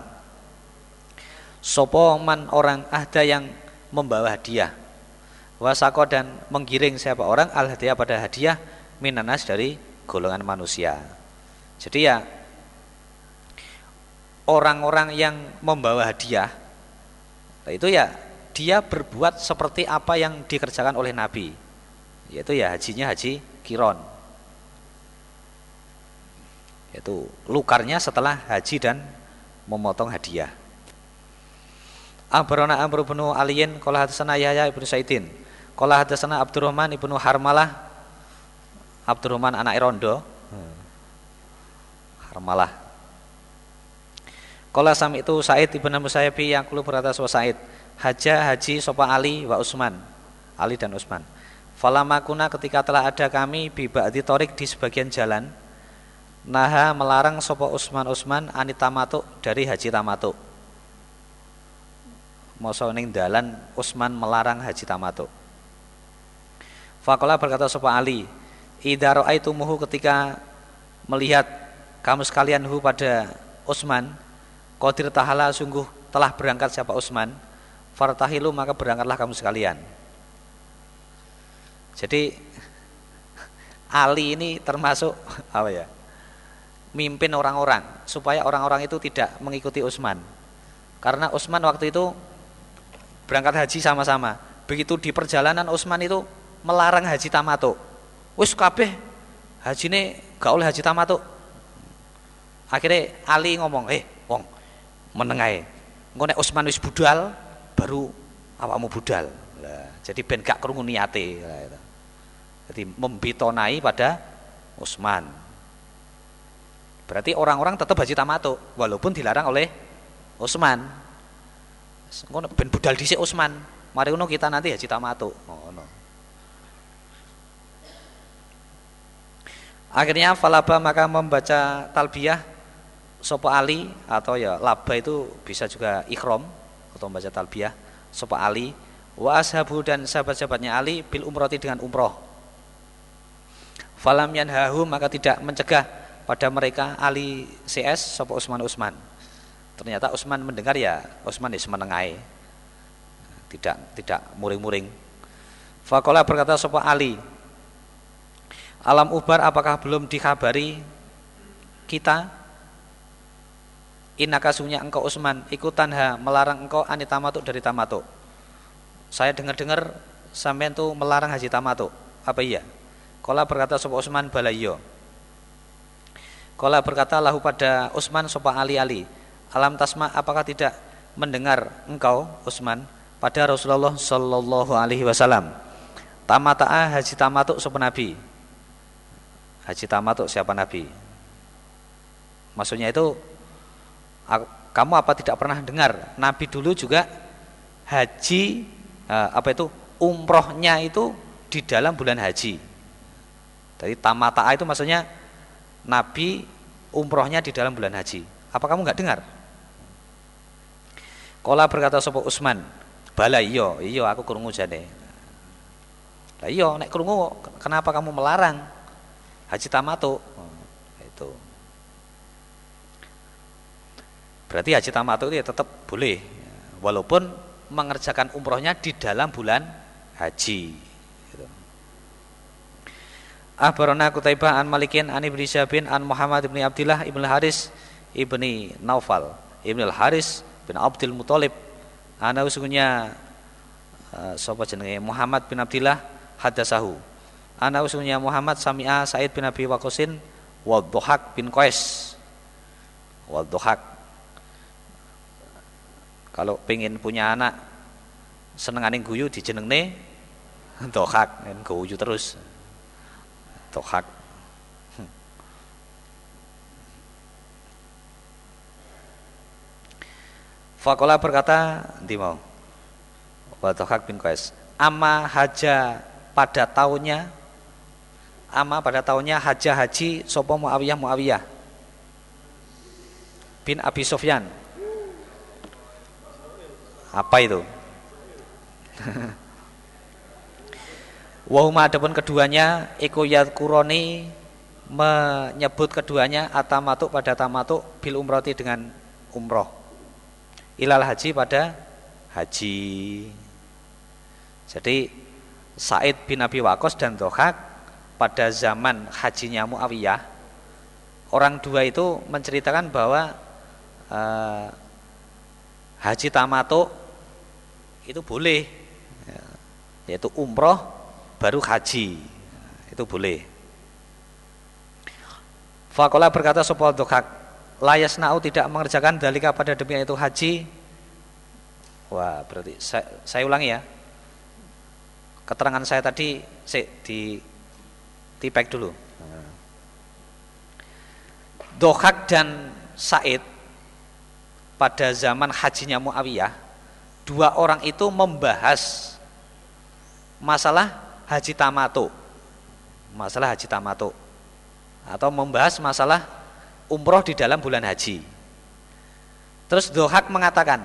Sopo man, orang, ahda, yang membawa hadiah. Wasako, dan menggiring siapa orang, al hadiah, pada hadiah, minanas, dari golongan manusia. Jadi ya orang-orang yang membawa hadiah itu ya dia berbuat seperti apa yang dikerjakan oleh Nabi, yaitu ya hajinya haji kiron, yaitu lukarnya setelah haji dan memotong hadiah. Abarona Amr bin Aliyin qala hadatsana Yahya ibnu Saidin qala hadatsana Abdurrahman ibnu Harmalah, Abdurrahman anak Rondo, Harmalah. Qala sami itu Said ibnu Musayyabi, yang kulo berkata sapa Said, haji sapa Ali wa Utsman, Ali dan Utsman. Falamakuna, ketika telah ada kami, bi ba'di torik, di sebagian jalan, naha, melarang sapa Utsman anit tamatuk, dari haji tamatuk. Masa ning dalan Utsman melarang haji tamatuk. Faqala, berkata sapa Ali, idza ra'aitumuhu, ketika melihat kamu sekalian hu, pada Utsman, qadir tahala, sungguh telah berangkat siapa Utsman, fartahilu, maka berangkatlah kamu sekalian. Jadi Ali ini termasuk apa ya? Mimpin orang-orang supaya orang-orang itu tidak mengikuti Utsman. Karena Utsman waktu itu berangkat haji sama-sama. Begitu di perjalanan Utsman itu melarang haji tamatuk. Wis kabeh hajine gak oleh haji tamatuk. Akhirnya Ali ngomong, wong meneng ae. Engko nek Utsman wis budal baru awakmu budal. Lah, jadi ben gak krungu niate. Jadi membitonai pada Utsman. Berarti orang-orang tetap haji tamatuk walaupun dilarang oleh Utsman. Ngono ben budal dhisik Utsman. Mari ngono kita nanti haji tamatuk. Ngono. Akhirnya falaba maka membaca talbiyah sapa Ali, atau ya laba itu bisa juga ikhram atau membaca talbiyah sapa Ali wa ashabu dan sahabat-sahabatnya Ali bil umrati dengan umroh. Falam yanhahu maka tidak mencegah pada mereka Ali CS sapa Utsman. Ternyata Utsman mendengar, ya Utsman menengai. Tidak muring-muring. Faqala berkata sapa Ali, alam ubar apakah belum dikhabari kita, innaka sunya engkau Utsman ikutan melarang engkau anitamatuk dari tamatuk. Saya dengar-dengar sampean tuh melarang haji tamatuk. Apa iya? Qala berkata sapa Utsman, bala iya. Qala berkata lahu pada Utsman sapa Ali, alam tasma apakah tidak mendengar engkau Utsman pada Rasulullah sallallahu alaihi wasallam tamata'a haji tamatuk sapa Nabi. Haji tamatuk siapa Nabi? Maksudnya itu kamu apa tidak pernah dengar Nabi dulu juga haji umrohnya itu di dalam bulan haji. Jadi tamata'a itu maksudnya Nabi umrohnya di dalam bulan haji. Apa kamu nggak dengar? Qala berkata sapa Utsman, bala iya aku krungu jane. Lah iya nek krungu kenapa kamu melarang haji tamatuk? Itu. Berarti haji tamatuk itu ya tetap boleh walaupun mengerjakan umrohnya di dalam bulan haji. Gitu. Akhbarana Qutaibah an Malikin an Ibnu Syabin an Muhammad ibn Abdillah ibn Haris ibni Naufal ibn al-Haris bin Abdul Muthalib ana usungnya sapa jenenge Muhammad bin Abdillah hadasahu ana usungnya Muhammad sami'a Sa'id bin Abi Waqqasin wa Dhuhak bin Qais. Wa Dhuhak kalau pengen punya anak senengane guyu dijenengne Dhuhak, guyu terus. Dhuhak. Faqala berkata ndi mau wa Dhuhak bin Qais, amma haja pada tahunnya haja haji sapa Muawiyah bin Abi Sufyan. Apa itu? Wahuma adapun keduanya iku yadkuroni menyebut keduanya atamatuk pada tamatuk bil umrati dengan umroh ilal haji pada haji. Jadi Sa'id bin Abi Waqqas dan Dhuhak pada zaman hajinya Muawiyah, orang dua itu menceritakan bahwa haji tamatuk itu boleh, yaitu umroh baru haji, itu boleh. Faqala berkata sapa Dhuhak, la yasna'u tidak mengerjakan dalika pada demikian itu haji. Wah, berarti saya ulangi ya. Keterangan saya tadi di tipek dulu. Dhuhak dan Sa'id pada zaman hajinya Muawiyah, dua orang itu membahas masalah haji tamatuk. Masalah haji tamatuk atau membahas masalah umroh di dalam bulan haji. Terus Dhuhak mengatakan,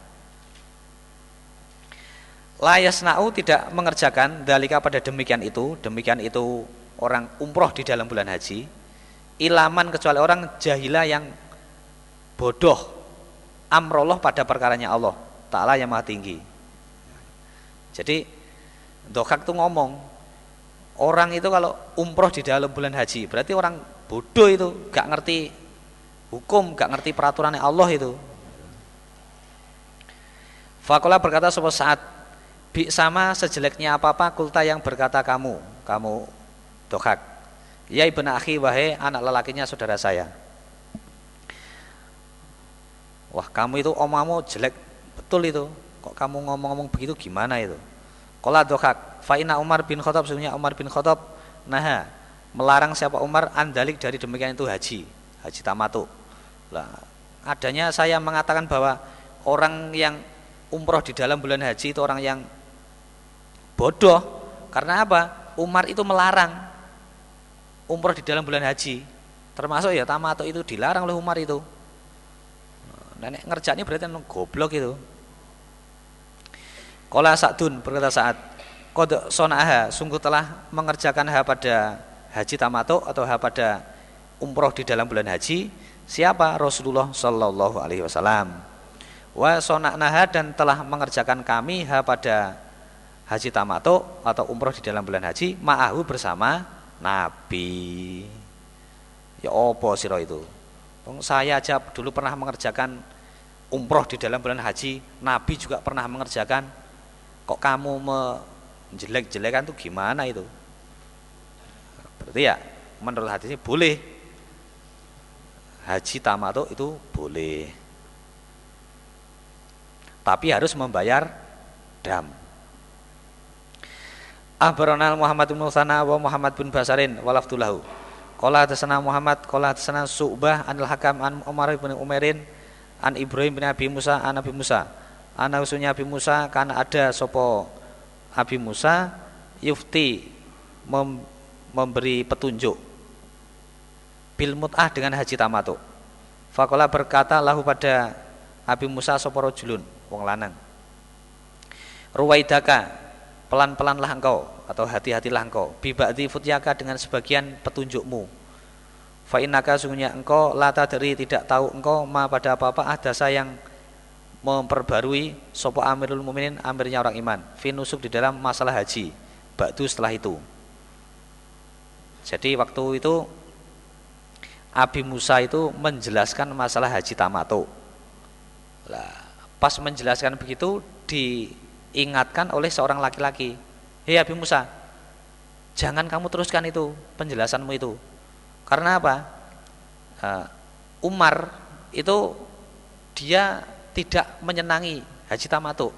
la yasna'u tidak mengerjakan dalika pada demikian itu orang umroh di dalam bulan haji, ilaman kecuali orang jahilah yang bodoh amrullah pada perkaranya Allah Ta'ala yang maha tinggi. Jadi Dhuhak tuh ngomong, orang itu kalau umroh di dalam bulan haji berarti orang bodoh itu, gak ngerti hukum, gak ngerti peraturannya Allah itu. Faqala berkata sapa Sa'ad, bi sama sejeleknya apa-apa kulta yang berkata kamu Dhuhak, Ya ibnu akhi, wahai anak lelakinya saudara saya. Wah, kamu itu omamu jelek betul itu. Kok kamu ngomong-ngomong begitu, gimana itu? Qala dohak fa inna Umar bin Khattab, sesungguhnya Umar bin Khattab nah melarang siapa Umar andalik dari demikian itu haji tamattu. Lah, adanya saya mengatakan bahwa orang yang umroh di dalam bulan haji itu orang yang bodoh. Karena apa? Umar itu melarang umroh di dalam bulan haji. Termasuk ya tamattu itu dilarang oleh Umar itu. Nenek ngerjainnya berarti goblok itu. Qala Sa'dun, berkata Sa'ad, qad sonaha, sungguh telah mengerjakan pada haji tamattu atau pada umroh di dalam bulan haji siapa? Rasulullah sallallahu alaihi wasallam. Wa sona'naha, dan telah mengerjakan kami pada haji tamattu atau umroh di dalam bulan haji ma'ahu, bersama Nabi. Ya apa sira itu? Saya aja dulu pernah mengerjakan umroh di dalam bulan haji, Nabi juga pernah mengerjakan. Kok kamu menjelek-jelekan tuh gimana itu? Berarti ya menurut hadis ini boleh. Haji tamattu itu boleh. Tapi harus membayar dam. Akhbarana Muhammad bin Musanna wa Muhammad bin Basarin walafdulahu. Qala hadatsana Muhammad qala hadatsana Su'bah anil Hakam an Umar bin Umairin an Ibrahim bin Abi Musa an Abi Musa. Ana usunya Abi Musa, karena ada sopo Abi Musa yufti memberi petunjuk bil mut'ah dengan haji tamattu. Faqala, berkata lahu pada Abi Musa sopo rajulun, wong lanang, ruwaidaka, pelan-pelanlah engkau atau hati-hatilah engkau, bi ba'di futyaka, dengan sebagian petunjukmu. Fa innaka, sungguhnya engkau la tadri, tidak tahu engkau ma pada apa-apa adasa yang memperbarui sopo amirul mukminin, amirnya orang iman, fi nusuk, di dalam masalah haji, ba'du, setelah itu. Jadi waktu itu Abi Musa itu menjelaskan masalah haji tamattu. Lah, pas menjelaskan begitu diingatkan oleh seorang laki-laki, "Hei Abi Musa, jangan kamu teruskan itu penjelasanmu itu." Karena apa? Umar itu dia tidak menyenangi haji tamattu.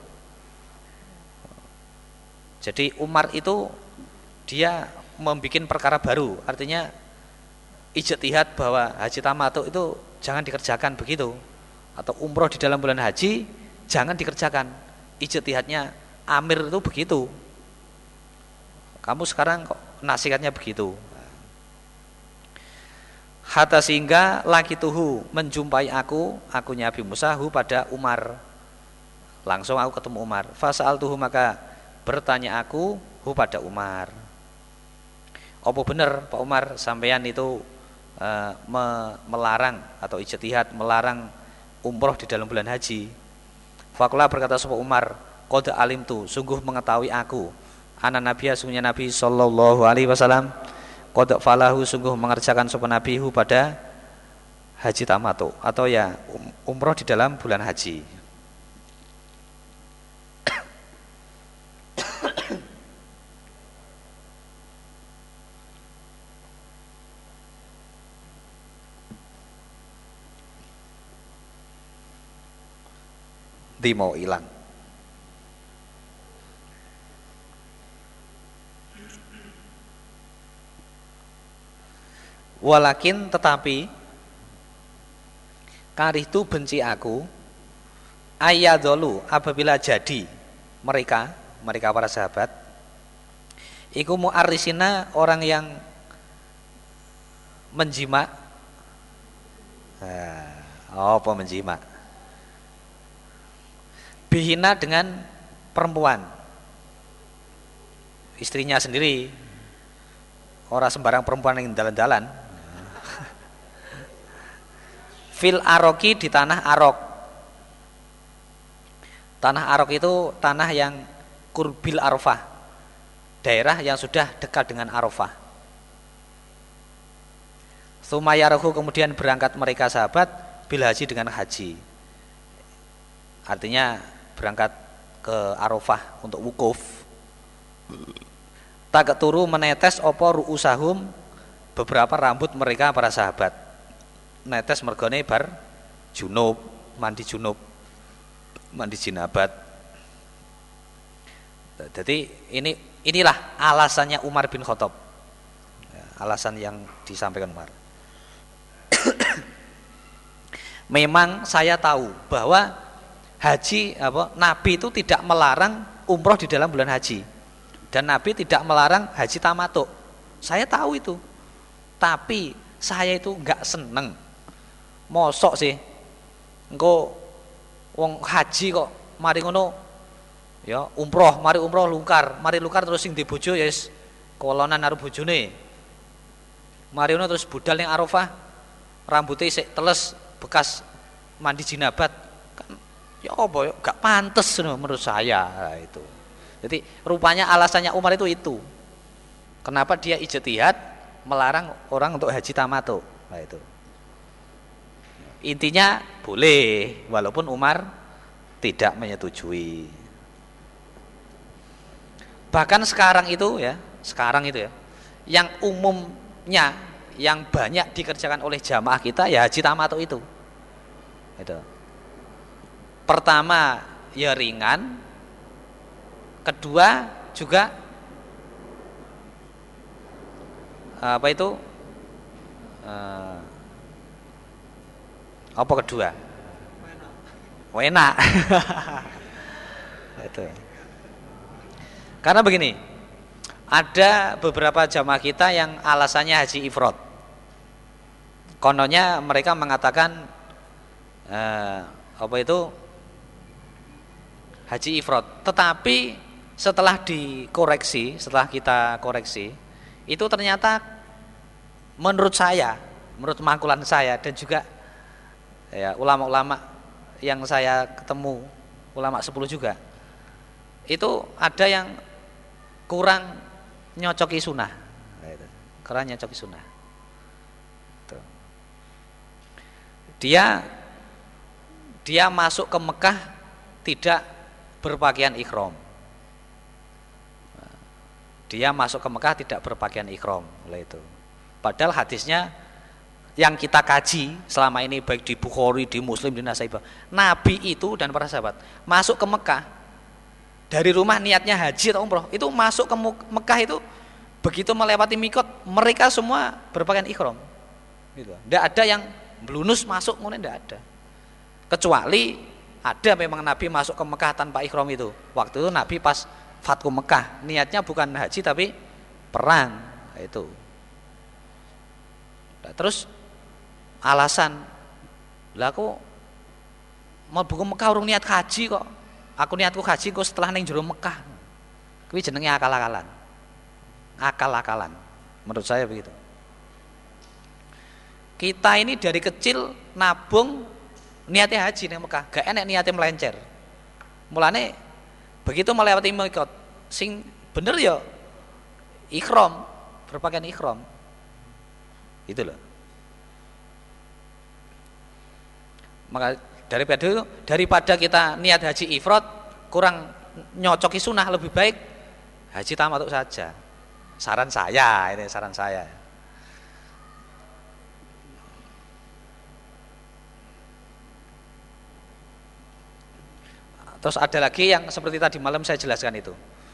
Jadi Umar itu dia membuat perkara baru, artinya ijtihad bahwa haji tamattu itu jangan dikerjakan begitu, atau umroh di dalam bulan haji jangan dikerjakan. Ijtihadnya Amir itu begitu. Kamu sekarang kok nasihatnya begitu? Hatta sehingga laki tuhu, menjumpai akunya Abi Musa pada Umar. Langsung aku ketemu Umar. Fasal tuhu, maka bertanya aku pada Umar. Apa benar Pak Umar sampeyan itu melarang atau ijtihad melarang umroh di dalam bulan haji? Faqala, berkata sapa Umar, qad alimtu, sungguh mengetahui aku, ana nabiyya, sungguhnya Nabi sallallahu alaihi wasallam, qad falahu, sungguh mengerjakan sapa Nabi pada haji tamattu atau ya umroh di dalam bulan haji. Di mau hilang. Walakin, tetapi, karihtu, benci aku, ayyadolu, apabila jadi mereka para sahabat, iku mu'arrisina, orang yang menjima. Apa menjima? Bihina, dengan perempuan, istrinya sendiri, orang sembarang perempuan yang dalan-dalan. Fil aroki, di tanah Arok. Tanah Arok itu tanah yang kurbil Arafah, daerah yang sudah dekat dengan Arafah. Sumayarohu, kemudian berangkat mereka sahabat bil haji, dengan haji. Artinya berangkat ke Arafah untuk wukuf. Tageturu, menetes opo ru'usahum, beberapa rambut mereka para sahabat netes mergone bar junub, mandi jinabat. Jadi inilah alasannya Umar bin Khattab. Alasan yang disampaikan Umar. Memang saya tahu bahwa Nabi itu tidak melarang umroh di dalam bulan haji, dan Nabi tidak melarang haji tamattu. Saya tahu itu, tapi saya itu nggak seneng. Mosok sih, engko wong haji kok mari ngono, ya umroh, mari lungkar terus sing di bojo ya wis kolonan karo bojone. Mari ngono terus budal ning Arafah, rambutnya sik teles bekas mandi jinabat, kan ya apa ya gak pantes menurut saya itu. Jadi rupanya alasannya Umar itu. Kenapa dia ijtihad melarang orang untuk haji tamattu. Nah itu. Intinya boleh walaupun Umar tidak menyetujui. Bahkan sekarang itu ya, yang umumnya yang banyak dikerjakan oleh jamaah kita ya haji tamattu itu. Pertama ya ringan, kedua juga apa kedua? Enak. Itu. Karena begini, ada beberapa jamaah kita yang alasannya haji ifrad. Kononnya mereka mengatakan haji ifrad. Tetapi setelah kita koreksi, itu ternyata menurut mangkulan saya dan juga ya ulama-ulama yang saya ketemu, ulama 10 juga, itu ada yang kurang nyocoki sunnah. Dia masuk ke Mekah tidak berpakaian ihram. Oleh itu. Padahal hadisnya yang kita kaji selama ini baik di Bukhari, di Muslim, di Nasaibah, Nabi itu dan para sahabat masuk ke Mekah dari rumah niatnya haji atau umroh, itu masuk ke Mekah itu begitu melewati mikot mereka semua berpakaian ihram. Gitu. Tidak ada yang belunus masuk, mulai tidak ada. Kecuali ada memang Nabi masuk ke Mekah tanpa ihram itu. Waktu itu Nabi pas Fathu Mekah, niatnya bukan haji tapi perang itu. Nah, terus alasan, lah aku mau buka Mekah urung niat haji kok. Aku niatku haji kok setelah ning jero Mekah. Kuwi jenenge akal-akalan. Akal-akalan. Menurut saya begitu. Kita ini dari kecil nabung niatnya haji ning Mekah, gak enek niatnya melencer. Mulane begitu melewati mikot, sing bener ya ihram, berpakaian ihram. Itu loh. Maka daripada kita niat haji ifrad kurang nyocoki sunnah, lebih baik haji tamattu saja. Saran saya. Terus ada lagi yang seperti tadi malam saya jelaskan itu.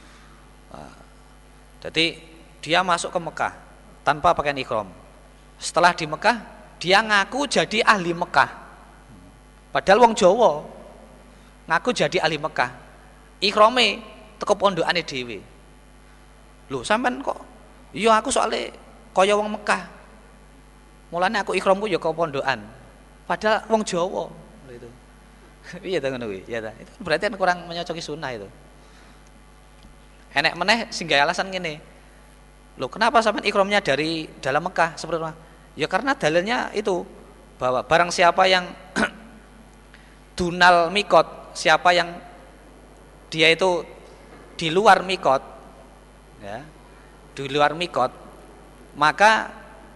Jadi dia masuk ke Mekah tanpa pakaian ihram. Setelah di Mekah dia ngaku jadi ahli Mekah. Padahal wong Jawa ngaku jadi ahli Mekah. Ihrame teko pondokane dhewe. Lho sampean kok? Iya aku soalnya kaya wong Mekah. Mulane aku ihramku ya ke pondokan. Padahal wong Jawa. Itu. Iya ta ngono kuwi, ya ta. Itu berarti kan kurang menyocoki sunnah itu. Enek meneh sing gawe alasan ngene. Loh kenapa sampean ihramnya dari dalam Mekah seperti apa? Ya karena dalilnya itu bahwa barang siapa yang dunal mikot, siapa yang dia itu di luar mikot, ya, di luar mikot, maka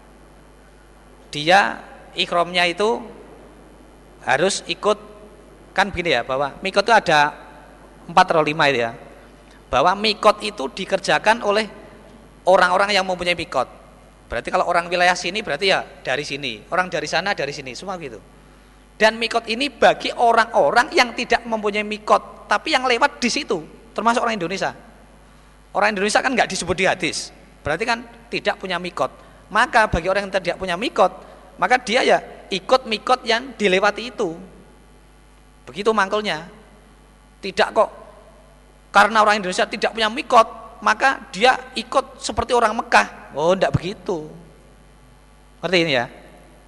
dia ihramnya itu harus ikut. Kan begini ya, bahwa mikot itu ada 4 atau 5 itu ya. Bahwa mikot itu dikerjakan oleh orang-orang yang mempunyai mikot. Berarti kalau orang wilayah sini berarti ya dari sini, orang dari sana dari sini, semua gitu. Dan mikot ini bagi orang-orang yang tidak mempunyai mikot, tapi yang lewat di situ, termasuk orang Indonesia. Orang Indonesia kan nggak disebut di hadis, berarti kan tidak punya mikot. Maka bagi orang yang tidak punya mikot, maka dia ya ikut mikot yang dilewati itu. Begitu mangkulnya. Tidak kok karena orang Indonesia tidak punya mikot, maka dia ikut seperti orang Mekah. Oh, enggak begitu. Ngerti ini ya?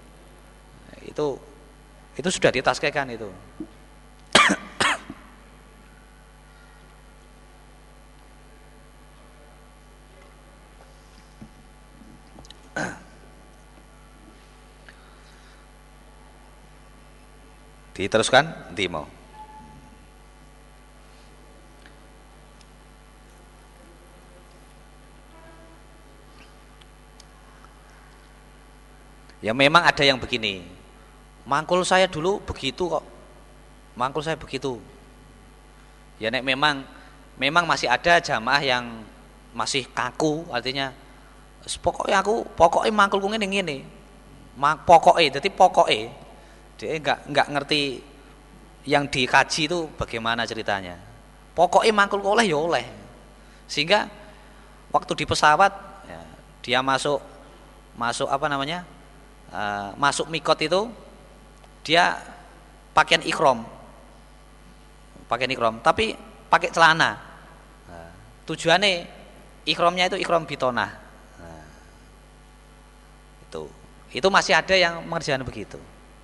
Itu sudah ditaskehkan itu. Diteruskan, Timo. Ya memang ada yang begini. Mangkul saya dulu begitu kok. Mangkul saya begitu. Ya nek memang masih ada jamaah yang masih kaku, artinya pokoknya mangkulku ngene. Pokoknya, jadi pokoknya dia enggak ngerti yang dikaji itu bagaimana ceritanya. Pokoknya mangkul oleh ya oleh. Sehingga waktu di pesawat ya, dia masuk apa namanya? Masuk mikot itu dia pakaian ikhram, tapi pakai celana. Tujuannya ikhramnya itu ikhram bitonah. Itu masih ada yang mengerjakan begitu.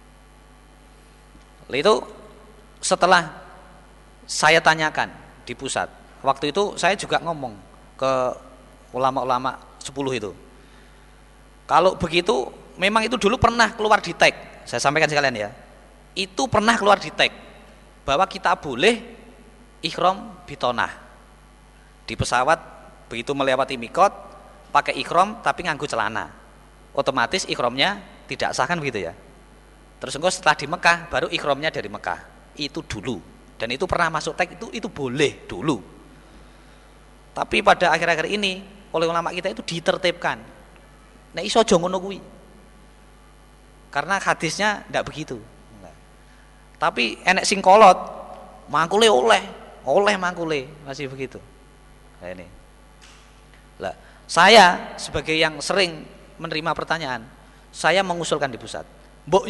Itu setelah saya tanyakan di pusat, waktu itu saya juga ngomong ke ulama-ulama 10 itu. Kalau begitu memang itu dulu pernah keluar di tag, saya sampaikan sekalian ya. Itu pernah keluar di tag bahwa kita boleh ikhram bitonah di pesawat, begitu melewati mikot pakai ikhram tapi nganggo celana, otomatis ikhramnya tidak sah kan begitu ya. Terus engko setelah di Mekah baru ikhramnya dari Mekah. Itu dulu, dan itu pernah masuk tag, itu boleh dulu. Tapi pada akhir-akhir ini oleh ulama kita itu ditertibkan. Nek iso aja ngono kuwi. Karena hadisnya ndak begitu. Tapi enek sing kolot, mangkule oleh mangkule, masih begitu. Nah ini. Lah, saya sebagai yang sering menerima pertanyaan, saya mengusulkan di pusat. Mbok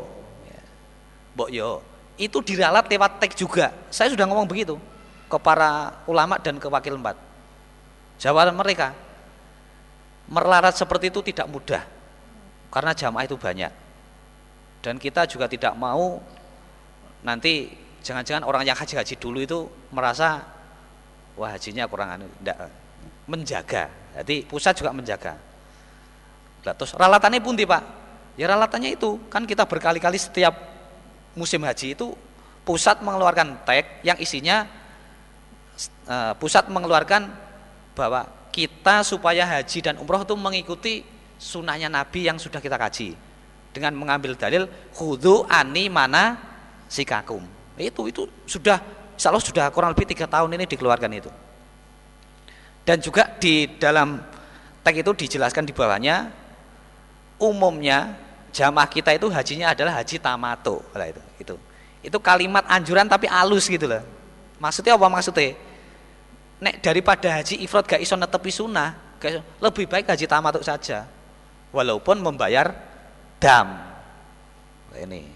yo, itu diralat lewat teks juga. Saya sudah ngomong begitu ke para ulama dan ke wakil 4. Jawaban mereka, meralat seperti itu tidak mudah, karena jamaah itu banyak. Dan kita juga tidak mau nanti jangan-jangan orang yang haji-haji dulu itu merasa wah hajinya kurang enggak, menjaga. Jadi pusat juga menjaga. Lah terus ralatannya pun Pak. Ya ralatannya itu kan kita berkali-kali setiap musim haji itu pusat mengeluarkan tag yang isinya pusat mengeluarkan bahwa kita supaya haji dan umroh itu mengikuti sunnahnya Nabi yang sudah kita kaji dengan mengambil dalil khudhu ani mana sikakum. Itu sudah insya Allah sudah kurang lebih 3 tahun ini dikeluarkan itu. Dan juga di dalam tag itu dijelaskan di bawahnya, umumnya jamaah kita itu hajinya adalah haji tamato. Lah itu kalimat anjuran tapi halus gitu loh. Maksudnya apa maksudnya? Nek daripada haji ifrad gak iso netepi sunnah, lebih baik haji tamato saja, walaupun membayar dam. Ini.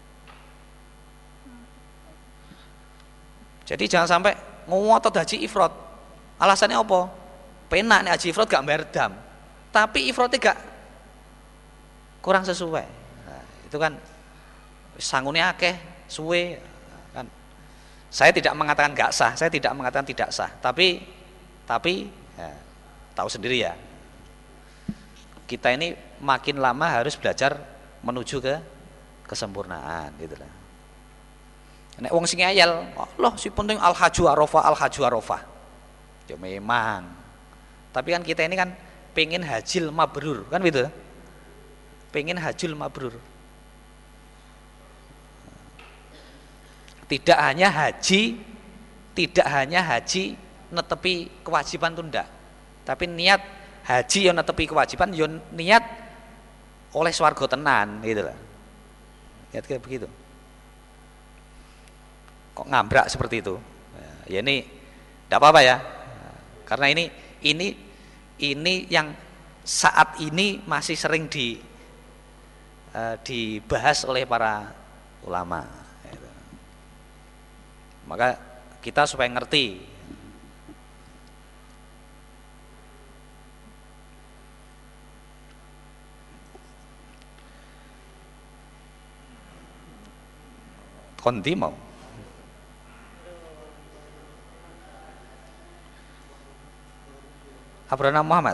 Jadi jangan sampai ngotot haji ifrad. Alasannya apa? Penak nek haji ifrad gak bayar dam. Tapi ifradnya gak kurang sesuai. Nah, itu kan sangune akeh, suwe kan. Saya tidak mengatakan gak sah, saya tidak mengatakan tidak sah. Tapi ya, tahu sendiri ya. Kita ini makin lama harus belajar menuju ke kesempurnaan gitu lah. Nek wong sing ngeyel, loh si penting al haju arafah. Ya memang. Tapi kan kita ini kan pengen hajil mabrur, kan gitu. Pengen hajil mabrur. Tidak hanya haji netepi kewajiban tunda, tapi niat haji yo netepi kewajiban yo niat oleh swarga tenan gitu lah. Niat kayak begitu. Kok ngambrak seperti itu? Ya ini tidak apa-apa ya. Karena ini yang saat ini masih sering dibahas oleh para ulama. Maka kita supaya ngerti. Kondi mau. Abraham Muhammad.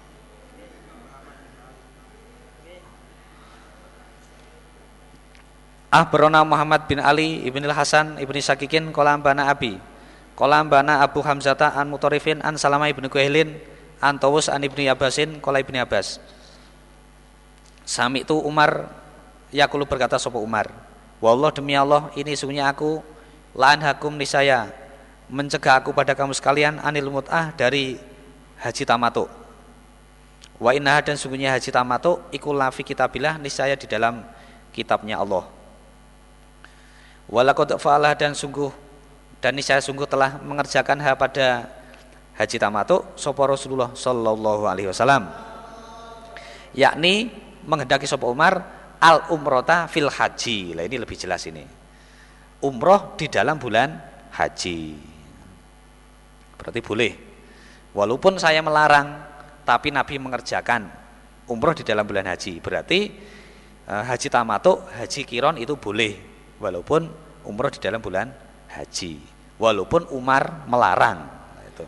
Abrona Muhammad bin Ali ibnil Hasan ibni Sakikin kolam bana Abi kolam bana Abu Hamzata an Mutorifin an Salama ibni Kuhailin an Tawus an ibni Abbasin kola ibni Abbas. Sami itu Umar yakulu berkata sopo Umar, wallah demi Allah ini sungguhnya aku lan hakum nisaya mencegah aku pada kamu sekalian anil mut'ah dari haji tamatuk. Wa innaha dan sungguhnya haji tamatuk iku lafi kitabillah nisaya di dalam kitabnya Allah. Walaqad fa'alah dan niscaya sungguh telah mengerjakan pada haji tamattu sapa Rasulullah sallallahu alaihi wasallam, yakni menghendaki sapa Umar al umrata fil haji. Lah ini lebih jelas ini. Umroh di dalam bulan haji. Berarti boleh. Walaupun saya melarang tapi Nabi mengerjakan umroh di dalam bulan haji. Berarti haji tamattu, haji kiron itu boleh. Walaupun umroh di dalam bulan haji, walaupun Umar melarang. Itu.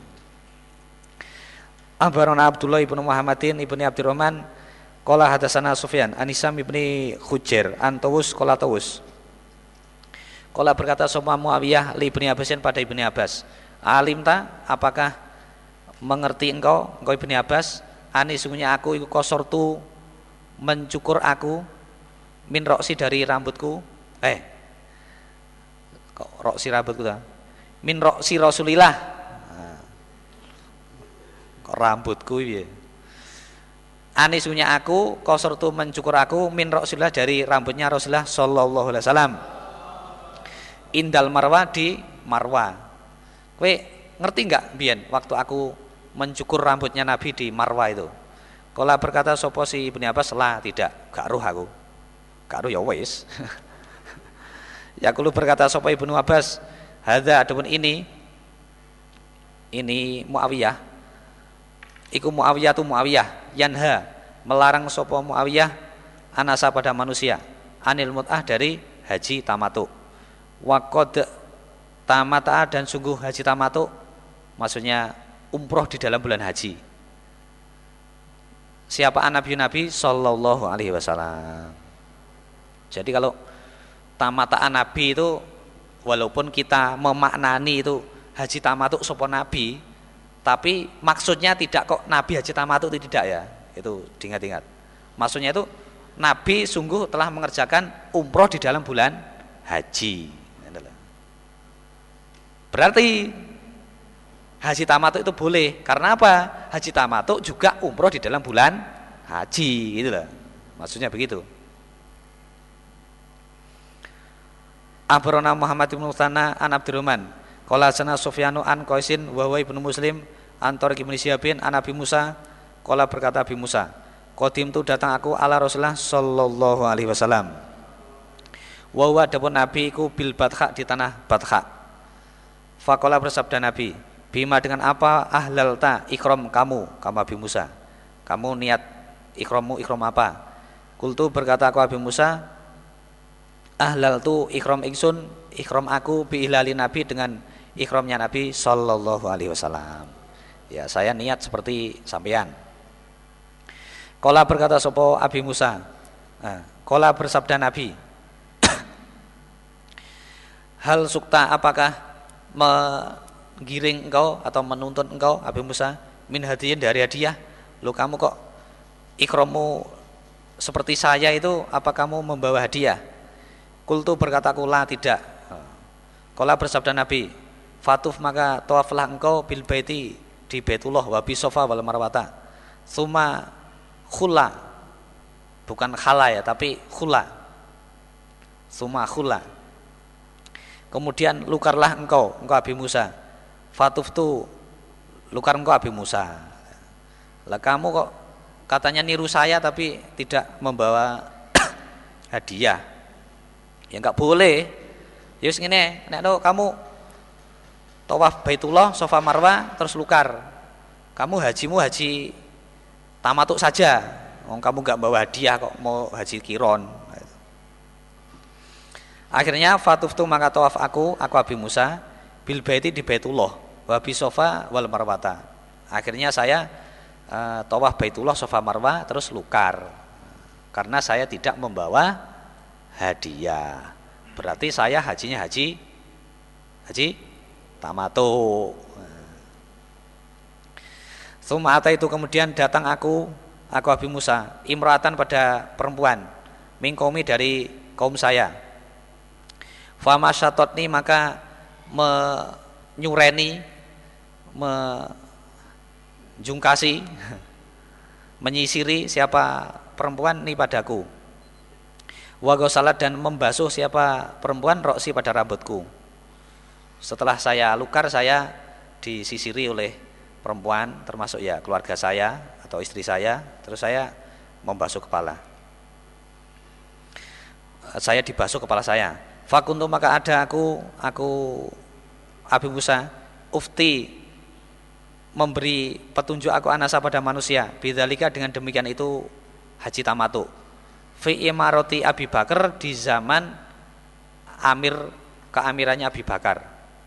Abarona Abdullah ibnu Muhammadin ibni Abdurrahman, qala hadatsana Sufyan, Anisam ibni Khujair, Antawus qala Tawus. Qala berkata sapa Muawiyah li ibni Abbasin pada ibni Abbas, alimta apakah mengerti engkau ibni Abbas, ani sungguhnya aku iku kosortu mencukur aku min roksi dari rambutku. Roksi rambutku ta. Min roksi Rasulillah. Kok rambutku piye? Anisunya aku kosortu mencukur aku min Rasulillah dari rambutnya Rasulullah sallallahu alaihi wasallam. Indal Marwa di Marwa. Kowe ngerti enggak biyen waktu aku mencukur rambutnya Nabi di Marwa itu? Kala berkata sapa si Ibnu Abbas, lah tidak, gak roh aku. Gak roh ya wis. Yaqulu berkata sapa Ibnu Abbas, hadza adapun ini Muawiyah. Iku Muawiyah yanha melarang sapa Muawiyah anasa pada manusia anil mut'ah dari haji tamattu. Wa qad tamata dan sungguh haji tamattu maksudnya umroh di dalam bulan haji. Siapa Nabi sallallahu alaihi wasallam. Jadi kalau tamataan Nabi itu walaupun kita memaknani itu haji tamattu sapa Nabi, tapi maksudnya tidak kok Nabi haji tamattu itu tidak ya. Itu diingat-ingat. Maksudnya itu Nabi sungguh telah mengerjakan umroh di dalam bulan haji. Berarti haji tamattu itu boleh. Karena apa? Haji tamattu juga umroh di dalam bulan haji, gitu loh. Maksudnya begitu. Abarona Muhammad bin Musanna an Abdurrahman qala sana Sufyanu an Qaisin wa huwa ibnu Muslim an Tariq bin Syihab an Abi Musa qala berkata Abi Musa qadim tu datang aku ala Rasulullah sallallahu alaihi wasallam wa huwa adapun Nabi iku bil Badha di tanah Badha. Faqala bersabda Nabi, bima dengan apa ahlalta ikram kamu Abi Musa, kamu niat ikrammu ikram apa? Kultu berkata aku Abi Musa, ahlal tu ikram ingsun ikram aku bi ihlali Nabi dengan ikramnya Nabi sallallahu alaihi wasallam. Ya saya niat seperti sampean. Qala berkata sapa Abi Musa, qala bersabda Nabi, hal sukta apakah menggiring engkau atau menuntun engkau Abi Musa min hadiyin dari hadiah? Lu kamu kok ikrammu seperti saya itu, apa kamu membawa hadiah? Kultu berkataku la tidak. Qala bersabda Nabi, fatuf maka tawaflah engkau bil baiti di Baitullah wa bi Safa wal Marwata Suma khula, bukan khala ya, tapi khula. Suma khula. Kemudian lukarlah engkau Abi Musa. Fatuftu, lukar engkau Abi Musa. Lah kamu kok katanya niru saya tapi tidak membawa hadiah. Ya enggak boleh. Yus ngene, nek kamu tawaf Baitullah, Safa Marwah terus lukar. Kamu hajimu haji tamatuk saja. Kamu enggak bawa hadiah kok mau haji kiron. Akhirnya fatuftu maka tawaf aku Abi Musa bil baiti di Baitullah wa bi Safa wal Marwata. Akhirnya saya tawaf Baitullah, Safa Marwah terus lukar. Karena saya tidak membawa hadiah. Berarti saya hajinya haji tamattu. Sumata itu kemudian datang aku Abi Musa, imratan pada perempuan, mingkomi dari kaum saya. Fama syatotni maka menyureni, menjungkasi, menyisiri siapa perempuan ini padaku. Wa ghasalat dan membasuh siapa perempuan roksi pada rambutku. Setelah saya lukar, saya disisiri oleh perempuan, termasuk ya keluarga saya atau istri saya. Terus saya membasuh kepala. Saya dibasuh kepala saya. Fakuntu maka ada aku Abi Musa ufti memberi petunjuk aku anasa pada manusia. Bidzalika dengan demikian itu haji tamattu. Fi imarati Abi Bakar di zaman keamirannya Abi Bakar.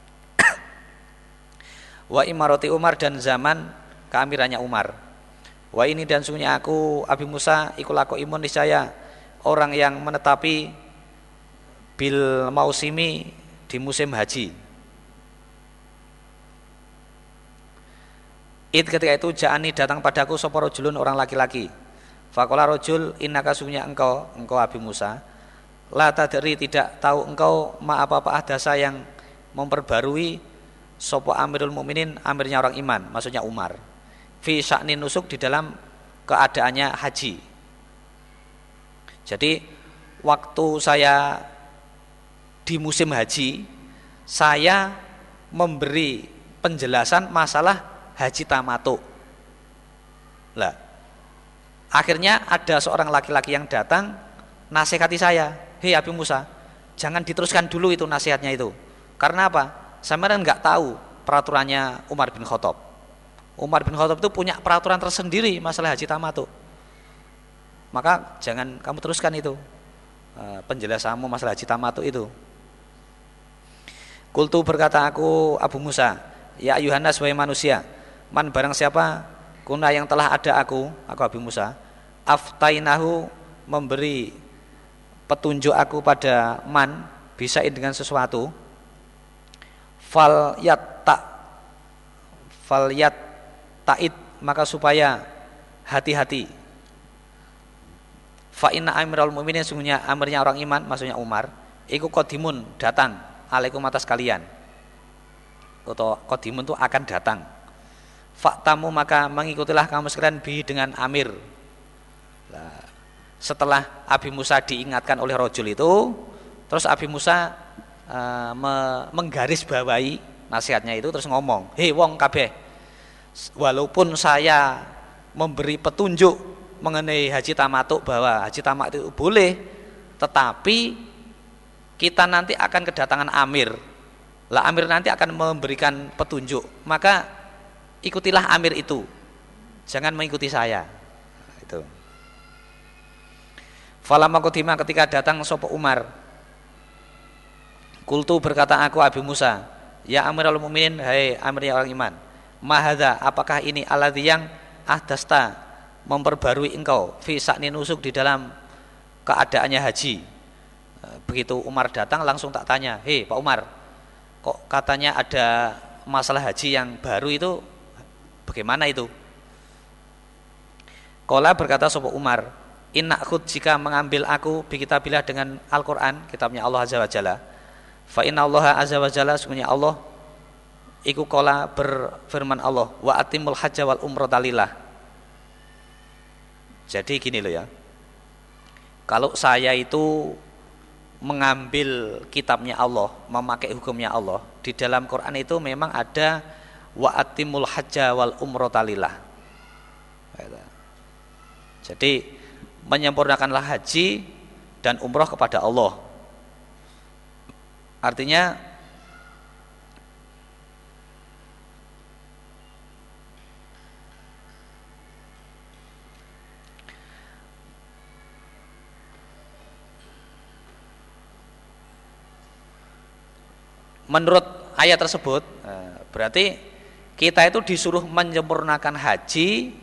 Wa imarati Umar dan zaman keamirannya Umar. Wa ini dan sungguhnya aku Abi Musa iku laku imun niscaya orang yang menetapi bil mausimi di musim haji. Ketika itu ja'ani datang padaku sapa rajulun orang laki-laki. Faqala rajul innaka sungguhnya engkau Abi Musa la tadri tidak tahu engkau ma apa-apa adasa yang memperbarui sapa Amirul Mukminin, amirnya orang iman, maksudnya Umar. Fi sya'ni nusuk di dalam keadaannya haji. Jadi waktu saya di musim haji, saya memberi penjelasan masalah haji tamattu. Lah, akhirnya ada seorang laki-laki yang datang nasihati saya, "Hei Abi Musa, jangan diteruskan dulu itu nasihatnya itu." Karena apa? Saya enggak tahu peraturannya Umar bin Khattab. Umar bin Khattab itu punya peraturan tersendiri masalah haji tamattu. Maka jangan kamu teruskan itu penjelasanmu masalah haji tamattu itu. Kultu berkata aku Abu Musa, ya Yohanes wahai manusia, man barang siapa kuna yang telah ada aku Abi Musa, aftainahu memberi petunjuk aku pada man bisain dengan sesuatu, fal yat taid maka supaya hati-hati. Fa inna amiral mu'minin sungguhnya amirnya orang iman, maksudnya Umar, iku qadimun datang alaikum atas kalian, atau qadimun itu akan datang. Faktamu maka mengikutilah kamu sekalian bi dengan amir. Nah, setelah Abi Musa diingatkan oleh rajul itu, terus Abi Musa menggarisbawahi nasihatnya itu, terus ngomong, hei wong kabeh, walaupun saya memberi petunjuk mengenai haji tamattu bahwa haji tamattu itu boleh, tetapi kita nanti akan kedatangan amir. Lah amir nanti akan memberikan petunjuk, maka ikutilah amir itu, jangan mengikuti saya. Itu. Falamma qadima ketika datang sapa Umar, kultu berkata aku Abi Musa, ya Amirul Mukminin, hai amirnya orang iman, mahadza apakah ini alladzi yang ahdasta memperbarui engkau fi sa'ni nusuk di dalam keadaannya haji. Begitu Umar datang langsung tak tanya, hei Pak Umar, kok katanya ada masalah haji yang baru itu, bagaimana itu? Qala berkata sapa Umar, inna khud jika mengambil aku bi kitabillah dengan Al-Qur'an, kitabnya Allah Azza wa Jalla, fa inna Allah Azza wa Jalla sungguhnya Allah iku qala berfirman Allah, wa atimul hajja wal umrata lillah. Jadi gini loh ya, kalau saya itu mengambil kitabnya Allah, memakai hukumnya Allah, di dalam Quran itu memang ada wa atimul hajja wal umrata lillah. Jadi menyempurnakanlah haji dan umroh kepada Allah. Artinya menurut ayat tersebut berarti kita itu disuruh menyempurnakan haji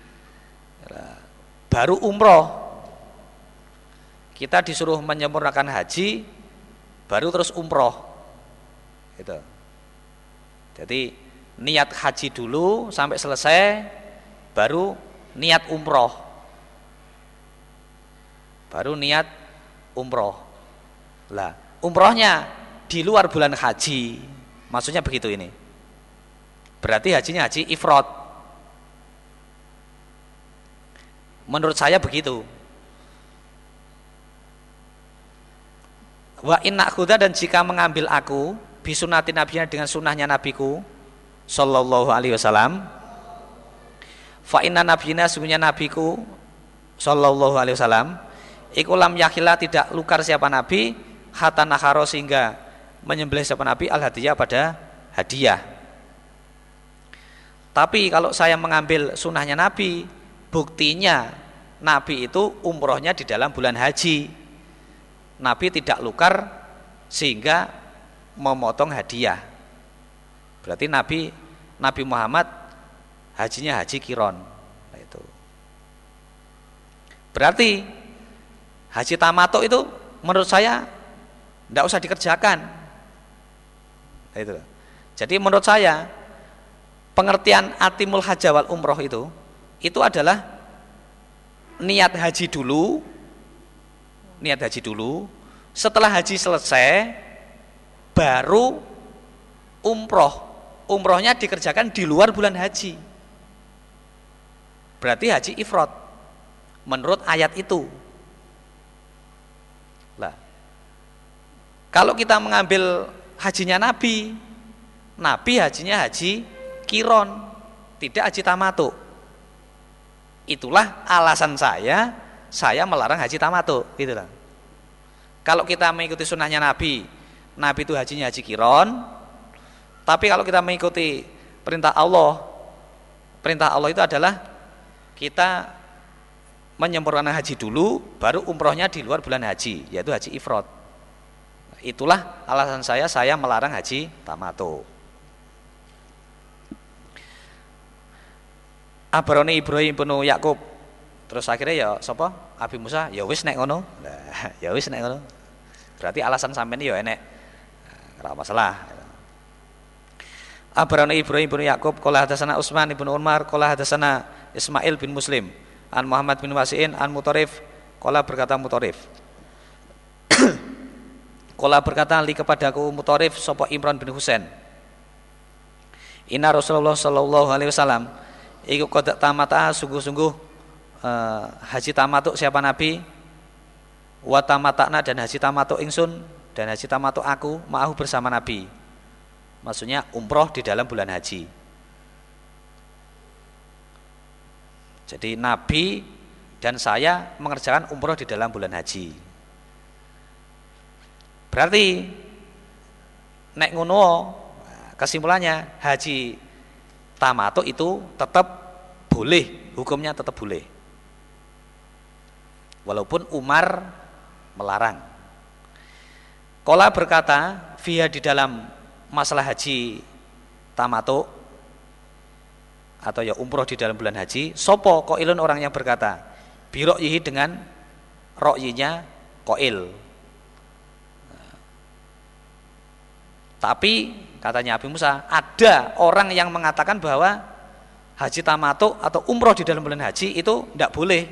baru umroh. Kita disuruh menyempurnakan haji baru terus umroh gitu. Jadi niat haji dulu sampai selesai baru niat umroh, baru niat umroh. Lah umrohnya di luar bulan haji, maksudnya begitu ini. Berarti hajinya haji ifrad. Menurut saya begitu. Wa inna khuda, dan jika mengambil aku bisunati nabinya dengan sunnahnya nabiku sallallahu alaihi wasallam, fa inna nabiyina, sungguhnya nabiku sallallahu alaihi wasallam, iku lam yakhila, tidak lukar siapa nabi, hatta nakharo, sehingga menyembelih siapa nabi al hadiyah, pada hadiah. Tapi kalau saya mengambil sunnahnya nabi, buktinya nabi itu umrohnya di dalam bulan haji. Nabi tidak lukar sehingga memotong hadiah. Berarti Nabi Muhammad hajinya haji kiron. Nah, itu. Berarti haji tamattu itu menurut saya tidak usah dikerjakan. Nah, itu. Jadi menurut saya pengertian atimul hajja wal umroh itu adalah niat haji dulu. Niat haji dulu, setelah haji selesai baru umroh. Umrohnya dikerjakan di luar bulan haji. Berarti haji ifrad menurut ayat itu. Lah, kalau kita mengambil hajinya Nabi hajinya haji kiron, tidak haji tamattu. Itulah alasan saya melarang haji tamattu, gitu lah. Kalau kita mengikuti sunnahnya Nabi itu hajinya haji kiron. Tapi kalau kita mengikuti perintah Allah itu adalah kita menyempurnakan haji dulu, baru umrohnya di luar bulan haji, yaitu haji ifrad. Itulah alasan saya melarang haji tamattu. Abaroni Ibrahim bin Yakub, terus akhirnya ya sapa? Abi Musa, ya wis nek ngono. Nah, ya wis nek ngono. Berarti alasan sampeyan ya enek. Ora masalah. Abarana Ibrahim bin Yakub qala hadatsana Utsman bin Umar qala hadatsana Ismail bin Muslim an Muhammad bin Wasi'in an Mutarif qala, berkata Mutarif. Qala berkata li kepadaku Mutarif sapa Imran bin Husain. Inna Rasulullah sallallahu alaihi wasallam iku qad tamata, sungguh-sungguh haji tamattu siapa Nabi, wa tamatna, dan haji tamattu ingsun, dan haji tamattu aku ma'ahu bersama Nabi. Maksudnya umroh di dalam bulan haji. Jadi Nabi dan saya mengerjakan umroh di dalam bulan haji. Berarti nek ngono, kesimpulannya haji tamattu itu tetap boleh, hukumnya tetap boleh. Walaupun Umar melarang. Qala berkata, fiha, di dalam masalah haji tamattu atau ya umroh di dalam bulan haji, sopo qailun, orang yang berkata, bi ra'yihi, dengan ra'yinya qail. Tapi katanya Abi Musa, ada orang yang mengatakan bahwa haji tamattu atau umroh di dalam bulan haji itu tidak boleh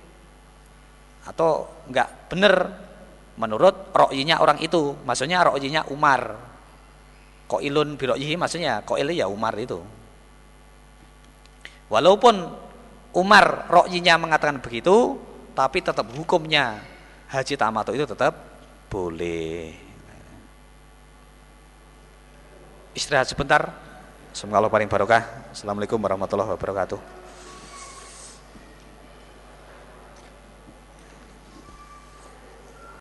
atau enggak benar menurut ra'yinya orang itu. Maksudnya ra'yinya Umar. Qailun bi ra'yihi, maksudnya qail ya Umar itu. Walaupun Umar rokyinya mengatakan begitu, tapi tetap hukumnya haji tamattu itu tetap boleh. Istirahat sebentar. Semoga Allah paling barokah. Assalamualaikum warahmatullahi wabarakatuh.